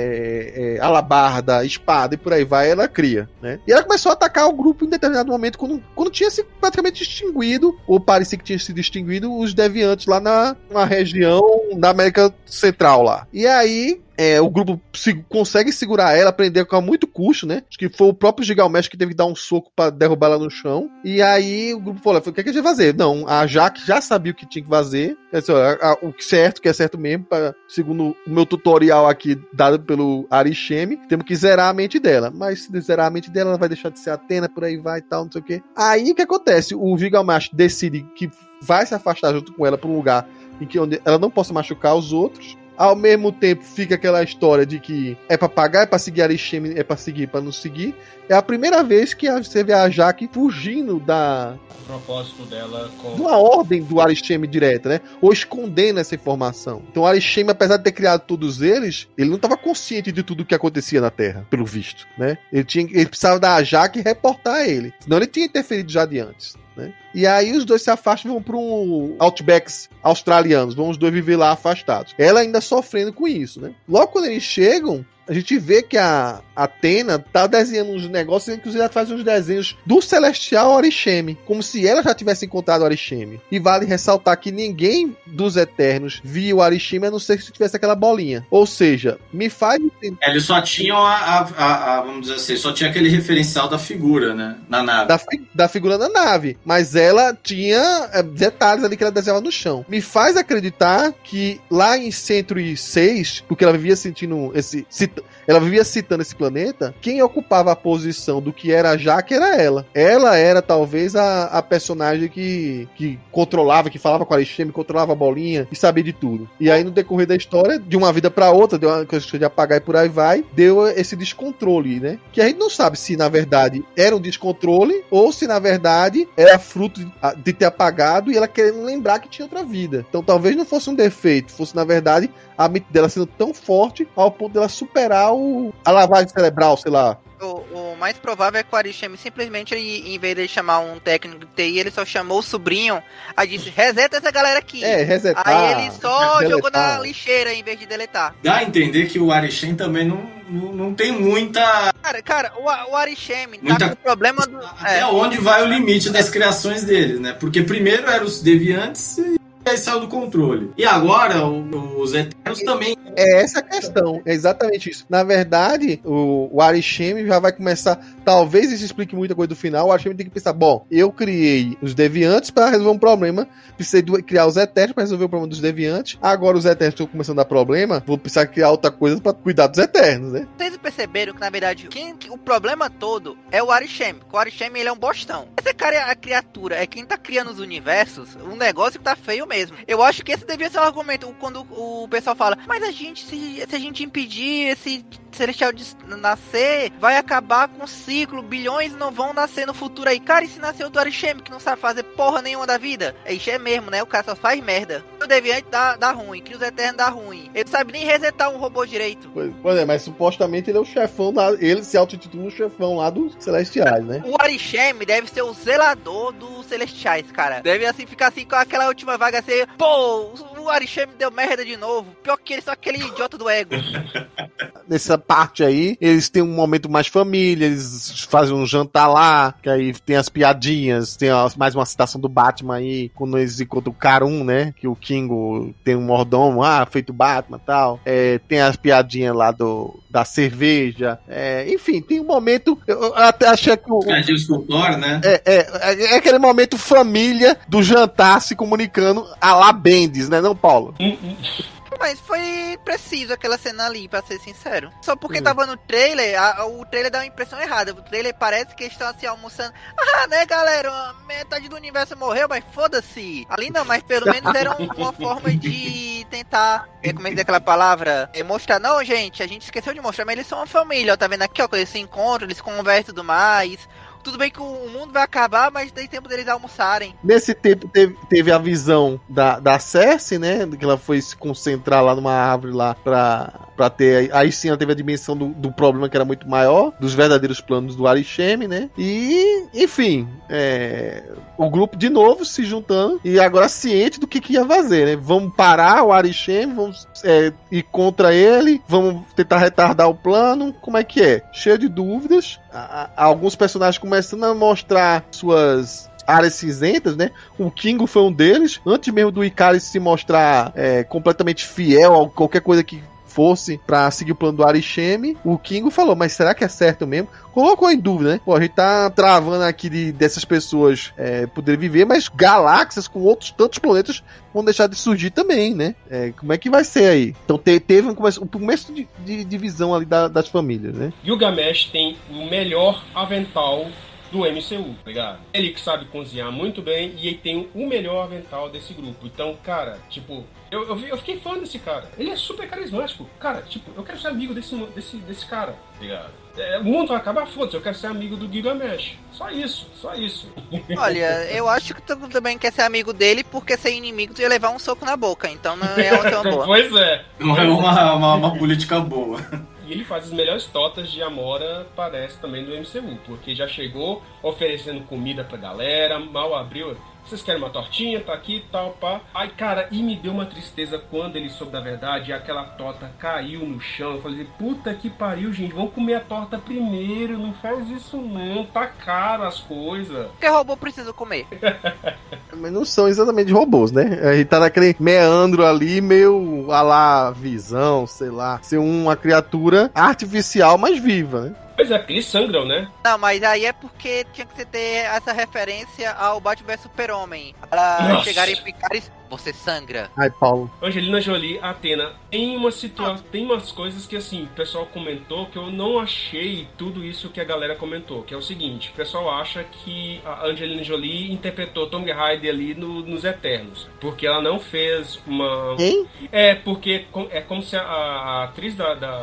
alabarda, espada e por aí vai, ela cria, né? E ela começou a atacar o grupo em determinado momento, quando tinha se praticamente extinguido, ou parecia que tinha sido extinguido, os deviantes lá na região da América Central lá. E aí, o grupo consegue segurar ela, prender com muito custo, né? Acho que foi o próprio Gilgamesh que teve que dar um soco pra derrubar ela no chão. E aí o grupo falou: o que a gente vai fazer? Não, a Jaque já sabia o que tinha que fazer. O que é certo mesmo, segundo o meu tutorial aqui dado pelo Arishemi, temos que zerar a mente dela. Mas se zerar a mente dela, ela vai deixar de ser Athena, por aí vai e tal, não sei o quê. Aí o que acontece? O Gilgamesh decide que vai se afastar junto com ela pra um lugar em que onde ela não possa machucar os outros. Ao mesmo tempo, fica aquela história de que é pra pagar, é pra seguir Arishem, é pra seguir, pra não seguir. É a primeira vez que você vê a Jaque fugindo O propósito dela com... de uma ordem do Arishem direta, né? Ou escondendo essa informação. Então o Arishem, apesar de ter criado todos eles, ele não estava consciente de tudo o que acontecia na Terra, pelo visto, né? Ele precisava da Jaque reportar ele. Senão ele tinha interferido já de antes. Né? E aí os dois se afastam e vão para um outbacks australianos, vão os dois viver lá afastados. Ela ainda sofrendo com isso, né? Logo quando eles chegam, a gente vê que a Athena tá desenhando uns negócios, inclusive ela faz uns desenhos do Celestial Arishem, como se ela já tivesse encontrado o Arishem. E vale ressaltar que ninguém dos Eternos viu o Arishem, a não ser se tivesse aquela bolinha. Ou seja, me faz entender... Eles só tinham vamos dizer assim, só tinha aquele referencial da figura, né, na nave. Da figura na nave. Mas ela tinha detalhes ali que ela desenhava no chão. Me faz acreditar que lá em Century 6, porque ela vivia sentindo ela vivia citando esse planeta, quem ocupava a posição do que era a Jaque era ela. Ela era talvez a personagem que controlava, que falava com a Arishem, controlava a bolinha e sabia de tudo. E aí no decorrer da história, de uma vida pra outra, deu uma coisa de apagar e por aí vai, deu esse descontrole, né? Que a gente não sabe se na verdade era um descontrole ou se na verdade era fruto de ter apagado e ela querendo lembrar que tinha outra vida. Então talvez não fosse um defeito, fosse na verdade a mente dela sendo tão forte ao ponto dela superar a lavagem cerebral, sei lá. O mais provável é que o Arishem simplesmente, em vez de chamar um técnico de TI, ele só chamou o sobrinho, aí disse, reseta essa galera aqui. Resetar. Aí ele só deletar. jogou na lixeira em vez de deletar. Dá a entender que o Arishem também não tem muita... Cara, o Arishem tá com o problema do... Até onde vai o limite das criações deles, né? Porque primeiro eram os deviantes e aí saiu do controle. E agora os Eternos também... É essa a questão, é exatamente isso. Na verdade, o Arishem já vai começar... Talvez isso explique muita coisa do final. O Arishem tem que pensar, bom, eu criei os deviantes para resolver um problema, precisei criar os Eternos para resolver o problema dos deviantes. Agora os Eternos estão começando a dar problema, vou precisar criar outra coisa para cuidar dos Eternos, né? Vocês perceberam que, na verdade, o problema todo é o Arishem. O Arishem, ele é um bostão. Esse cara é a criatura, é quem tá criando os universos, um negócio que tá feio mesmo. Eu acho que esse devia ser o argumento, quando o pessoal fala, mas a gente, se a gente impedir esse Celestial de nascer, vai acabar com o ciclo, bilhões não vão nascer no futuro aí. Cara, e se nascer outro Arishem que não sabe fazer porra nenhuma da vida? Isso é mesmo, né? O cara só faz merda. O Deviante dá ruim, que os Eternos dá ruim. Ele não sabe nem resetar um robô direito. Pois é, mas supostamente ele é o chefão, ele se auto-intitula o chefão lá dos Celestiais, né? O Arishem deve ser o zelador dos Celestiais, cara. Deve assim ficar assim com aquela última vaga assim, pô, o Arishem deu merda de novo. Pior que ele, só aquele idiota do ego. Nessa parte aí, eles têm um momento mais família, eles fazem um jantar lá, que aí tem as piadinhas, tem mais uma citação do Batman aí, quando eles encontram o Karun, né, que o Kingo tem um mordomo, feito Batman e tal, tem as piadinhas lá da cerveja, enfim, tem um momento, eu até achei que né? É aquele momento família do jantar se comunicando a la Bendis, né, não, Paulo? Mas foi preciso aquela cena ali, pra ser sincero. Só porque tava no trailer, o trailer dá uma impressão errada. O trailer parece que eles estão assim almoçando. Né, galera? Metade do universo morreu, mas foda-se. Ali não, mas pelo menos era uma forma de tentar, como é que diz aquela palavra? Mostrar, não, gente, a gente esqueceu de mostrar, mas eles são uma família, ó, tá vendo aqui, ó, quando eles se encontram, eles conversam e tudo mais. Tudo bem que o mundo vai acabar, mas tem tempo deles almoçarem. Nesse tempo teve a visão da Cersei, né? Que ela foi se concentrar lá numa árvore lá pra ter... Aí sim ela teve a dimensão do problema que era muito maior, dos verdadeiros planos do Arishem, né? E, enfim, o grupo de novo se juntando e agora ciente do que ia fazer, né? Vamos parar o Arishem, vamos ir contra ele, vamos tentar retardar o plano. Como é que é? Cheio de dúvidas. Alguns personagens começando a mostrar suas áreas cinzentas, né? O Kingo foi um deles. Antes mesmo do Ikaris se mostrar completamente fiel a qualquer coisa que fosse pra seguir o plano do Arishem, o Kingo falou, mas será que é certo mesmo? Colocou em dúvida, né? Pô, a gente tá travando aqui dessas pessoas poderem viver, mas galáxias com outros tantos planetas vão deixar de surgir também, né? Como é que vai ser aí? Então teve um começo de divisão ali das famílias, né? Gilgamesh tem o melhor avental do MCU, tá ligado? Ele que sabe cozinhar muito bem e ele tem o melhor avental desse grupo. Então, cara, tipo, eu fiquei fã desse cara. Ele é super carismático. Cara, tipo, eu quero ser amigo desse cara, tá ligado? O mundo vai acabar, foda-se, eu quero ser amigo do Gilgamesh. Só isso. Olha, eu acho que tu também quer ser amigo dele, porque ser inimigo tu ia levar um soco na boca, então não é uma tão boa. Pois é. Não é uma política boa. E ele faz as melhores totas de Amora, parece, também do MCU, porque já chegou oferecendo comida pra galera, mal abriu. Vocês querem uma tortinha? Tá aqui e tal, pá. Ai, cara, e me deu uma tristeza quando ele soube da verdade e aquela torta caiu no chão. Eu falei, puta que pariu, gente, vamos comer a torta primeiro, não faz isso não, tá caro as coisas. Porque robô precisa comer. Mas não são exatamente robôs, né? A gente tá naquele meandro ali, meio a lá Visão, sei lá, ser uma criatura artificial, mas viva, né? Pois é, porque eles sangram, né? Não, mas aí é porque tinha que ter essa referência ao Batman vs Super-Homem. Ela chegar e ficar e você sangra. Ai, Paulo. Angelina Jolie, Athena, tem umas coisas que, assim, o pessoal comentou que eu não achei tudo isso que a galera comentou, que é o seguinte, o pessoal acha que a Angelina Jolie interpretou Tomb Raider ali nos Eternos, porque ela não fez uma... Hein? É, porque é como se a atriz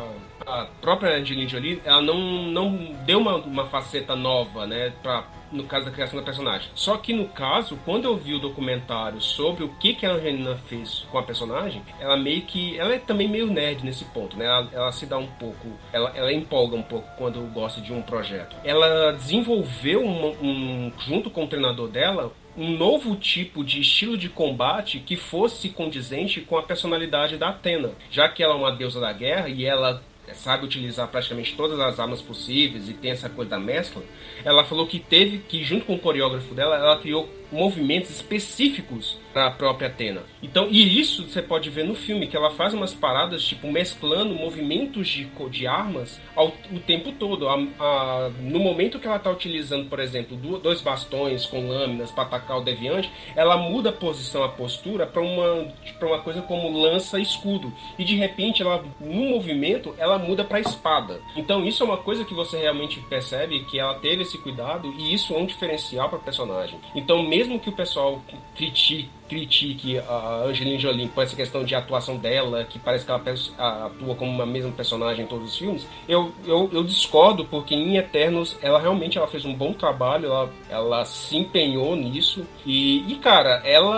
a própria Angelina Jolie, ela não deu uma faceta nova, né, no caso da criação da personagem. Só que no caso, quando eu vi o documentário sobre o que a Angelina fez com a personagem, ela é também meio nerd nesse ponto, né, ela se dá um pouco, ela empolga um pouco quando gosta de um projeto. Ela desenvolveu junto com o treinador dela, um novo tipo de estilo de combate que fosse condizente com a personalidade da Athena, já que ela é uma deusa da guerra e ela sabe utilizar praticamente todas as armas possíveis e tem essa coisa da mescla. Ela falou que junto com o coreógrafo dela, ela criou movimentos específicos para a própria Athena. Então, e isso você pode ver no filme, que ela faz umas paradas, tipo, mesclando movimentos de armas o tempo todo. No momento que ela está utilizando, por exemplo, dois bastões com lâminas para atacar o deviante, ela muda a posição, a postura, para uma coisa como lança e escudo. E de repente, no movimento, ela muda para espada. Então, isso é uma coisa que você realmente percebe, que ela teve esse cuidado, e isso é um diferencial para a personagem. Então, mesmo que o pessoal critique a Angelina Jolie por essa questão de atuação dela, que parece que ela atua como uma mesma personagem em todos os filmes, eu discordo, porque em Eternos ela realmente fez um bom trabalho, ela se empenhou nisso e cara,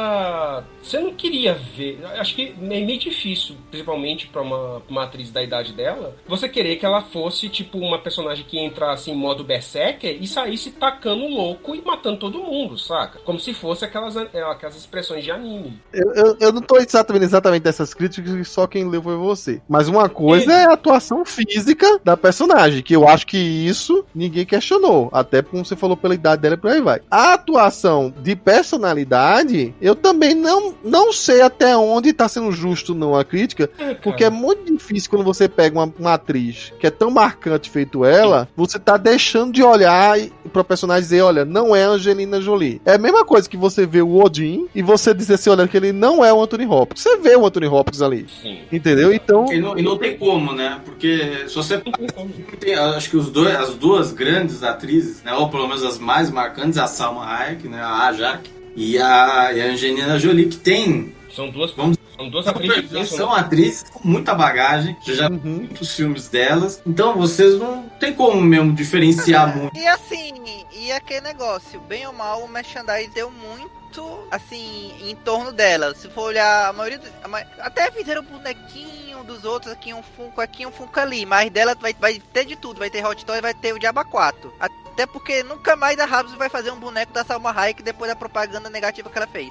você não queria ver, acho que é meio difícil, principalmente para uma atriz da idade dela, você querer que ela fosse tipo uma personagem que entrasse em modo berserker e saísse tacando louco e matando todo mundo, saca? Como se fosse aquelas expressões de anime. Eu não tô exatamente dessas críticas, só quem leu foi você. Mas uma coisa é a atuação física da personagem, que eu acho que isso ninguém questionou. Até como você falou pela idade dela e por aí vai. A atuação de personalidade, eu também não sei até onde tá sendo justo não a crítica, porque é muito difícil quando você pega uma atriz que é tão marcante feito ela, você tá deixando de olhar pro personagem e dizer, olha, não é Angelina Jolie. É a mesma coisa que você vê o Odin e você dizer assim, olha, que ele não é o Anthony Hopkins. Você vê o Anthony Hopkins ali. Sim. Entendeu? Então... E não tem como, né? Porque se você... acho que as duas grandes atrizes, né? Ou pelo menos as mais marcantes, a Salma Hayek, né? A Jaque, e a Angelina Jolie, que tem... São duas atrizes. São atrizes com muita bagagem, já muitos filmes delas. Então vocês não tem como mesmo diferenciar muito. E assim, aquele negócio, bem ou mal, o merchandise deu muito assim, em torno dela. Se for olhar, até fizeram um bonequinho dos outros, aqui um Funko ali, mas dela vai ter de tudo, vai ter Hot Toys, vai ter o Diaba 4. Até porque nunca mais a Hasbro vai fazer um boneco da Salma Hayek depois da propaganda negativa que ela fez.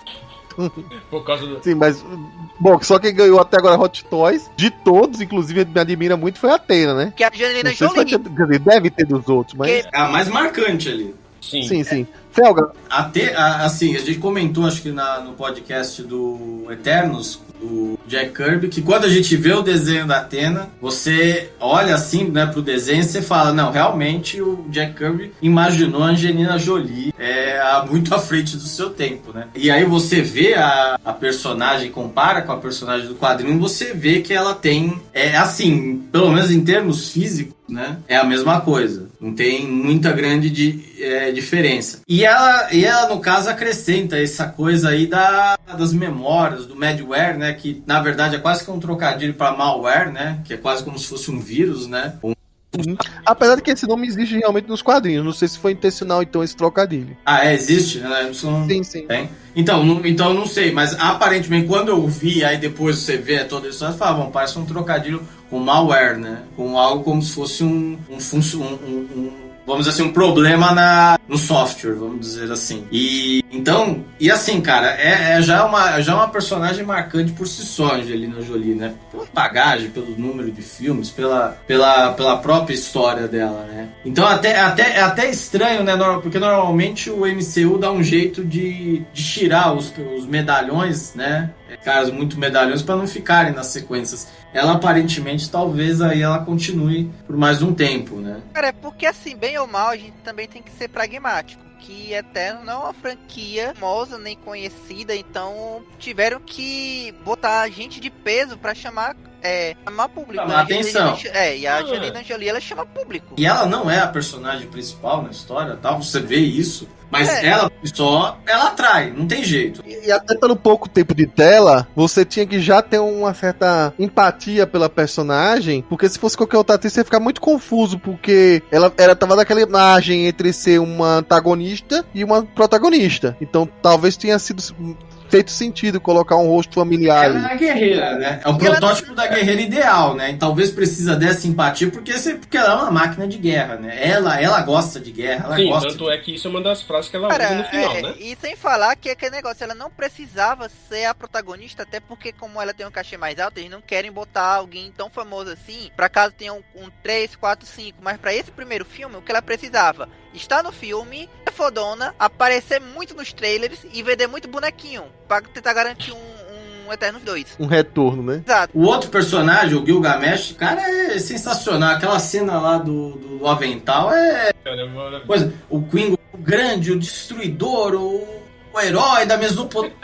Por causa do... Sim, mas bom, só quem ganhou até agora Hot Toys, de todos, inclusive me admira muito, foi a Athena, né? Que a Angelina Jolie deve ter dos outros, mas... É a mais marcante ali. Sim. Felga. Assim, a gente comentou, acho que no podcast do Eternos, do Jack Kirby, que quando a gente vê o desenho da Athena, você olha assim, né, pro desenho e você fala, não, realmente o Jack Kirby imaginou a Angelina Jolie muito à frente do seu tempo, né? E aí você vê a personagem, compara com a personagem do quadrinho, você vê que ela tem, assim, pelo menos em termos físicos, né, é a mesma coisa. Não tem muita grande diferença. E ela, no caso, acrescenta essa coisa aí das memórias, do malware, né? Que, na verdade, é quase que um trocadilho para malware, né? Que é quase como se fosse um vírus, né? Apesar de que esse nome existe realmente nos quadrinhos. Não sei se foi intencional, então, esse trocadilho. Existe, né? Sim. Tem? Então, não sei, mas aparentemente quando eu vi, aí depois você vê toda isso, você fala, parece um trocadilho com malware, né? Com algo como se fosse vamos dizer assim, um problema no software, vamos dizer assim. E assim, cara, já é uma personagem marcante por si só, Angelina Jolie, né? Pela bagagem, pelo número de filmes, pela própria história dela, né? Então é até estranho, né? Porque normalmente o MCU dá um jeito de tirar os medalhões, né? Caras muito medalhões para não ficarem nas sequências. Ela aparentemente, talvez aí ela continue por mais um tempo, né? Cara, é porque assim, bem ou mal, a gente também tem que ser pragmático. Que Eterno não é uma franquia famosa nem conhecida, então tiveram que botar gente de peso pra chamar público. Chamar atenção. E a Angelina Jolie, ela chama público. E ela não é a personagem principal na história, tá? Você vê isso. Mas ela atrai, não tem jeito. E até pelo pouco tempo de tela, você tinha que já ter uma certa empatia pela personagem, porque se fosse qualquer outra atriz, você ia ficar muito confuso, porque ela tava naquela imagem entre ser uma antagonista e uma protagonista. Então talvez tenha sido feito sentido colocar um rosto familiar. Ela é a guerreira, né? É o protótipo da guerreira ideal, né? E talvez precisa dessa empatia porque ela é uma máquina de guerra, né? Ela gosta de guerra, ela gosta. Tanto é que isso é uma das frases que ela usa no final, né? E sem falar que aquele negócio, ela não precisava ser a protagonista, até porque como ela tem um cachê mais alto, eles não querem botar alguém tão famoso assim, pra caso tenha um 3, 4, 5, mas pra esse primeiro filme, o que ela precisava? Estar no filme, é fodona, aparecer muito nos trailers e vender muito bonequinho, pra tentar garantir um Eternos 2. Um retorno, né? Exato. O outro personagem, o Gilgamesh, cara, é sensacional. Aquela cena lá do avental coisa. O Queen, o grande, o destruidor, o herói da Mesopotâmia.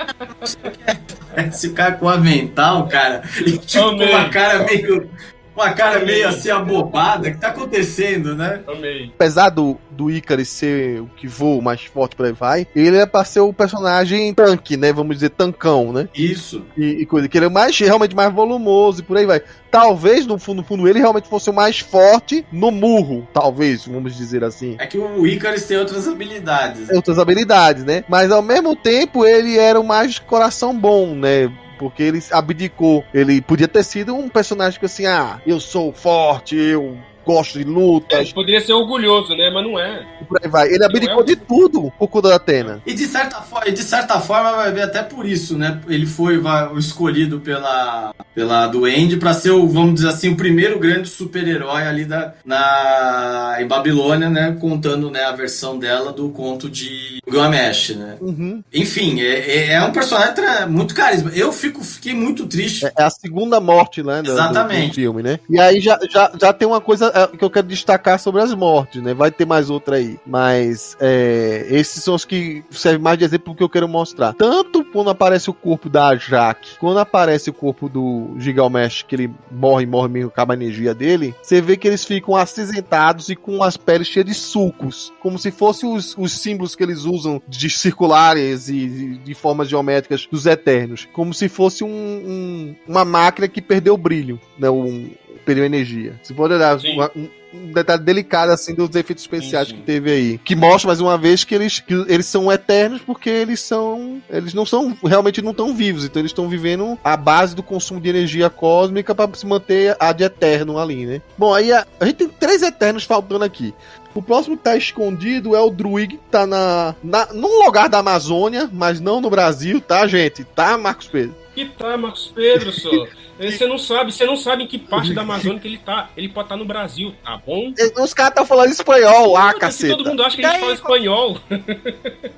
Esse cara com o avental, cara. E tipo, uma cara meio assim abobada. O que tá acontecendo, né? Amei. Apesar do Icarus ser o que voa, o mais forte por aí vai, ele é pra ser o personagem tanque, né? Vamos dizer, tancão, né? Isso. E coisa, que ele é realmente mais volumoso e por aí vai. Talvez, no fundo, ele realmente fosse o mais forte no murro, talvez, vamos dizer assim. É que o Icarus tem outras habilidades. Né? Mas, ao mesmo tempo, ele era o mais coração bom, né? Porque ele abdicou. Ele podia ter sido um personagem que assim, eu sou forte, eu gosto de lutas. Ele poderia ser orgulhoso, né? Mas não é. E por aí vai. Ele abdicou de tudo por conta da Athena. E de certa forma vai ver até por isso, né? Ele foi o escolhido pela Duende pra ser vamos dizer assim, o primeiro grande super-herói ali em Babilônia, né? Contando, né, a versão dela do conto de Gilgamesh, né? Uhum. Enfim, é um personagem muito carisma. Eu fiquei muito triste. É a segunda morte, né? Exatamente. Do filme, né? E aí já tem uma coisa que eu quero destacar sobre as mortes, né? Vai ter mais outra aí. Mas esses são os que servem mais de exemplo que eu quero mostrar. Tanto quando aparece o corpo da Jaque, quando aparece o corpo do Gilgamesh, que ele morre mesmo, acaba a energia dele, você vê que eles ficam acinzentados e com as peles cheias de sulcos, como se fossem os símbolos que eles usam de circulares e de formas geométricas dos Eternos, como se fosse uma máquina que perdeu o brilho, né? Perdeu energia. Você pode olhar um detalhe delicado assim dos efeitos especiais que teve aí, que mostra mais uma vez que eles são eternos porque eles não são realmente não estão vivos, então eles estão vivendo a base do consumo de energia cósmica para se manter a de eterno ali, né? Bom, aí a gente tem 3 eternos faltando aqui. O próximo que tá escondido é o Druig, que tá num lugar da Amazônia, mas não no Brasil, tá, gente? Tá, Marcos Pedro? Que tá, Marcos Pedro, só. Você não sabe em que parte da Amazônia que ele tá. Ele pode estar no Brasil, tá bom? Os caras estão falando espanhol lá, caceta. Todo mundo acha que a gente fala espanhol.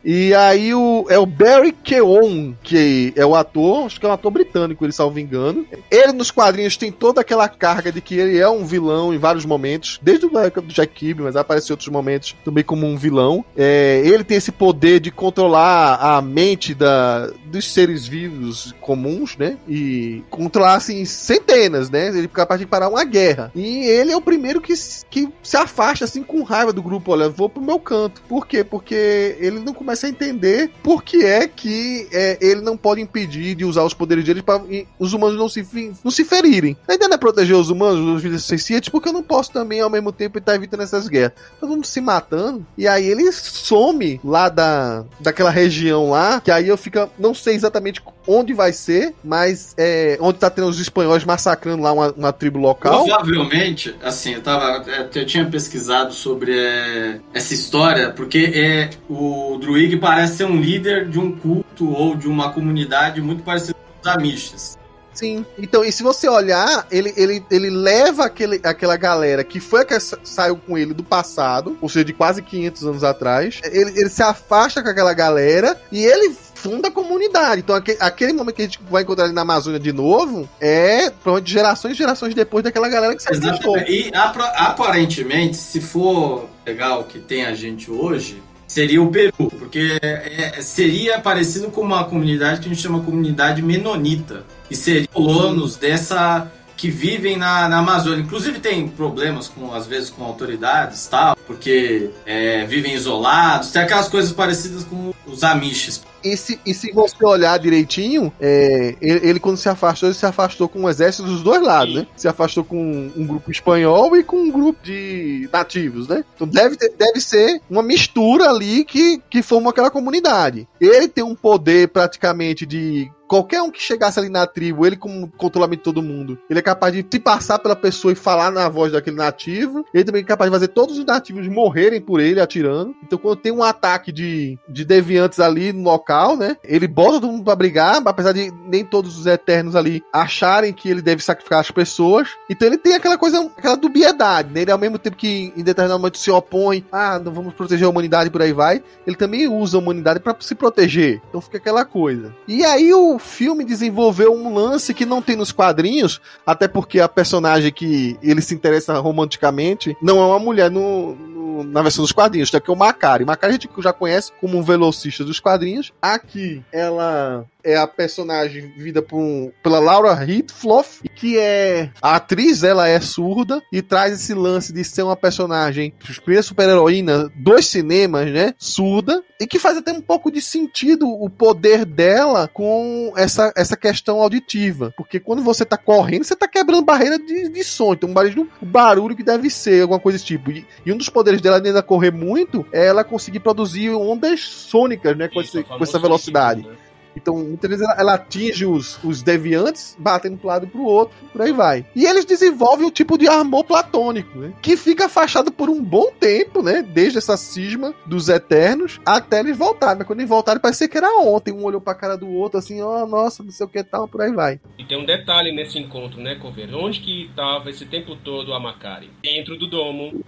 E aí é o Barry Keoghan, que é o ator, acho que é um ator britânico, ele salvo engano. Ele nos quadrinhos tem toda aquela carga de que ele é um vilão em vários momentos, desde a época do Jack Kirby, mas aparece em outros momentos também como um vilão. Ele tem esse poder de controlar a mente dos seres vivos comuns, né? E controlar, assim, centenas, né? Ele é capaz de parar uma guerra. E ele é o primeiro que se afasta, assim, com raiva do grupo. Olha, vou pro meu canto. Por quê? Porque ele não começa a entender por que é que ele não pode impedir de usar os poderes dele para os humanos não se ferirem. A ideia não é proteger os humanos, os vidas sencientes, porque eu não posso também, ao mesmo tempo, estar evitando essas guerras. Nós vamos se matando. E aí ele some lá daquela região lá, que aí eu fico, não sei exatamente onde vai ser, mas onde tá tendo os espanhóis massacrando lá uma tribo local. Provavelmente, assim, eu tinha pesquisado sobre essa história, porque o Druig parece ser um líder de um culto ou de uma comunidade muito parecida com os Amishes. Sim, então, e se você olhar, ele leva aquela galera que foi a que saiu com ele do passado, ou seja, de quase 500 anos atrás, ele se afasta com aquela galera e ele funda a comunidade. Então, aquele momento que a gente vai encontrar ele na Amazônia de novo, provavelmente gerações e gerações depois daquela galera que se afastou. E, aparentemente, se for pegar o que tem a gente hoje, seria o Peru, porque seria parecido com uma comunidade que a gente chama comunidade menonita, e seriam colonos que vivem na Amazônia. Inclusive tem problemas, às vezes, com autoridades, tal, porque vivem isolados, tem aquelas coisas parecidas com os Amishes. E se você olhar direitinho, ele quando se afastou com o exército dos dois lados, né? Se afastou com um grupo espanhol e com um grupo de nativos, né? Então deve ser uma mistura ali que forma aquela comunidade. Ele tem um poder praticamente de qualquer um que chegasse ali na tribo, ele como controlamento de todo mundo, ele é capaz de se passar pela pessoa e falar na voz daquele nativo. Ele também é capaz de fazer todos os nativos morrerem por ele atirando. Então quando tem um ataque de deviantes ali no local, né, ele bota todo mundo pra brigar, apesar de nem todos os Eternos ali acharem que ele deve sacrificar as pessoas. Então ele tem aquela coisa, aquela dubiedade, né? Ele ao mesmo tempo que em determinado momento se opõe, não vamos proteger a humanidade, por aí vai, ele também usa a humanidade pra se proteger. Então fica aquela coisa. E aí o filme desenvolveu um lance que não tem nos quadrinhos, até porque a personagem que ele se interessa romanticamente não é uma mulher na versão dos quadrinhos, que é o Makkari. Makkari a gente já conhece como um velocista dos quadrinhos. Aqui, ela é a personagem vivida pela Laura Hitfloff, que a atriz, ela é surda e traz esse lance de ser uma personagem, primeira super-heroína dos cinemas, né, surda, e que faz até um pouco de sentido o poder dela com essa questão auditiva, porque quando você tá correndo, você tá quebrando barreira de som, então o barulho que deve ser, alguma coisa desse tipo, e um dos poderes dela, além de correr muito, é ela conseguir produzir ondas sônicas, né, com essa velocidade. Né? Então, muitas vezes ela atinge os deviantes, batendo pro lado e pro outro, por aí vai. E eles desenvolvem um tipo de amor platônico, né? Que fica afastado por um bom tempo, né? Desde essa cisma dos Eternos, até eles voltarem. Mas quando eles voltarem, parecia que era ontem. Um olhou pra cara do outro, assim, nossa, não sei o que tal, por aí vai. E tem um detalhe nesse encontro, né, Coveiro? Onde que tava esse tempo todo a Makkari? Dentro do domo.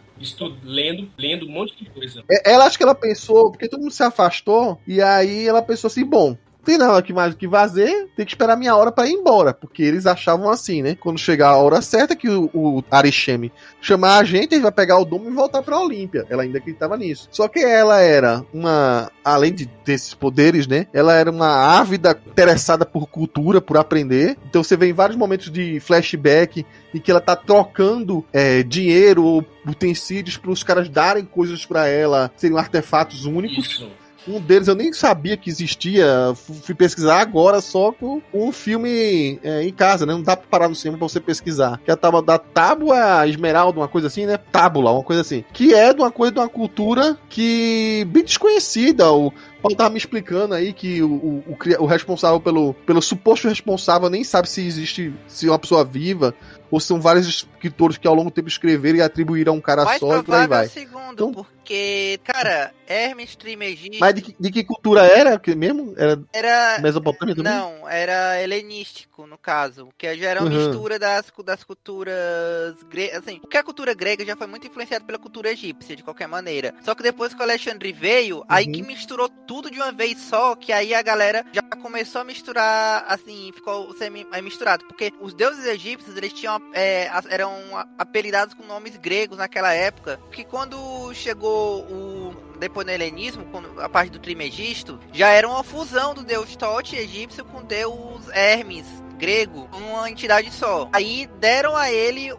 Lendo um monte de coisa. Ela acho que ela pensou, porque todo mundo se afastou, e aí ela pensou assim, bom, tem nada aqui mais do que fazer, tem que esperar a minha hora pra ir embora, porque eles achavam assim, né? Quando chegar a hora certa que o Arishem chamar a gente vai pegar o domo e voltar pra Olímpia. Ela ainda acreditava nisso. Só que ela era além desses poderes, né? Ela era uma ávida interessada por cultura, por aprender. Então você vê em vários momentos de flashback em que ela tá trocando dinheiro ou utensílios para os caras darem coisas pra ela, seriam artefatos únicos. Isso. Um deles eu nem sabia que existia, fui pesquisar agora só com um filme em casa, né? Não dá pra parar no cinema pra você pesquisar. Que é a tábua da Tábua Esmeralda, uma coisa assim, né? Tábula, uma coisa assim. Que é de uma cultura que bem desconhecida. O Paulo tava me explicando aí que o responsável pelo suposto responsável nem sabe se existe, se é uma pessoa viva, ou são vários escritores que ao longo do tempo escreveram e atribuíram a um cara mais só e por aí vai. Segundo, então, porque, cara, Hermes Trismegisto... Mas de que cultura era mesmo? Era Mesopotâmia também? Não, era helenístico, no caso, que já era uma mistura das culturas gregas, assim, porque a cultura grega já foi muito influenciada pela cultura egípcia, de qualquer maneira. Só que depois que o Alexandre veio, aí que misturou tudo de uma vez só, que aí a galera já começou a misturar, assim, ficou misturado. Porque os deuses egípcios, eles tinham, eram apelidados com nomes gregos naquela época. Porque quando chegou depois no helenismo, a parte do Trimegisto, já era uma fusão do deus Tote egípcio com o deus Hermes grego, uma entidade só. Aí deram a ele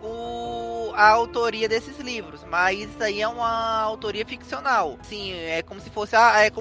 a autoria desses livros, mas isso aí é uma autoria ficcional. Sim, é como se fosse é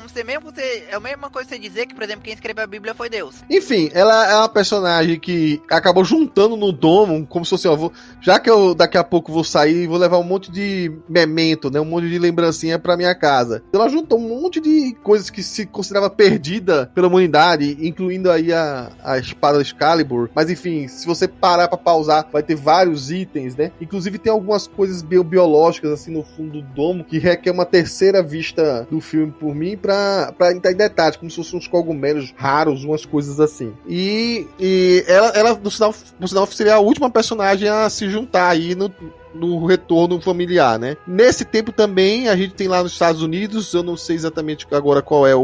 a mesma coisa que você dizer que, por exemplo, quem escreveu a Bíblia foi Deus. Enfim, ela é uma personagem que acabou juntando no domo, como se fosse, já que eu daqui a pouco vou sair, vou levar um monte de memento, né, um monte de lembrancinha pra minha casa. Ela juntou um monte de coisas que se considerava perdida pela humanidade, incluindo aí a espada Excalibur. Mas enfim, se você parar pra pausar, vai ter vários itens, né? Inclusive tem algumas coisas biológicas assim no fundo do domo que requer uma terceira vista do filme por mim pra entrar em detalhes, como se fossem uns cogumelos raros, umas coisas assim. E ela no sinal seria a última personagem a se juntar aí no retorno familiar, né? Nesse tempo também, a gente tem lá nos Estados Unidos, eu não sei exatamente agora qual é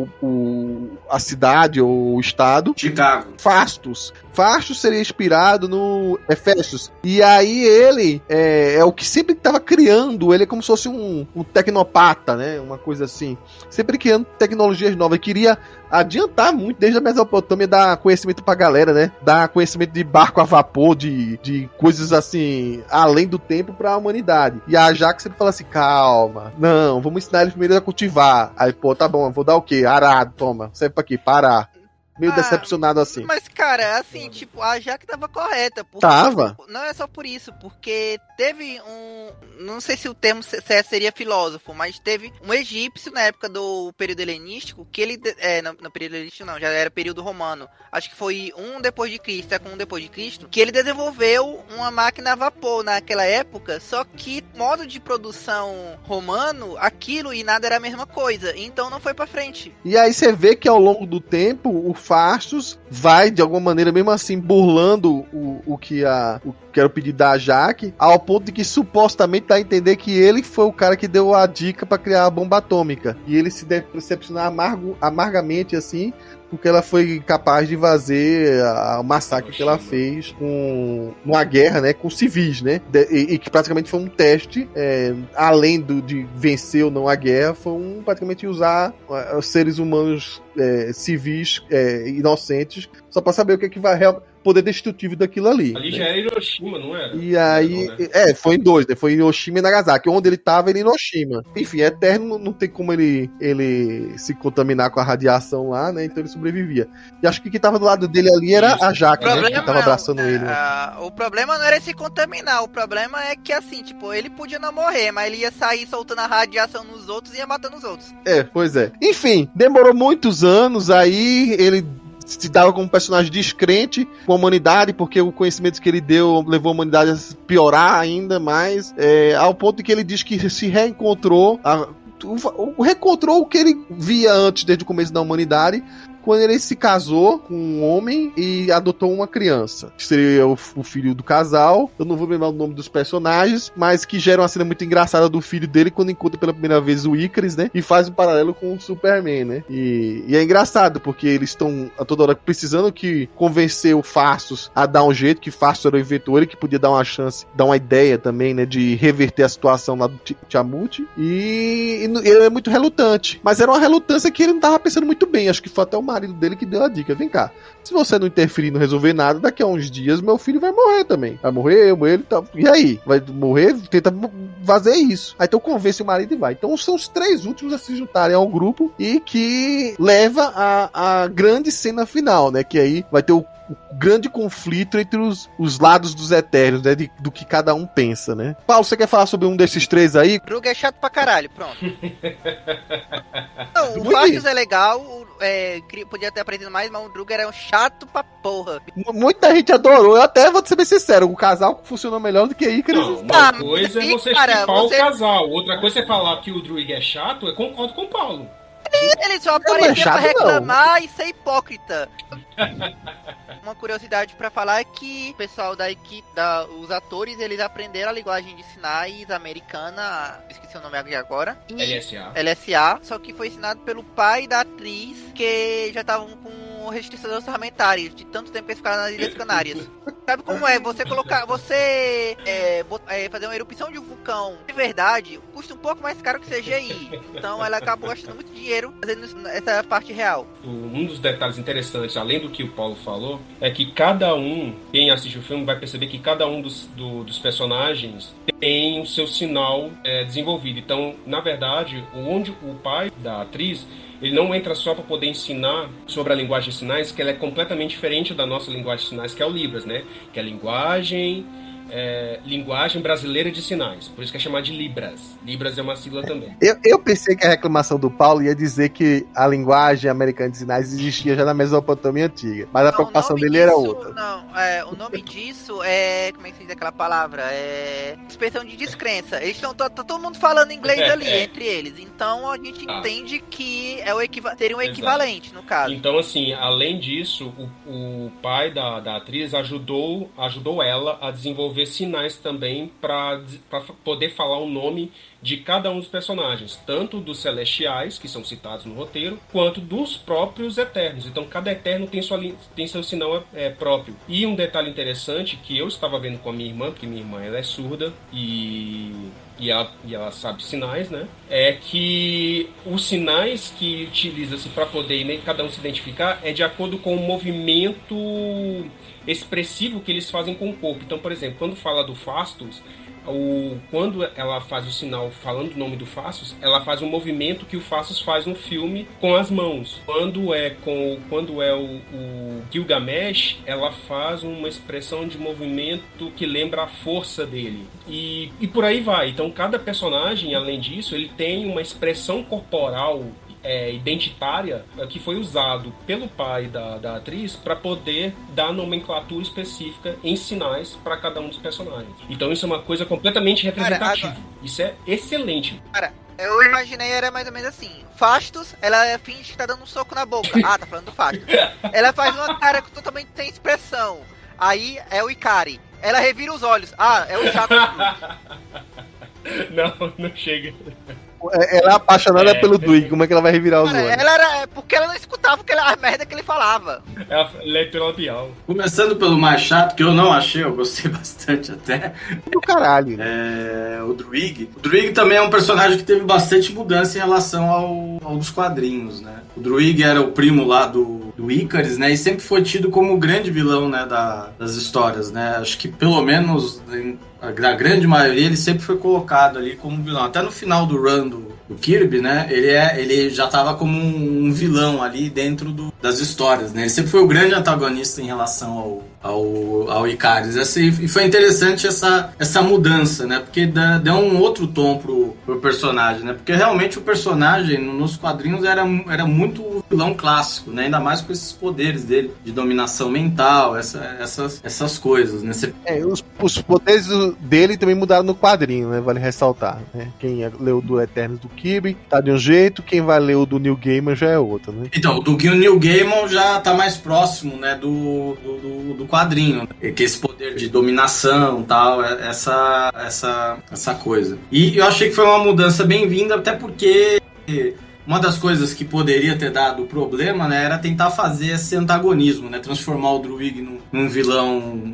a cidade ou o estado. Chicago. Fastos seria inspirado no Hefestos. E aí ele é o que sempre estava criando, ele é como se fosse um tecnopata, né? Uma coisa assim. Sempre criando tecnologias novas. Ele queria adiantar muito, desde a Mesopotâmia, dar conhecimento pra galera, né? Dar conhecimento de barco a vapor, de coisas assim, além do tempo pra humanidade. E a Jaque sempre fala assim, calma, não, vamos ensinar eles primeiro a cultivar. Aí, pô, tá bom, vou dar o quê? Arado, toma, serve pra quê? Parar. Meio decepcionado assim. Mas, cara, assim, tipo, a Jaque tava correta. Porque, tava? Não é só por isso, porque teve não sei se o termo seria filósofo, mas teve um egípcio na época do período helenístico, que ele... no período helenístico não, já era período romano. Acho que foi depois de Cristo, que ele desenvolveu uma máquina a vapor naquela época, só que modo de produção romano, aquilo e nada era a mesma coisa. Então não foi pra frente. E aí você vê que ao longo do tempo, o Fastos vai, de alguma maneira, mesmo assim, burlando o que era o pedido da Jaque, ao ponto de que supostamente dá a entender que ele foi o cara que deu a dica pra criar a bomba atômica. E ele se decepcionar amargamente, assim, porque ela foi capaz de fazer o massacre que ela fez numa guerra, né, com civis, né, e que praticamente foi um teste, além de vencer ou não a guerra, foi praticamente usar os seres humanos civis inocentes só pra saber o que vai poder destrutivo daquilo ali. Ali já era Hiroshima, não era? E aí, não, né? Foi em dois, né? Foi em Hiroshima e Nagasaki. Onde ele tava, era em Hiroshima. Enfim, Eterno não tem como ele se contaminar com a radiação lá, né? Então ele sobrevivia. E acho que quem tava do lado dele ali era a Jaque, né? Que tava abraçando ele. Né? O problema não era se contaminar, o problema é que, assim, tipo, ele podia não morrer, mas ele ia sair soltando a radiação nos outros e ia matando os outros. Pois é. Enfim, demorou muitos anos, aí ele se dava como um personagem descrente com a humanidade, porque o conhecimento que ele deu levou a humanidade a piorar ainda mais, ao ponto de que ele diz que se reencontrou, reencontrou o que ele via antes, desde o começo da humanidade, quando ele se casou com um homem e adotou uma criança, que seria o filho do casal. Eu não vou lembrar o nome dos personagens, mas que gera uma cena muito engraçada do filho dele quando encontra pela primeira vez o Icarus, né? E faz um paralelo com o Superman, né? E é engraçado, porque eles estão a toda hora precisando que convencer o Fastos a dar um jeito, que Fastos era o inventor, ele que podia dar uma chance, dar uma ideia também, né? De reverter a situação lá do Tiamut. E ele é muito relutante. Mas era uma relutância que ele não tava pensando muito bem. Acho que foi até o marido dele que deu a dica. Vem cá, se você não interferir, não resolver nada, daqui a uns dias meu filho vai morrer também. Vai morrer, ele tá... E aí? Vai morrer? Tenta fazer isso. Aí então convence o marido e vai. Então são os três últimos a se juntarem ao grupo e que leva a grande cena final, né? Que aí vai ter o grande conflito entre os lados dos Eternos, né? Do que cada um pensa, né? Paulo, você quer falar sobre um desses três aí? Drug é chato pra caralho, pronto. Não, o Fastos é legal, podia ter aprendido mais, mas o Drug era um chato pra porra. Muita gente adorou, eu até vou ser bem sincero, o casal funcionou melhor do que Icarus. Uma coisa é você chipar o casal, outra coisa é falar que o Druig é chato, eu concordo com o Paulo. Ele só aparecia pra reclamar e ser hipócrita. Uma curiosidade pra falar é que o pessoal da equipe, os atores, eles aprenderam a linguagem de sinais americana, esqueci o nome agora. LSA, só que foi ensinado pelo pai da atriz, que já estavam com restrições orçamentárias, de tanto tempo que eles ficaram nas Ilhas Canárias. Sabe como é? Você fazer uma erupção de um vulcão de verdade, custa um pouco mais caro que CGI. Então ela acabou gastando muito dinheiro fazendo essa parte real. Um dos detalhes interessantes, além do que o Paulo falou, é que cada um, quem assiste o filme vai perceber que cada um dos personagens tem o seu sinal desenvolvido. Então, na verdade, onde o pai da atriz, ele não entra só para poder ensinar sobre a linguagem de sinais, que ela é completamente diferente da nossa linguagem de sinais, que é o Libras, né? Que é a linguagem brasileira de sinais. Por isso que é chamada de Libras. Libras é uma sigla também. Eu pensei que a reclamação do Paulo ia dizer que a linguagem americana de sinais existia já na Mesopotâmia antiga. Mas a preocupação dele era outra. Não, o nome disso é... Como é que se diz aquela palavra? É... expressão de descrença. Eles estão todo mundo falando inglês ali, entre eles. Então a gente entende que seria um equivalente, no caso. Então, assim, além disso, o pai da atriz ajudou ela a desenvolver sinais também para poder falar o nome de cada um dos personagens, tanto dos Celestiais, que são citados no roteiro, quanto dos próprios Eternos. Então cada Eterno tem seu sinal próprio. E um detalhe interessante que eu estava vendo com a minha irmã, porque minha irmã ela é surda e ela sabe sinais, né? É que os sinais que utiliza-se para poder cada um se identificar é de acordo com o movimento expressivo que eles fazem com o corpo. Então, por exemplo, quando fala do Fastos, quando ela faz o sinal falando o nome do Fastos, ela faz um movimento que o Fastos faz no filme com as mãos. Quando é o Gilgamesh, ela faz uma expressão de movimento que lembra a força dele. E por aí vai. Então cada personagem, além disso, ele tem uma expressão corporal identitária que foi usado pelo pai da atriz para poder dar nomenclatura específica em sinais para cada um dos personagens. Então isso é uma coisa completamente representativa. Isso é excelente. Cara, eu imaginei, era mais ou menos assim. Fastos, ela finge que tá dando um soco na boca. Ah, tá falando do Fastos. Ela faz uma cara que totalmente sem expressão. Aí é o Ikari. Ela revira os olhos. Ah, é o Jaco. Não chega. Ela é apaixonada pelo Duig, como é que ela vai revirar os olhos? Porque ela não escutava a merda que ele falava. É a leitura labial. Começando pelo mais chato, que eu não achei, eu gostei bastante até. Do caralho. O Druig. O Druig também é um personagem que teve bastante mudança em relação ao dos quadrinhos, né? O Druig era o primo lá do Ícaris, né? E sempre foi tido como o grande vilão, né, das histórias, né? Acho que pelo menos a grande maioria ele sempre foi colocado ali como vilão. Até no final do run do Kirby, né? Ele já tava como um vilão ali dentro das histórias, né? Ele sempre foi o grande antagonista em relação ao Icaris. E foi interessante essa mudança, né? Porque deu um outro tom pro personagem, né? Porque realmente o personagem nos quadrinhos era muito vilão clássico, né? Ainda mais com esses poderes dele de dominação mental, essas coisas, né? Os poderes dele também mudaram no quadrinho, né? Vale ressaltar, né? Quem leu do Eternos do Kirby tá de um jeito, quem vai ler o do Neil Gaiman já é outro, né? Então, do Neil Gaiman já tá mais próximo, né? Do quadrinho, que esse poder de dominação e tal, essa coisa. E eu achei que foi uma mudança bem-vinda, até porque uma das coisas que poderia ter dado problema, né, era tentar fazer esse antagonismo, né, transformar o Druig num vilão,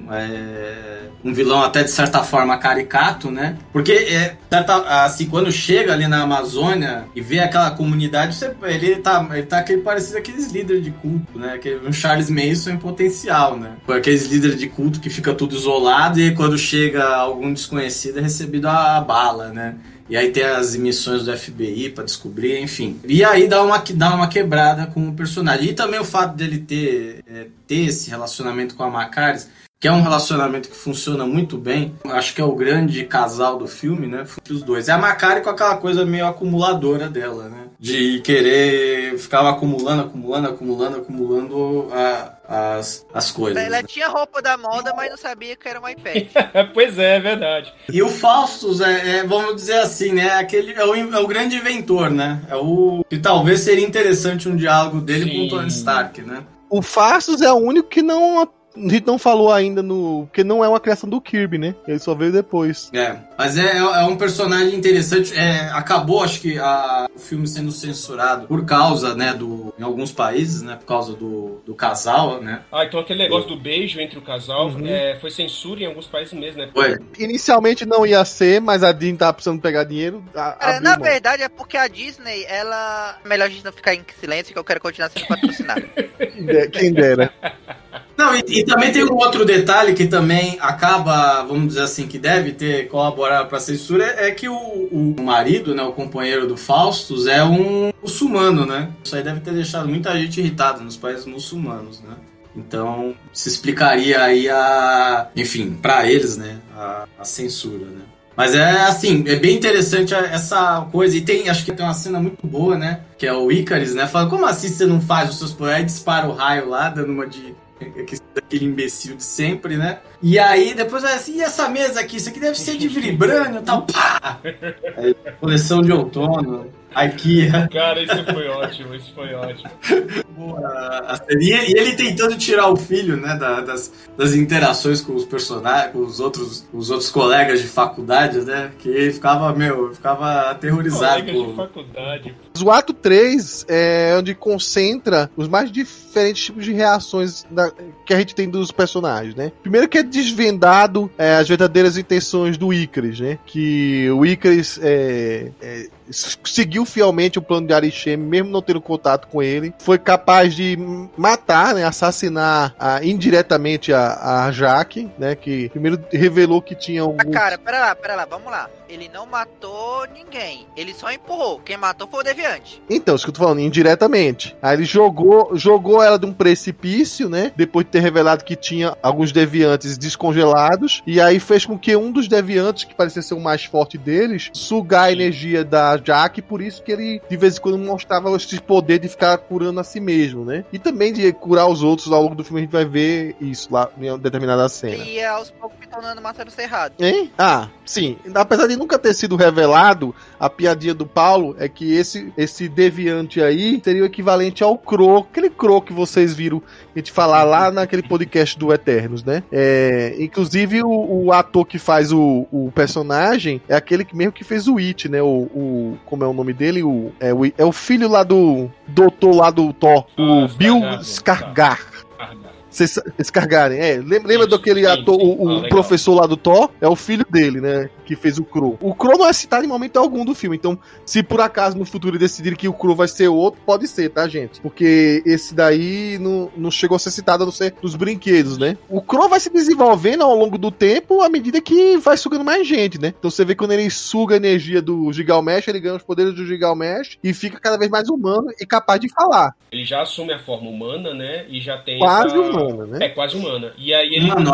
um vilão até de certa forma caricato, né, porque assim, quando chega ali na Amazônia e vê aquela comunidade, ele tá parecido aqueles líderes de culto, né, um Charles Manson em potencial, né, aqueles líderes de culto que fica tudo isolado e quando chega algum desconhecido é recebido a bala, né. E aí tem as emissões do FBI pra descobrir, enfim. E aí dá uma quebrada com o personagem. E também o fato dele ter esse relacionamento com a Macaris, que é um relacionamento que funciona muito bem. Acho que é o grande casal do filme, né? Os dois. É a Macari com aquela coisa meio acumuladora dela, né? De querer, ficava acumulando as coisas. Ela tinha roupa da moda, mas não sabia que era um iPad. Pois é verdade. E o Faustus vamos dizer assim, né? É o grande inventor, né? É o que talvez seria interessante um diálogo dele com o Tony Stark, né? O Faustus é o único que a gente não falou ainda porque não é uma criação do Kirby, né? Ele só veio depois. Mas é um personagem interessante. Acabou, acho que, o filme sendo censurado por causa, né, em alguns países, né? Por causa do casal, né? Então aquele negócio do beijo entre o casal foi censura em alguns países mesmo, né? Foi. Inicialmente não ia ser, mas a Disney tava precisando pegar dinheiro. Na verdade, é porque a Disney, melhor a gente não ficar em silêncio, que eu quero continuar sendo patrocinado. Quem dera. Não, e também tem um outro detalhe que também acaba, vamos dizer assim, que deve ter colaborado para a censura, é que o marido, né, o companheiro do Faustus, é um muçulmano, né? Isso aí deve ter deixado muita gente irritada nos países muçulmanos, né? Então, se explicaria aí enfim, para eles, né, a censura, né? Mas assim, é bem interessante essa coisa. E acho que tem uma cena muito boa, né? Que é o Icarus, né? Fala, como assim você não faz os seus poderes? Aí dispara o raio lá, dando uma daquele imbecil de sempre, né? E aí depois vai assim, e essa mesa aqui? Isso aqui deve ser de vibrânio e tal. Pá! Aí, coleção de outono. IKEA. Cara, isso foi ótimo. E ele tentando tirar o filho, né, das interações com os personagens, com os outros colegas de faculdade, né, que ele ficava aterrorizado. Colegas de faculdade. O ato 3 é onde concentra os mais diferentes tipos de reações que a gente tem dos personagens, né. Primeiro que é desvendado as verdadeiras intenções do Icarus, né, que o Icarus seguiu fielmente o plano de Arishem, mesmo não tendo contato com ele. Foi capaz de matar, né, assassinar indiretamente a Jaque, né, que primeiro revelou que tinha alguns... Cara, pera lá, vamos lá. Ele não matou ninguém, ele só empurrou. Quem matou foi o Deviante. Então, isso que eu tô falando, indiretamente. Aí ele jogou ela de um precipício, né, depois de ter revelado que tinha alguns Deviantes descongelados, e aí fez com que um dos Deviantes, que parecia ser o mais forte deles, sugar a energia da Jaque, por isso que ele de vez em quando mostrava esse poder de ficar curando a si mesmo, né? E também de curar os outros. Ao longo do filme a gente vai ver isso lá em uma determinada cena. E aos poucos se tornando Marcelo Serrado. Hein? Sim. Apesar de nunca ter sido revelado, a piadinha do Paulo é que esse deviante aí seria o equivalente ao Crow, aquele Crow que vocês viram a gente falar lá naquele podcast do Eternos, né? Inclusive o ator que faz o personagem é aquele que mesmo que fez o It, né? Como é o nome dele? É o filho lá do doutor lá do Thor, o Bill Skarsgård. Vocês escargarem, lembra daquele ator, o professor lá do Thor? É o filho dele, né, que fez o Crow. O Crow não é citado em momento algum do filme, então se por acaso no futuro decidirem que o Crow vai ser outro, pode ser, tá, gente? Porque esse daí não chegou a ser citado a não ser nos brinquedos, né? O Crow vai se desenvolvendo ao longo do tempo à medida que vai sugando mais gente, né? Então você vê que quando ele suga a energia do Gilgamesh, ele ganha os poderes do Gilgamesh e fica cada vez mais humano e capaz de falar. Ele já assume a forma humana, né? E já tem quase humana, né? Quase humana. E aí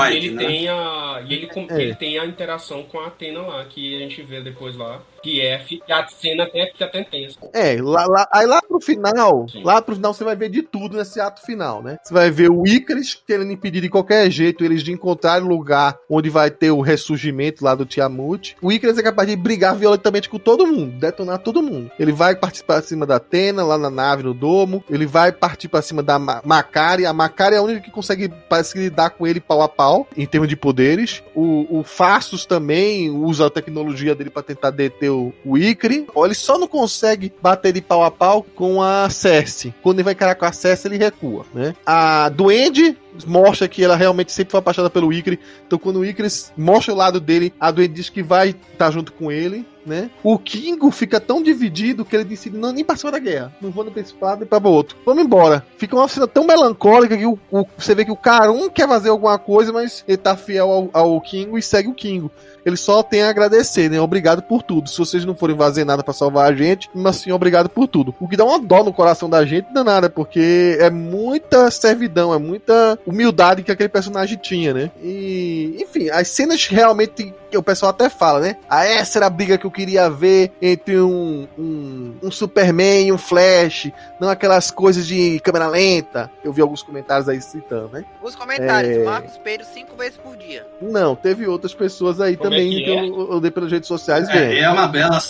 ele tem a interação com a Athena lá, que a gente vê depois lá, que a cena até tensa. Aí lá pro final, você vai ver de tudo nesse ato final, né? Você vai ver o Icarus querendo impedir de qualquer jeito eles de encontrar o lugar onde vai ter o ressurgimento lá do Tiamut. O Icarus é capaz de brigar violentamente com todo mundo, detonar todo mundo. Ele vai partir pra cima da Athena, lá na nave, no domo. Ele vai partir pra cima da Makkari. A Makkari é a única que consegue, parece que, lidar com ele pau a pau, em termos de poderes. O Faustus também usa a tecnologia dele pra tentar deter o Icarus. Ele só não consegue bater de pau a pau com a Cersei. Quando ele vai encarar com a Cersei, ele recua, né? A Duende mostra que ela realmente sempre foi apaixonada pelo Icarus. Então quando o Icarus mostra o lado dele, a Duende diz que vai estar junto com ele, né? O Kingo fica tão dividido que ele decide nem participar da guerra. Não vou no principado e para o outro. Vamos embora. Fica uma cena tão melancólica que você vê que o Karun quer fazer alguma coisa, mas ele tá fiel ao Kingo e segue o Kingo. Ele só tem a agradecer, né? Obrigado por tudo. Se vocês não forem fazer nada pra salvar a gente, mas assim, obrigado por tudo. O que dá uma dó no coração da gente, danada, porque é muita servidão, é muita humildade que aquele personagem tinha, né? E, enfim, as cenas realmente que o pessoal até fala, né? Essa era a briga que eu queria ver entre um Superman e um Flash, não aquelas coisas de câmera lenta. Eu vi alguns comentários aí citando, né? Os comentários, Marcos Pedro 5 vezes por dia. Não, teve outras pessoas aí Como também é que que eu dei pelas redes sociais vendo. É uma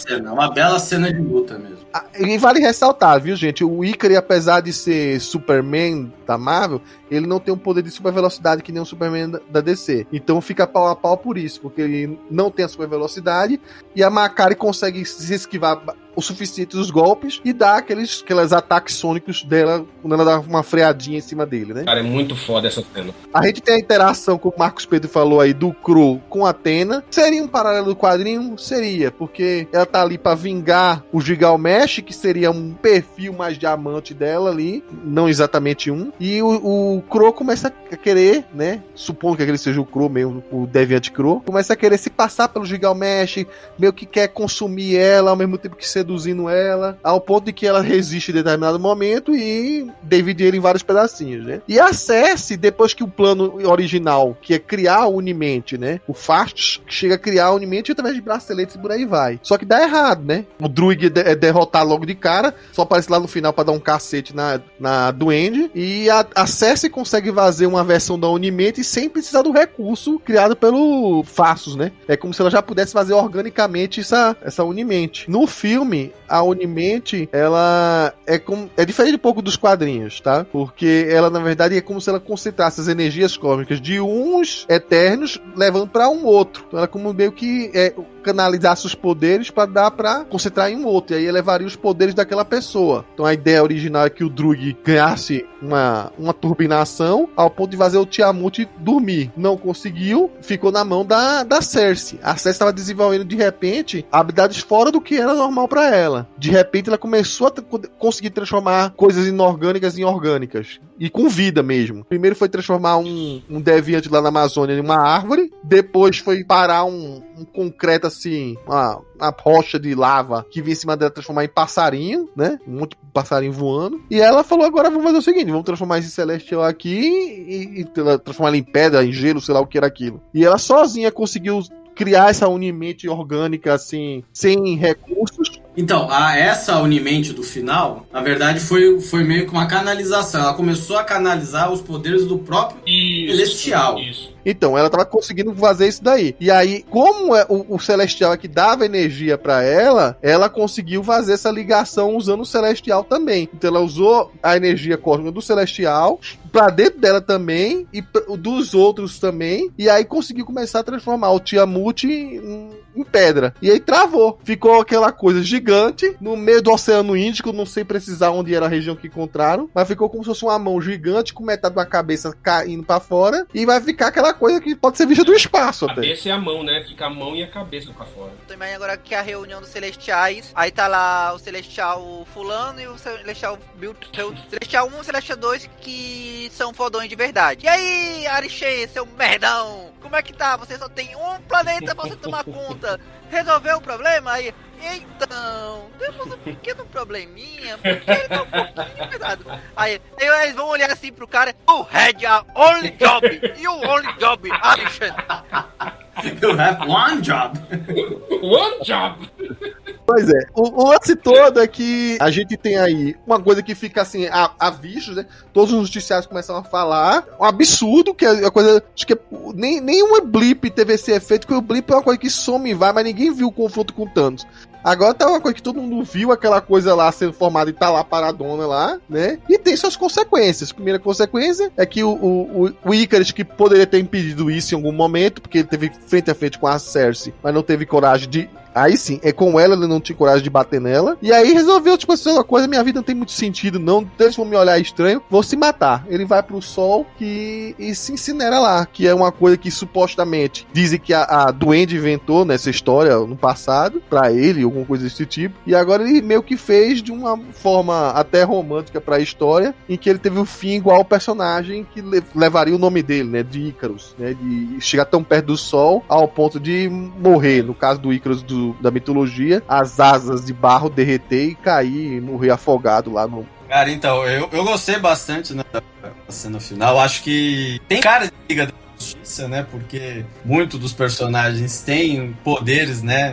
bela cena de luta mesmo. E vale ressaltar, viu, gente? O Ikari, apesar de ser Superman da Marvel, ele não tem um poder de super velocidade que nem o Superman da DC. Então fica pau a pau por isso, porque ele não tem a super velocidade e a Makkari consegue se esquivar o suficiente dos golpes e dar aqueles ataques sônicos dela quando ela dá uma freadinha em cima dele, né? Cara, é muito foda essa cena. A gente tem a interação, como o Marcos Pedro falou aí, do Crow com a Athena. Seria um paralelo do quadrinho? Seria, porque ela tá ali pra vingar o Gilgamesh, que seria um perfil mais diamante dela ali, não exatamente um. E o Crow começa a querer, né? Supondo que aquele seja o Crow mesmo, o Deviant Crow, começa a querer se passar pelo Gilgamesh, meio que quer consumir ela, ao mesmo tempo que seduzindo ela, ao ponto de que ela resiste em determinado momento e divide ele em vários pedacinhos, né? E a Cersei, depois que o plano original, que é criar a Unimente, né? O Fastos chega a criar a Unimente através de braceletes e por aí vai. Só que dá errado, né? O Druig é derrotado logo de cara, só aparece lá no final pra dar um cacete na Duende, e a Cersei consegue fazer uma versão da Unimente sem precisar do recurso criado pelo Fastos, né? É como se ela já pudesse fazer organicamente essa Unimente. No filme, a Unimente, ela é diferente um pouco dos quadrinhos, tá? Porque ela, na verdade, é como se ela concentrasse as energias cósmicas de uns Eternos levando pra um outro. Então ela é como meio que canalizasse os poderes pra dar pra concentrar em um outro. E aí elevaria os poderes daquela pessoa. Então a ideia original é que o Druig ganhasse uma turbinação ao ponto de fazer o Tiamut dormir. Não conseguiu, ficou na mão da Cersei. A Cersei estava desenvolvendo, de repente, habilidades fora do que era normal pra ela. De repente ela começou a conseguir transformar coisas inorgânicas em orgânicas. E com vida mesmo. Primeiro foi transformar um Deviant lá na Amazônia em uma árvore. Depois foi parar um concreto assim, uma rocha de lava que vinha em cima dela, transformar em passarinho, né? Um monte de passarinho voando. E ela falou, agora vamos fazer o seguinte, vamos transformar esse Celestial aqui e transformar ele em pedra, em gelo, sei lá o que era aquilo. E ela sozinha conseguiu criar essa Unimente orgânica, assim, sem recursos. Então, essa Unimente do final, na verdade, foi meio que uma canalização. Ela começou a canalizar os poderes do próprio Celestial. Isso. Então, ela tava conseguindo fazer isso daí. E aí, como o Celestial é que dava energia pra ela conseguiu fazer essa ligação usando o Celestial também. Então, ela usou a energia cósmica do Celestial pra dentro dela também e dos outros também. E aí, conseguiu começar a transformar o Tiamut em pedra. E aí, travou. Ficou aquela coisa gigante no meio do Oceano Índico. Não sei precisar onde era a região que encontraram. Mas ficou como se fosse uma mão gigante com metade da cabeça caindo pra fora. E vai ficar aquela coisa que pode ser vista do espaço a até. cabeça e a mão, né? Fica a mão e a cabeça pra fora. Tô imaginando agora que é a reunião dos Celestiais, aí tá lá o Celestial fulano e o Celestial 1 e o Celestial 2 que são fodões de verdade. E aí, Arichê, seu merdão, como é que tá? Você só tem um planeta pra você tomar conta. Resolveu o problema? Aí, então, temos um pequeno probleminha, porque ele tá um pouquinho pesado. Aí eles vão olhar assim pro cara, you had your only job, you only job, Arishan. You have one job. One job. Pois é, o lance todo é que a gente tem aí uma coisa que fica assim, a vistos, né? Todos os noticiários começam a falar, um absurdo, que é a coisa, acho que nem um blip teve esse efeito, porque o blip é uma coisa que some e vai, mas ninguém viu o confronto com o Thanos. Agora tá uma coisa que todo mundo viu, aquela coisa lá sendo formada e tá lá paradona lá, né? E tem suas consequências. Primeira consequência é que o Icarus, que poderia ter impedido isso em algum momento, porque ele teve frente a frente com a Cersei, mas não teve coragem de... Aí sim, é com ela, ele não tinha coragem de bater nela. E aí resolveu, tipo assim, uma coisa, minha vida não tem muito sentido, não. Eles vão me olhar estranho, vou se matar. Ele vai pro sol e se incinera lá, que é uma coisa que supostamente dizem que a Duende inventou nessa história no passado, pra ele, alguma coisa desse tipo. E agora ele meio que fez de uma forma até romântica pra história, em que ele teve um fim igual ao personagem que levaria o nome dele, né, de Icarus, né, de chegar tão perto do sol ao ponto de morrer. No caso do Icarus da mitologia, as asas de barro derreter e cair e morrer afogado lá no... Cara, então, eu gostei bastante, né, da cena final. Acho que tem cara de Liga da Justiça, né, porque muitos dos personagens têm poderes, né,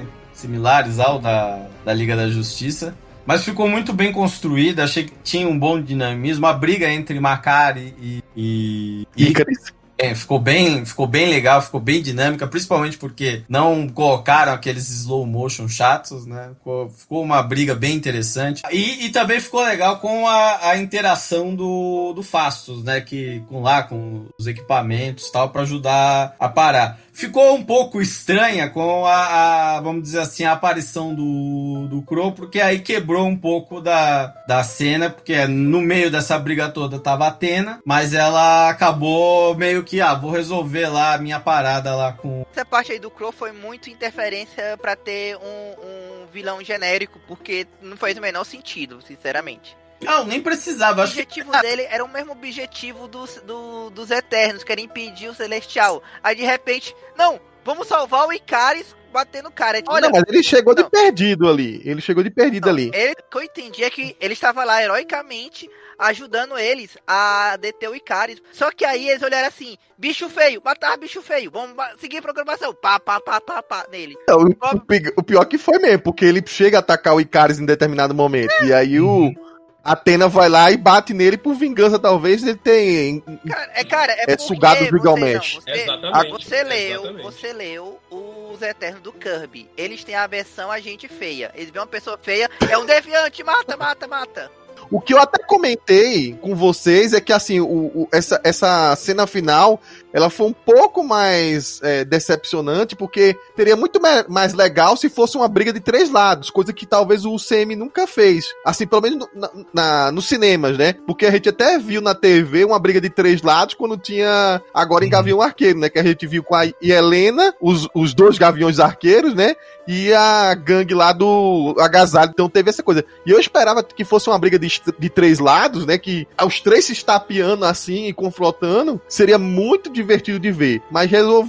similares ao da Liga da Justiça. Mas ficou muito bem construída, achei que tinha um bom dinamismo. A briga entre Makkari e Icarus. Ficou bem legal, ficou bem dinâmica, principalmente porque não colocaram aqueles slow motion chatos, né? Ficou uma briga bem interessante. E também ficou legal com a interação do Phastos, né? Com os equipamentos e tal, pra ajudar a parar. Ficou um pouco estranha com vamos dizer assim, a aparição do Crow, porque aí quebrou um pouco da cena, porque no meio dessa briga toda tava a Athena, mas ela acabou meio que, vou resolver lá a minha parada lá com... Essa parte aí do Crow foi muito interferência pra ter um vilão genérico, porque não fez o menor sentido, sinceramente. Não, nem precisava. O objetivo dele era o mesmo objetivo dos Eternos, que era impedir o Celestial. Aí de repente, não, vamos salvar o Icaris batendo o cara. Olha, não, mas ele chegou de perdido ali. O que eu entendi é que ele estava lá heroicamente ajudando eles a deter o Icaris. Só que aí eles olharam assim, bicho feio, matar bicho feio, vamos seguir a programação, pá, nele. O pior que foi mesmo, porque ele chega a atacar o Icaris em determinado momento. E aí a Athena vai lá e bate nele por vingança, talvez ele tenha sugado o Gilgamesh. Você leu os Eternos do Kirby. Eles têm a versão agente feia. Eles veem uma pessoa feia, é um deviante, mata. O que eu até comentei com vocês é que, assim, essa cena final, ela foi um pouco mais decepcionante, porque seria muito mais legal se fosse uma briga de 3 lados, coisa que talvez o UCM nunca fez. Assim, pelo menos nos cinemas, né? Porque a gente até viu na TV uma briga de 3 lados quando tinha agora em Gavião Arqueiro, né? Que a gente viu com a Helena, os 2 Gaviões Arqueiros, né? E a gangue lá do Agasalho. Então teve essa coisa. E eu esperava que fosse uma briga de 3 lados, né? Que os 3 se estapeando assim e confrontando. Seria muito divertido de ver. Mas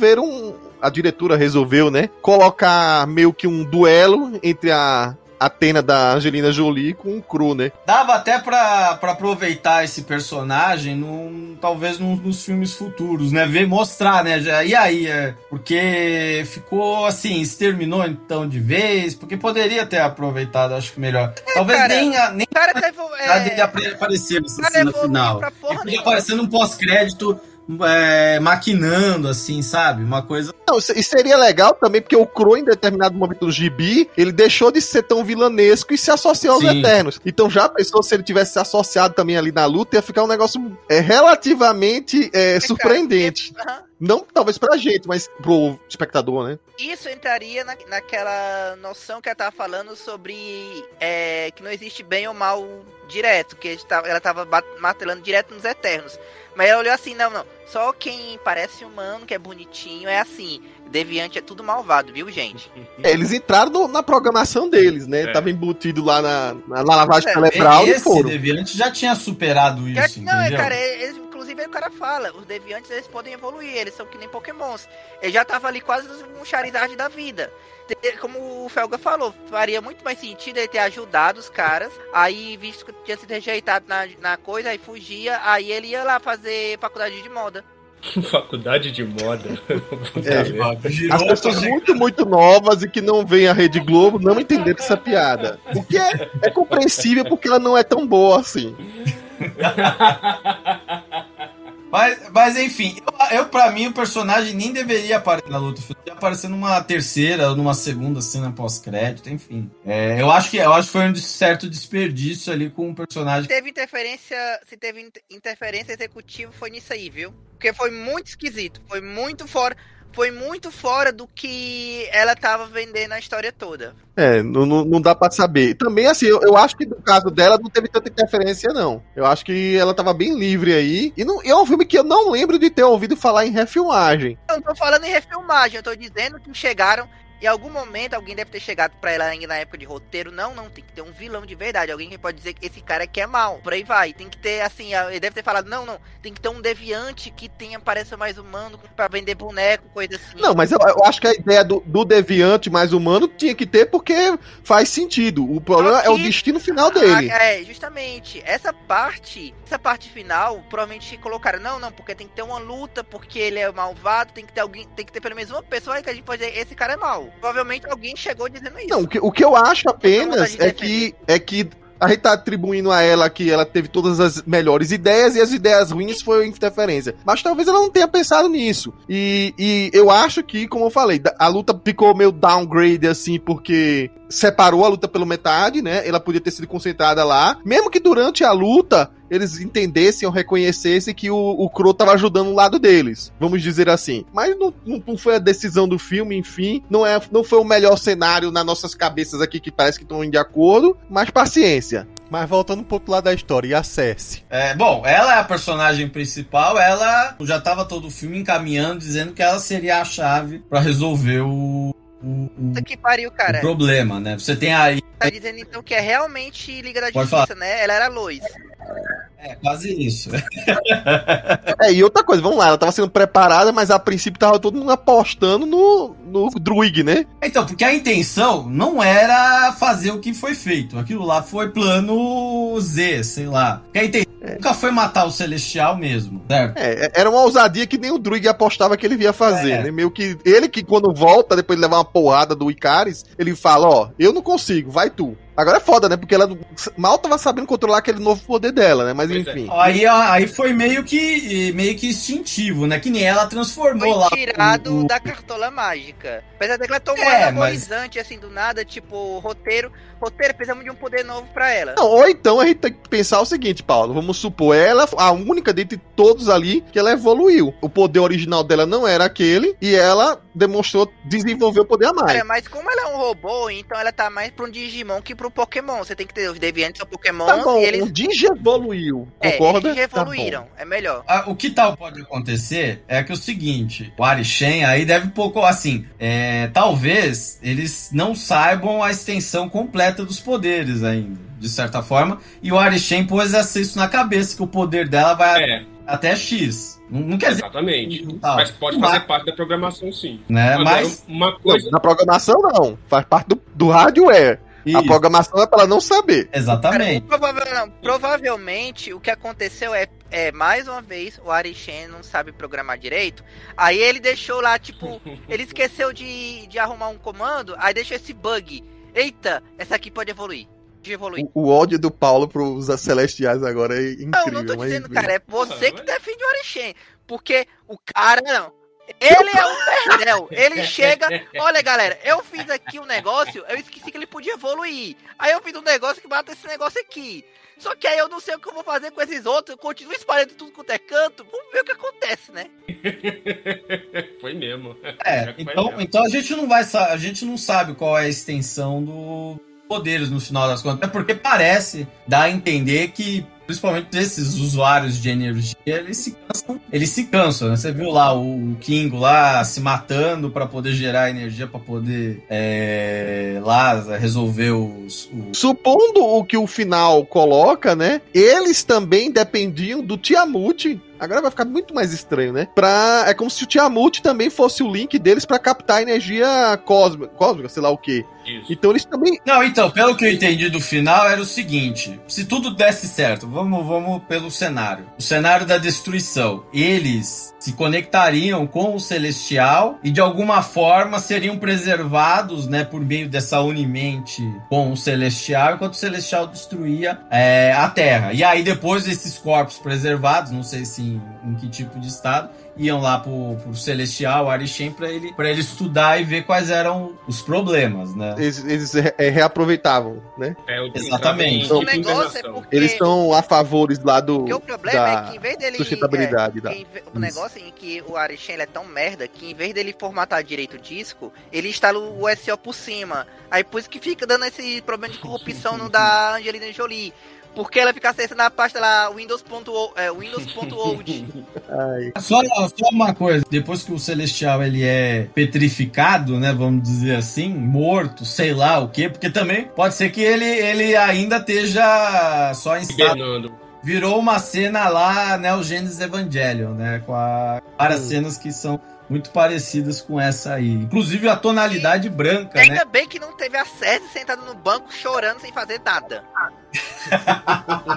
a diretora resolveu, né? Colocar meio que um duelo entre a Athena da Angelina Jolie com o Crow, né? Dava até pra aproveitar esse personagem talvez nos filmes futuros, né? Mostrar, né? E aí, porque ficou assim, exterminou então de vez, porque poderia ter aproveitado, acho que melhor. Talvez nem dele aparecer nessa cena final. Ele podia aparecer num pós-crédito maquinando, assim, sabe? Uma coisa... Não, e seria legal também, porque o Crow, em determinado momento do gibi, ele deixou de ser tão vilanesco e se associou aos Eternos. Então já pensou se ele tivesse se associado também ali na luta, ia ficar um negócio relativamente surpreendente. Não talvez pra gente, mas pro espectador, né? Isso entraria naquela noção que ela tava falando sobre que não existe bem ou mal direto, que ela tava martelando direto nos Eternos. Mas ela olhou assim, não, só quem parece humano, que é bonitinho, é assim. Deviante é tudo malvado, viu, gente? Eles entraram na programação deles, né? Tava embutido lá na lavagem cerebral e foram. Esse Deviante já tinha superado isso, entendeu? Cara, inclusive aí o cara fala, os Deviantes eles podem evoluir, eles são que nem Pokémons. Ele já tava ali quase um Charizard da vida. Como o Felga falou, faria muito mais sentido ele ter ajudado os caras, aí visto que tinha sido rejeitado na coisa, aí fugia, aí ele ia lá fazer faculdade de moda. Faculdade de moda. As pessoas muito novas e que não veem a Rede Globo não entenderam essa piada. O que é compreensível porque ela não é tão boa assim. Mas enfim, pra mim o personagem nem deveria aparecer na luta. Deveria aparecer numa terceira ou numa segunda cena pós-crédito, enfim. Eu acho que foi um certo desperdício ali com um personagem. Se teve interferência executiva, foi nisso aí, viu? Porque foi muito esquisito, foi muito fora do que ela tava vendendo a história toda. Não dá pra saber. Também, assim, eu acho que no caso dela não teve tanta interferência, não. Eu acho que ela tava bem livre aí. E é um filme que eu não lembro de ter ouvido falar em refilmagem. Eu não tô falando em refilmagem, eu tô dizendo que chegaram... Em algum momento, alguém deve ter chegado pra ela ainda na época de roteiro. Não, tem que ter um vilão de verdade. Alguém que pode dizer que esse cara aqui é mau. Por aí vai. Tem que ter, assim, ele deve ter falado, não. Tem que ter um deviante que pareça mais humano pra vender boneco, coisa assim. Não, mas eu acho que a ideia do deviante mais humano tinha que ter porque faz sentido. O problema é o destino final dele. Justamente. Essa parte final, provavelmente colocaram, não, porque tem que ter uma luta, porque ele é malvado, tem que ter alguém, tem que ter pelo menos uma pessoa que a gente pode dizer, esse cara é mau. Provavelmente alguém chegou dizendo isso. Não, o que eu acho apenas é que a gente tá atribuindo a ela que ela teve todas as melhores ideias e as ideias ruins foi interferência. Mas talvez ela não tenha pensado nisso. E eu acho que, como eu falei, a luta ficou meio downgrade, assim, porque separou a luta pela metade, né? Ela podia ter sido concentrada lá. Mesmo que durante a luta eles entendessem ou reconhecessem que o Crow tava ajudando o lado deles, vamos dizer assim. Mas não foi a decisão do filme, enfim. Não foi o melhor cenário nas nossas cabeças aqui, que parece que estão de acordo, mas paciência. Mas voltando um pouco lá da história, e a Cersei? Bom, ela é a personagem principal, ela já tava todo o filme encaminhando, dizendo que ela seria a chave pra resolver o que pariu, cara. problema, né? Você tem aí... Tá dizendo então que é realmente Liga da Pode Justiça, falar. né? Ela era Lois. Quase isso. E outra coisa, vamos lá, ela tava sendo preparada, mas a princípio tava todo mundo apostando no Druig, né? Então, porque a intenção não era fazer o que foi feito. Aquilo lá foi plano Z, sei lá. Porque a intenção nunca foi matar o Celestial mesmo, certo? Era uma ousadia que nem o Druig apostava que ele ia fazer, né? Meio que ele que quando volta, depois de levar uma porrada do Icaris, ele fala, ó, eu não consigo, vai tu. Agora é foda, né? Porque ela mal tava sabendo controlar aquele novo poder dela, né? Mas enfim. Aí foi meio que instintivo, né? Que nem ela transformou lá. Foi tirado da cartola mágica. Apesar de que ela tomou anabolizante, assim, do nada, tipo, roteiro, precisamos de um poder novo pra ela. Não, ou então a gente tem que pensar o seguinte, Paulo. Vamos supor, ela, a única dentre todos ali, que ela evoluiu. O poder original dela não era aquele, e ela desenvolveu o poder a mais. Mas como ela é um robô, então ela tá mais pra um Digimon que pro Pokémon. Você tem que ter os deviantes ou Pokémon. Tá bom, e eles... o Digi evoluiu, concorda? Eles evoluíram, tá, é melhor. O que tal pode acontecer é que o seguinte, o Arishem aí deve pouco, assim, talvez eles não saibam a extensão completa dos poderes ainda, de certa forma, e o Arishem pôs isso na cabeça, que o poder dela vai até X. Não quer dizer... Exatamente. Mas pode fazer parte da programação, sim. Né? Mas uma coisa... Na programação, não. Faz parte do hardware. Isso. A programação é pra ela não saber. Exatamente. Provavelmente o que aconteceu é mais uma vez o Arishem não sabe programar direito. Aí ele deixou lá, tipo, ele esqueceu de arrumar um comando, aí deixou esse bug. Eita, essa aqui pode evoluir. O ódio do Paulo pros Celestiais agora é incrível. Não tô dizendo, cara, é você que defende o Arishem. Porque o cara, não. Ele é um perdel. Ele chega, olha galera, eu fiz aqui um negócio, eu esqueci que ele podia evoluir. Aí eu fiz um negócio que mata esse negócio aqui. Só que aí eu não sei o que eu vou fazer com esses outros, eu continuo espalhando tudo quanto é canto, vamos ver o que acontece, né? Foi mesmo. Então a gente não sabe qual é a extensão do poderes no final das contas. É porque parece dar a entender que, principalmente esses usuários de energia, eles se cansam, né? Você viu lá o Kingo lá se matando para poder gerar energia, para poder lá resolver os... Supondo o que o final coloca, né? Eles também dependiam do Tiamut. Agora vai ficar muito mais estranho, né? É como se o Tiamut também fosse o link deles pra captar energia cósmica, sei lá o quê. Isso. Então eles também... Não, então, pelo que eu entendi do final, era o seguinte. Se tudo desse certo, vamos pelo cenário. O cenário da destruição. Eles se conectariam com o Celestial e de alguma forma seriam preservados, né, por meio dessa unimente com o Celestial, enquanto o Celestial destruía a Terra. E aí depois desses corpos preservados, não sei se em que tipo de estado, iam lá pro Celestial, Arishem, pra ele estudar e ver quais eram os problemas, né? Eles reaproveitavam, né? Exatamente. O negócio é porque... Eles estão a favores lá do... Porque o problema é que em vez dele... sustentabilidade. O negócio é que o Arishem é tão merda que em vez dele formatar direito o disco, ele instala o SO por cima. Aí por isso que fica dando esse problema de corrupção no da Angelina Jolie. Porque ela fica acessando a pasta lá, Windows.old. Só uma coisa, depois que o Celestial ele é petrificado, né, vamos dizer assim, morto, sei lá o quê, porque também pode ser que ele ainda esteja só em estado... Virou uma cena lá, né, o Genesis Evangelion, né, com várias cenas que são muito parecidas com essa aí. Inclusive a tonalidade branca, ainda né? Ainda bem que não teve a Cersei sentada no banco chorando sem fazer nada.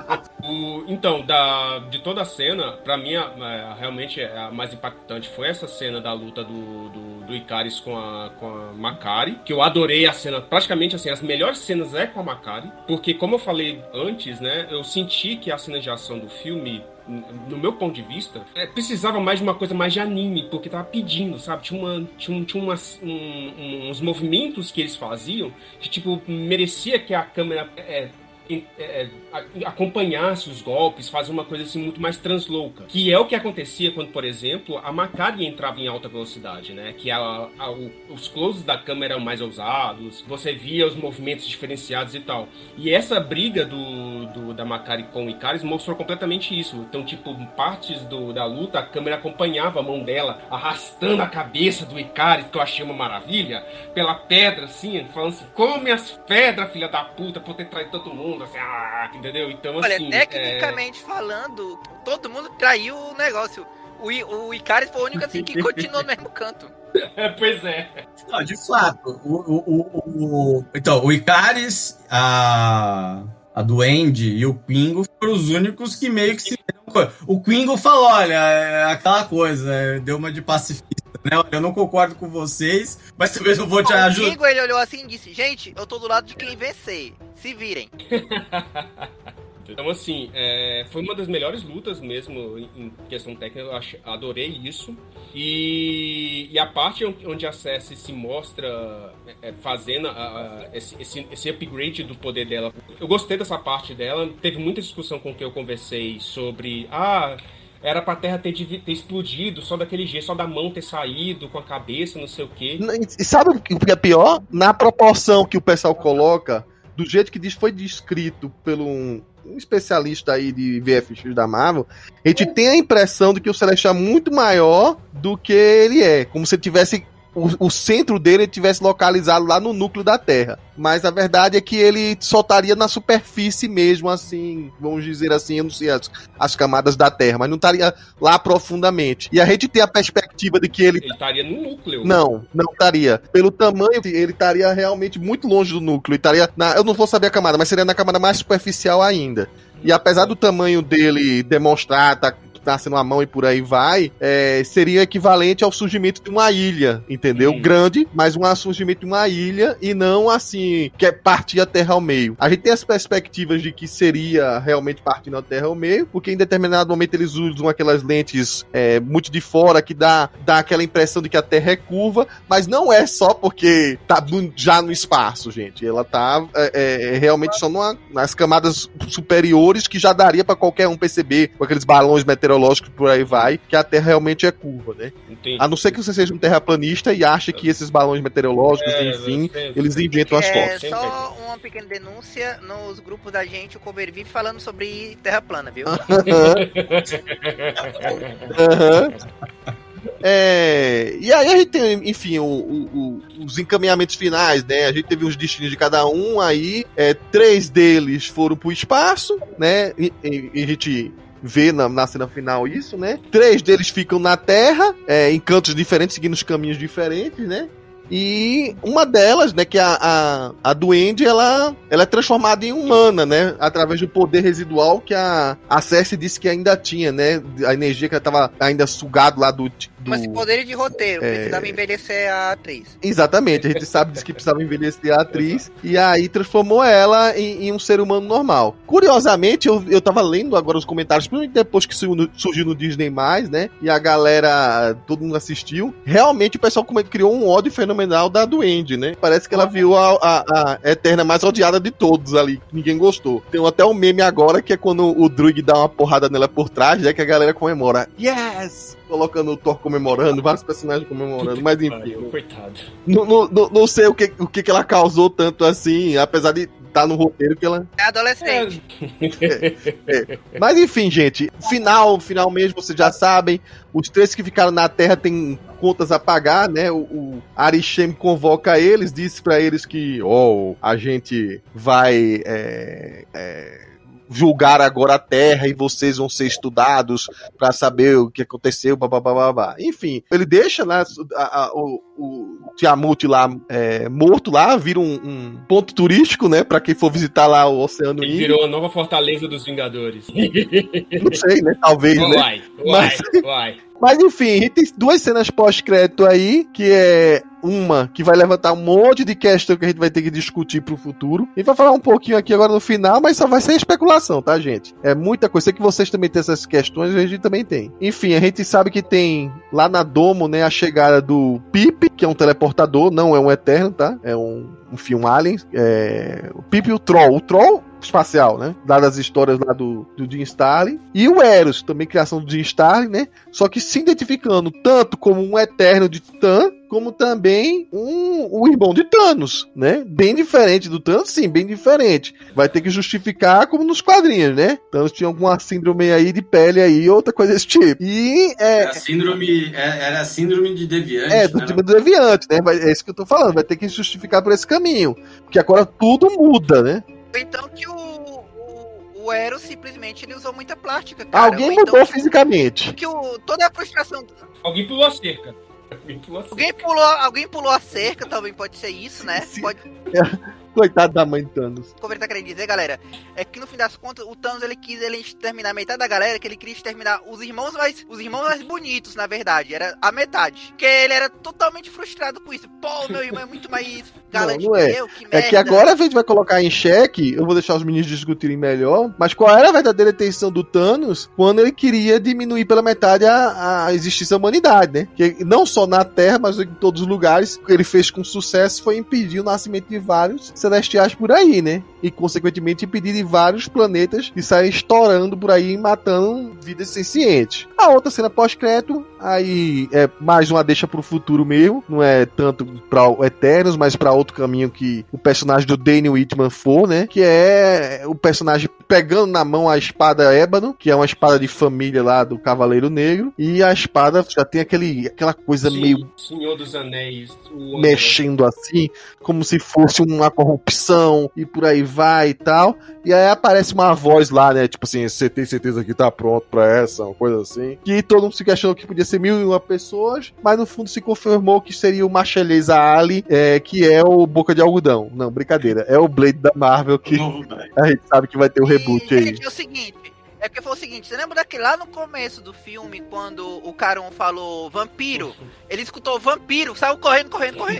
Então, de toda a cena, pra mim, realmente a mais impactante foi essa cena da luta do Icaris com a Makari, que eu adorei a cena. Praticamente, assim, as melhores cenas é com a Makari, porque, como eu falei antes, né, eu senti que a cena de ação do filme, no meu ponto de vista, precisava mais de uma coisa mais de anime, porque tava pedindo, sabe? Tinha uns movimentos que eles faziam que, tipo, merecia que a câmera acompanhasse os golpes, fazer uma coisa assim muito mais translouca, que é o que acontecia quando, por exemplo, a Makari entrava em alta velocidade, né? Que os closes da câmera eram mais ousados, você via os movimentos diferenciados e tal. E essa briga da Makari com o Icaris mostrou completamente isso. Então, tipo, partes da luta, a câmera acompanhava a mão dela arrastando a cabeça do Icaris, que eu achei uma maravilha, pela pedra, assim, falando assim: come as pedras, filha da puta, por ter traído todo mundo. Assim, entendeu? Então, olha, assim, tecnicamente falando, todo mundo traiu o negócio. O Icaris foi o único assim que continuou no mesmo canto. Pois é. Não, de fato. Então, o Icaris, a Duende e o Quingo foram os únicos que meio que se... O Quingo falou, olha, aquela coisa, deu uma de pacifista, né? Eu não concordo com vocês, mas talvez eu vou te ajudar. O Quingo, ele olhou assim e disse: gente, eu tô do lado de quem vencer, se virem. Então, assim, foi uma das melhores lutas mesmo em questão técnica, eu adorei isso. E a parte onde a Cersei se mostra fazendo esse upgrade do poder dela, eu gostei dessa parte dela. Teve muita discussão com quem eu conversei sobre... era pra Terra ter explodido só daquele jeito, só da mão ter saído com a cabeça, não sei o quê. E sabe o que é pior? Na proporção que o pessoal coloca, do jeito que foi descrito por um especialista aí de VFX da Marvel, a gente tem a impressão de que o Celestial é muito maior do que ele é. Como se ele tivesse... O centro dele tivesse localizado lá no núcleo da Terra. Mas a verdade é que ele só estaria na superfície mesmo, assim, vamos dizer assim, eu não sei as camadas da Terra, mas não estaria lá profundamente. E a gente tem a perspectiva de que ele estaria no núcleo. Não estaria. Pelo tamanho, ele estaria realmente muito longe do núcleo. Estaria eu não vou saber a camada, mas seria na camada mais superficial ainda. E apesar do tamanho dele demonstrar, nascendo a mão e por aí vai, seria equivalente ao surgimento de uma ilha, entendeu? Grande, mas um surgimento de uma ilha e não assim, que é partir a Terra ao meio. A gente tem as perspectivas de que seria realmente partindo a Terra ao meio, porque em determinado momento eles usam aquelas lentes muito de fora que dá aquela impressão de que a Terra é curva, mas não é só porque tá já no espaço, gente. Ela tá realmente só nas camadas superiores, que já daria pra qualquer um perceber com aqueles balões meteorológicos por aí vai, que a Terra realmente é curva, né? Entendi. A não ser que você seja um terraplanista e ache que esses balões meteorológicos, enfim, eles inventam as fotos. Só uma pequena denúncia: nos grupos da gente, o Cover vive falando sobre terra plana, viu? E aí a gente tem, enfim, os encaminhamentos finais, né? A gente teve os destinos de cada um, aí 3 deles foram pro espaço, né? E a gente vê na cena final isso, né? 3 deles ficam na Terra, em cantos diferentes, seguindo os caminhos diferentes, né? E uma delas, né, que a Duende, ela é transformada em humana, né? Através do poder residual que a Cersei disse que ainda tinha, né? A energia que ela tava ainda sugado lá do... Mas esse poder de roteiro, precisava envelhecer a atriz. Exatamente, a gente sabe disso que precisava envelhecer a atriz, e aí transformou ela em um ser humano normal. Curiosamente, eu tava lendo agora os comentários, principalmente depois que surgiu no Disney+, né? E a galera, todo mundo assistiu. Realmente o pessoal criou um ódio fenomenal da Duende, né? Parece que ela viu a Eterna mais odiada de todos ali, que ninguém gostou. Tem até um meme agora, que é quando o Druig dá uma porrada nela por trás, né? Que a galera comemora. Yes! Colocando o Thor comemorando, vários personagens comemorando, mas enfim. Coitado. Não sei o que ela causou tanto assim, apesar de estar no roteiro que ela... É adolescente. Mas enfim, gente, final mesmo, vocês já sabem, os 3 que ficaram na Terra têm contas a pagar, né? O Arishem convoca eles, diz pra eles que a gente vai julgar agora a Terra e vocês vão ser estudados pra saber o que aconteceu, babá. Enfim, ele deixa lá Tiamut lá, morto lá, vira um ponto turístico, né? Pra quem for visitar lá o Oceano Ele Índico. virou a nova fortaleza dos Vingadores. Não sei, né? Talvez, né? Uai. Mas enfim, a gente tem 2 cenas pós-crédito aí, que é uma que vai levantar um monte de questão que a gente vai ter que discutir pro futuro. A gente vai falar um pouquinho aqui agora no final, mas só vai ser especulação, tá, gente? É muita coisa. Sei que vocês também têm essas questões, a gente também tem. Enfim, a gente sabe que tem lá na Domo, né, a chegada do Pip, que é um teleportador, não é um Eterno, tá? É um alien. O Pip e o Troll espacial, né? Dadas as histórias lá do Jim Starlin. E o Eros, também criação do Jim Starlin, né? Só que se identificando tanto como um Eterno de Titã, como também o irmão de Thanos, né? Bem diferente do Thanos, sim, bem diferente. Vai ter que justificar como nos quadrinhos, né? Thanos tinha alguma síndrome aí de pele aí, outra coisa desse tipo. E era a síndrome de Deviante. Do tipo do Deviante, né? É isso que eu tô falando, vai ter que justificar por esse caminho. Porque agora tudo muda, né? Então que o Eros simplesmente ele usou muita plástica, cara. Alguém mudou fisicamente. Que toda a frustração... Alguém pulou a cerca. Alguém pulou a cerca, também pode ser isso, né? Pode... Coitado da mãe de Thanos. Como ele tá querendo dizer, galera, é que no fim das contas, o Thanos ele quis exterminar metade da galera, que ele queria exterminar os irmãos mais bonitos, na verdade, era a metade. Porque ele era totalmente frustrado com isso. Pô, meu irmão é muito mais galante que eu, que merda. É que agora a gente vai colocar em xeque, eu vou deixar os meninos discutirem melhor, mas qual era a verdadeira intenção do Thanos quando ele queria diminuir pela metade a existência da humanidade, né? Que não só na Terra, mas em todos os lugares, o que ele fez com sucesso foi impedir o nascimento de vários celestiais por aí, né? E, consequentemente, impedir de vários planetas de saírem estourando por aí e matando vidas sencientes. A outra cena pós-crédito, aí é mais uma deixa pro futuro mesmo, não é tanto pra Eternos, mas pra outro caminho que o personagem do Danny Whitman for, né? Que é o personagem pegando na mão a espada ébano, que é uma espada de família lá do Cavaleiro Negro, e a espada já tem aquela coisa meio... Senhor dos Anéis. Mexendo assim, como se fosse uma corrupção, e por aí vai e tal. E aí aparece uma voz lá, né? Tipo assim, você tem certeza que tá pronto pra essa? Uma coisa assim. Que todo mundo se questionou que podia ser 1001 pessoas, mas no fundo se confirmou que seria o Macheleza Ali, que é o Boca de Algodão. Não, brincadeira. É o Blade da Marvel que a gente sabe que vai ter o reboot aí. Gente, é o seguinte. É porque foi o seguinte, você lembra daquele lá no começo do filme, quando o Caron falou vampiro? Ele escutou vampiro, saiu correndo,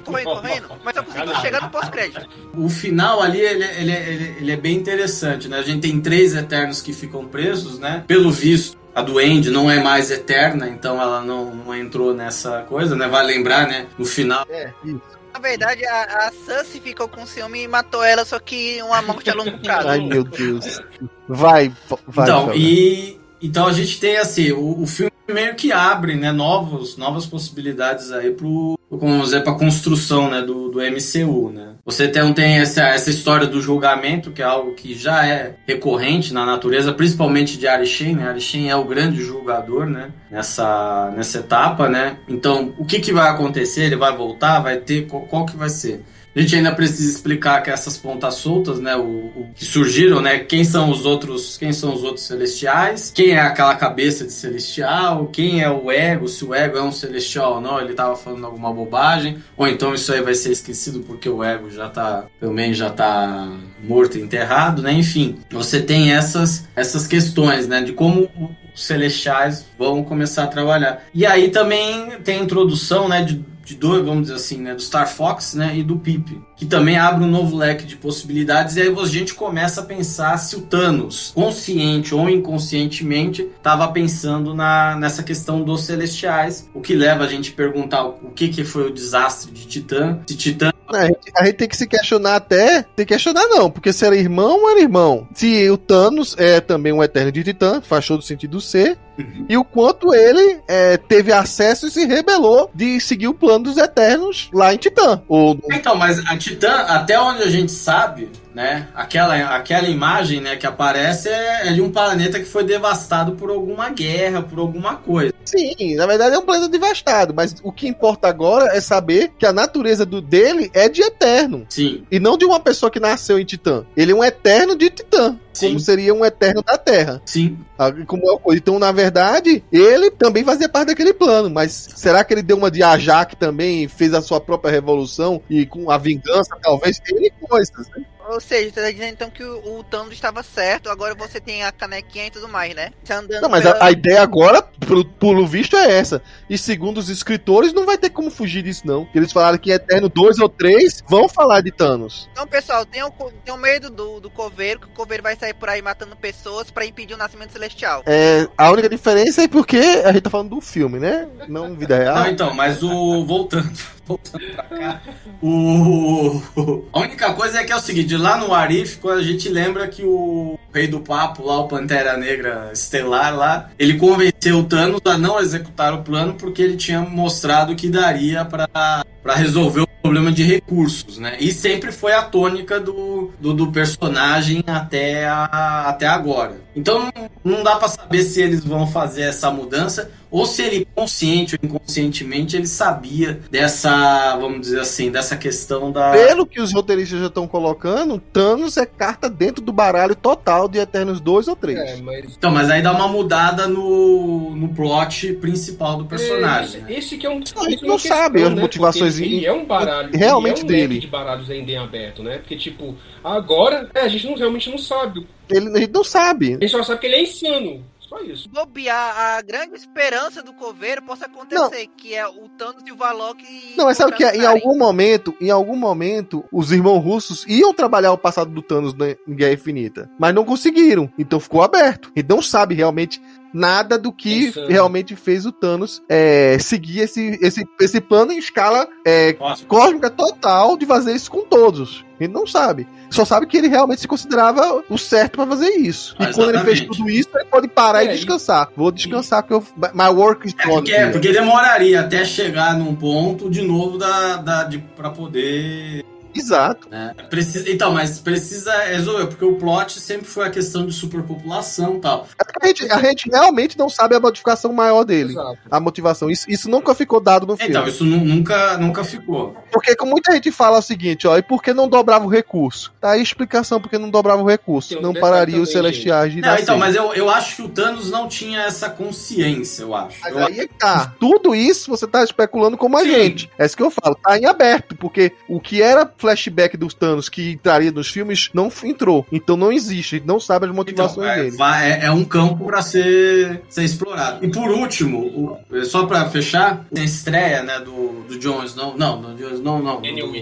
mas só conseguiu chegar no pós-crédito. O final ali, ele é bem interessante, né? A gente tem 3 Eternos que ficam presos, né? Pelo visto, a Duende não é mais eterna, então ela não entrou nessa coisa, né? Vai lembrar, né? No final... isso. Na verdade, a Sansa ficou com ciúme e matou ela, só que uma morte a longo prazo. Ai, meu Deus. Vai. Então a gente tem assim, o filme meio que abre, né, novas possibilidades aí pra construção, né, do MCU, né. Você tem essa história do julgamento, que é algo que já é recorrente na natureza, principalmente de Arishem, né. Arishem é o grande julgador, né, nessa etapa, né. Então, o que vai acontecer? Ele vai voltar? Vai ter? Qual que vai ser? A gente ainda precisa explicar que essas pontas soltas, né, o que surgiram, né, quem são os outros celestiais, quem é aquela cabeça de celestial, quem é o ego, se o ego é um celestial ou não, ele estava falando alguma bobagem, ou então isso aí vai ser esquecido porque o ego já tá morto e enterrado, né, enfim. Você tem essas questões, né, de como os celestiais vão começar a trabalhar. E aí também tem a introdução, né, de dois, vamos dizer assim, né, do Star Fox, né, e do Pip, que também abre um novo leque de possibilidades, e aí a gente começa a pensar se o Thanos, consciente ou inconscientemente, estava pensando nessa questão dos celestiais, o que leva a gente a perguntar o que foi o desastre de Titã, se Titã... A gente tem que se questionar não, porque se era irmão, era irmão. Se o Thanos é também um Eterno de Titã, faz todo sentido ser, e o quanto ele teve acesso e se rebelou de seguir o plano dos Eternos lá em Titã. Então, mas a Titã, até onde a gente sabe, né? Aquela imagem, né, que aparece é de um planeta que foi devastado por alguma guerra, por alguma coisa. Sim, na verdade é um planeta devastado, mas o que importa agora é saber que a natureza dele é de eterno. Sim. E não de uma pessoa que nasceu em Titã. Ele é um eterno de Titã. Sim. Como seria um eterno da Terra. Sim. Como é uma coisa. Então, na verdade, ele também fazia parte daquele plano. Mas será que ele deu uma de Ajak também e fez a sua própria revolução? E com a vingança, talvez, tem coisas, né? Ou seja, você tá dizendo então que o Thanos estava certo, agora você tem a canequinha e tudo mais, né? Você andando Não, mas a ideia agora, pelo visto, é essa. E segundo os escritores, não vai ter como fugir disso, não. Eles falaram que em Eterno 2 ou 3 vão falar de Thanos. Então, pessoal, tenham medo do coveiro, que o coveiro vai sair por aí matando pessoas pra impedir o nascimento celestial. A única diferença é porque a gente tá falando do filme, né? Não vida real. Não, então, mas voltando pra cá, a única coisa é que é o seguinte, lá no Arif, quando a gente lembra que o Rei do Papo, lá, o Pantera Negra Estelar lá, ele convenceu o Thanos a não executar o plano porque ele tinha mostrado que daria pra resolver o problema de recursos, né? E sempre foi a tônica do personagem até agora. Então não dá pra saber se eles vão fazer essa mudança ou se ele, consciente ou inconscientemente, ele sabia dessa, vamos dizer assim, dessa questão da... Pelo que os roteiristas já estão colocando, Thanos é carta dentro do baralho total de Eternos 2 ou 3. Então, mas aí dá uma mudada no plot principal do personagem. Né? Esse que é um... A gente não sabe as motivações... Ele é um baralho, realmente ele é um dele. leque de baralhos ainda em aberto, né? Porque, tipo, agora, a gente realmente não sabe. A gente não sabe. A gente só sabe que ele é insano. Só isso. Bobear, a grande esperança do coveiro possa acontecer, que é o Thanos e o Valok... Não, mas sabe o que é? Em algum momento, os irmãos russos iam trabalhar o passado do Thanos em Guerra Infinita, mas não conseguiram, então ficou aberto. E não sabe realmente nada do que realmente fez o Thanos seguir esse plano em escala cósmica total de fazer isso com todos. Ele não sabe. Só sabe que ele realmente se considerava o certo pra fazer isso. E quando ele fez tudo isso, ele pode parar e descansar. Vou descansar, porque my work is done. Porque demoraria até chegar num ponto de novo pra poder... Exato. Né? Mas precisa resolver, porque o plot sempre foi a questão de superpopulação e tal. A gente realmente não sabe a modificação maior dele. Exato. A motivação. Isso nunca ficou dado no filme. Então, isso nunca ficou. Porque como muita gente fala o seguinte, e por que não dobrava o recurso? Tá aí a explicação porque não dobrava o recurso. Não pararia os celestiais de nascer. Então, mas eu acho que o Thanos não tinha essa consciência, eu acho. Mas aí é que tá. Tudo isso você tá especulando como a gente. É isso que eu falo. Tá em aberto, porque o que era flashback dos Thanos que entraria nos filmes não entrou. Então não existe. A gente não sabe as motivações dele. É um campo pra ser explorado. E por último, só pra fechar, a estreia, né, do Jon Snow. Não, do Jon Snow não.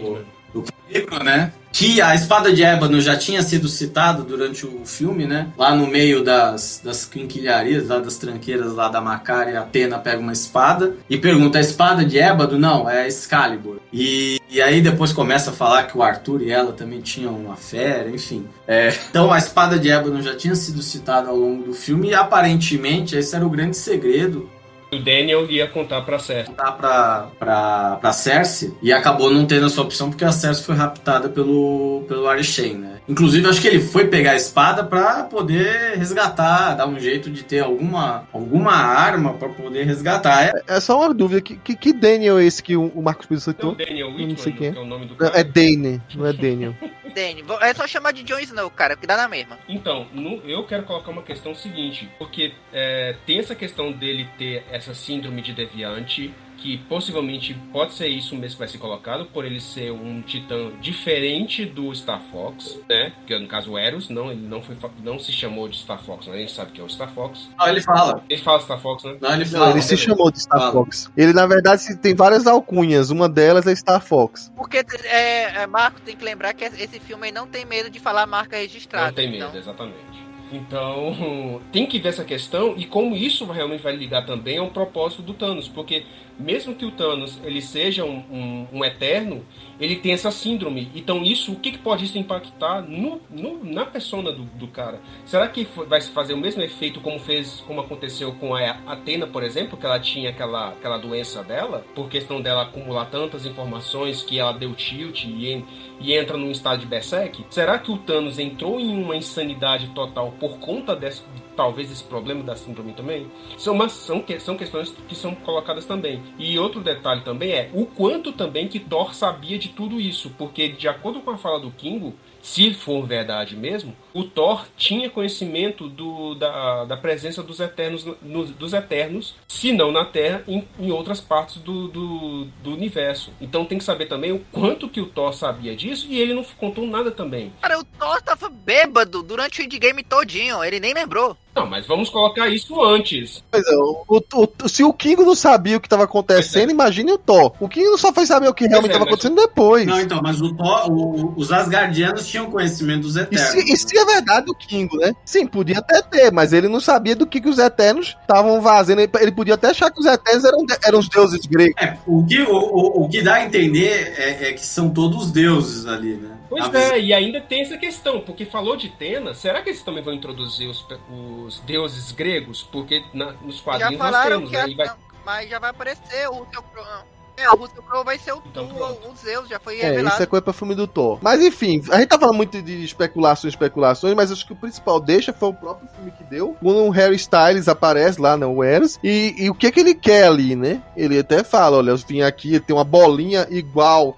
Do Khal, né? Que a espada de ébano já tinha sido citada durante o filme, né? Lá no meio das quinquilharias, lá das tranqueiras lá da Macaria, a Atena pega uma espada e pergunta, a espada de ébano? Não, é Excalibur. E aí depois começa a falar que o Arthur e ela também tinham uma fera, enfim. Então a espada de ébano já tinha sido citada ao longo do filme e aparentemente esse era o grande segredo. O Daniel ia contar pra Cersei. Pra Cersei, e acabou não tendo essa opção porque a Cersei foi raptada pelo Arishem, né? Inclusive, acho que ele foi pegar a espada pra poder resgatar, dar um jeito de ter alguma arma pra poder resgatar. É só uma dúvida, que Daniel é esse que o Marcos Pires citou? É o Daniel Whitman, não sei quem é o nome do cara. É Dane, não é Daniel. É só chamar de Jon Snow, cara, que dá na mesma. Então, eu quero colocar uma questão seguinte, porque tem essa questão dele ter essa síndrome de deviante, que possivelmente pode ser isso mesmo que vai ser colocado, por ele ser um titã diferente do Star Fox, né? Que no caso o Eros, ele não se chamou de Star Fox, né? A gente sabe que é o Star Fox. Não, ele fala. Ele fala Star Fox, né? Não, ele fala. Ele se chamou de Star Fox. Ele, na verdade, tem várias alcunhas. Uma delas é Star Fox. Porque, Marco, tem que lembrar que esse filme aí não tem medo de falar marca registrada. Não tem medo, exatamente. Então, tem que ver essa questão e como isso realmente vai ligar também ao propósito do Thanos, porque mesmo que o Thanos ele seja um Eterno, ele tem essa síndrome. Então isso, o que pode isso impactar na persona do cara? Será que vai fazer o mesmo efeito como aconteceu com a Athena, por exemplo, que ela tinha aquela doença dela, por questão dela acumular tantas informações que ela deu tilt e entra num estado de berserk? Será que o Thanos entrou em uma insanidade total por conta talvez esse problema da síndrome também? São questões que são colocadas também. E outro detalhe também é o quanto também que Thor sabia de tudo isso, porque de acordo com a fala do Kingo, se for verdade mesmo, o Thor tinha conhecimento da presença dos Eternos, se não na Terra, em outras partes do universo. Então tem que saber também o quanto que o Thor sabia disso, e ele não contou nada também. Cara, o Thor tava bêbado durante o endgame todinho, ele nem lembrou. Não, mas vamos colocar isso antes. Pois é, se o Kingo não sabia o que estava acontecendo, imagine o Thor. O Kingo só foi saber o que realmente estava acontecendo depois. Não, então, mas o Thor, os Asgardianos tinham conhecimento dos Eternos. E se é verdade do Kingo, né? Sim, podia até ter, mas ele não sabia do que os Eternos estavam fazendo. Ele podia até achar que os Eternos eram os deuses gregos. O que dá a entender é que são todos deuses ali, né? Pois e ainda tem essa questão, porque falou de Athena, será que eles também vão introduzir os deuses gregos? Porque nos quadrinhos já falaram nós temos, que mas já vai aparecer o Russell Crowe vai ser o Zeus, já foi revelado. Isso é coisa pra filme do Thor. Mas enfim, a gente tá falando muito de especulações, mas acho que o principal foi o próprio filme que deu, quando o Harry Styles aparece lá no Eros, e o que ele quer ali, né? Ele até fala, olha, eu vim aqui, tem uma bolinha igual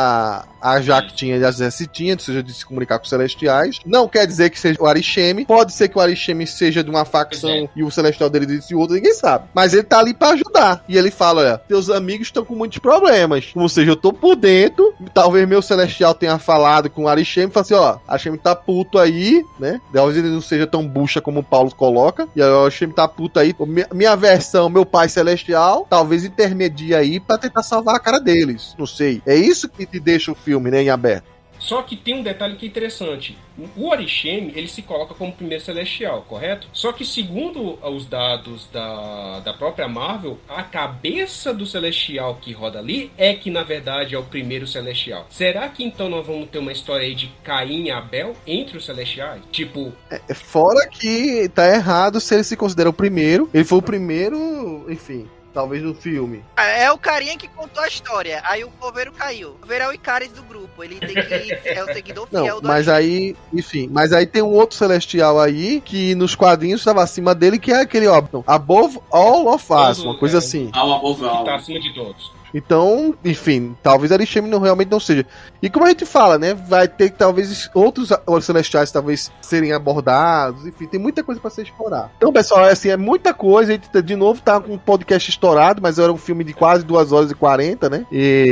a Jaque tinha, a Jessie tinha, ou seja, de se comunicar com os Celestiais. Não quer dizer que seja o Arishem, pode ser que o Arishem seja de uma facção e o Celestial dele de outro, ninguém sabe. Mas ele tá ali pra ajudar. E ele fala, olha, teus amigos estão com muitos problemas. Ou seja, eu tô por dentro, talvez meu Celestial tenha falado com o Arishem e fala assim, ó, Arishem tá puto aí, né? Talvez ele não seja tão bucha como o Paulo coloca. E aí o Arishem tá puto aí. Minha versão, meu pai Celestial, talvez intermedia aí pra tentar salvar a cara deles. Não sei. É isso que te deixa o filme, né, em aberto. Só que tem um detalhe que é interessante. O Arishem, ele se coloca como primeiro celestial, correto? Só que segundo os dados da própria Marvel, a cabeça do celestial que roda ali é que, na verdade, é o primeiro celestial. Será que então nós vamos ter uma história aí de Caim e Abel entre os celestiais? Tipo... Fora que tá errado se ele se considera o primeiro. Ele foi o primeiro, enfim... Talvez no filme. É o carinha que contou a história. Aí o coveiro caiu. O coveiro é o Icaris do grupo. Ele tem que... é o seguidor fiel do mas aí, enfim. Mas aí tem um outro celestial aí que nos quadrinhos estava acima dele, que é aquele, ó, Above All of Us, uma coisa assim. Above All. Que tá acima de todos. Então, enfim, talvez Arishem realmente não seja. E como a gente fala, né, vai ter talvez outros celestiais talvez serem abordados, enfim, tem muita coisa pra ser explorada. Então, pessoal, assim, é muita coisa, a gente de novo tá com um podcast estourado, mas era um filme de quase 2h40, né,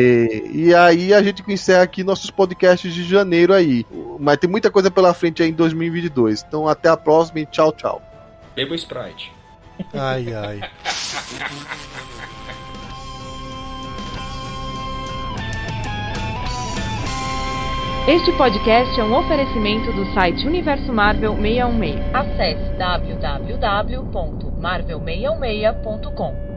e aí a gente encerra aqui nossos podcasts de janeiro aí, mas tem muita coisa pela frente aí em 2022. Então, até a próxima e tchau, tchau. Beba Sprite. Ai, ai. Este podcast é um oferecimento do site Universo Marvel 616. Acesse www.marvel616.com.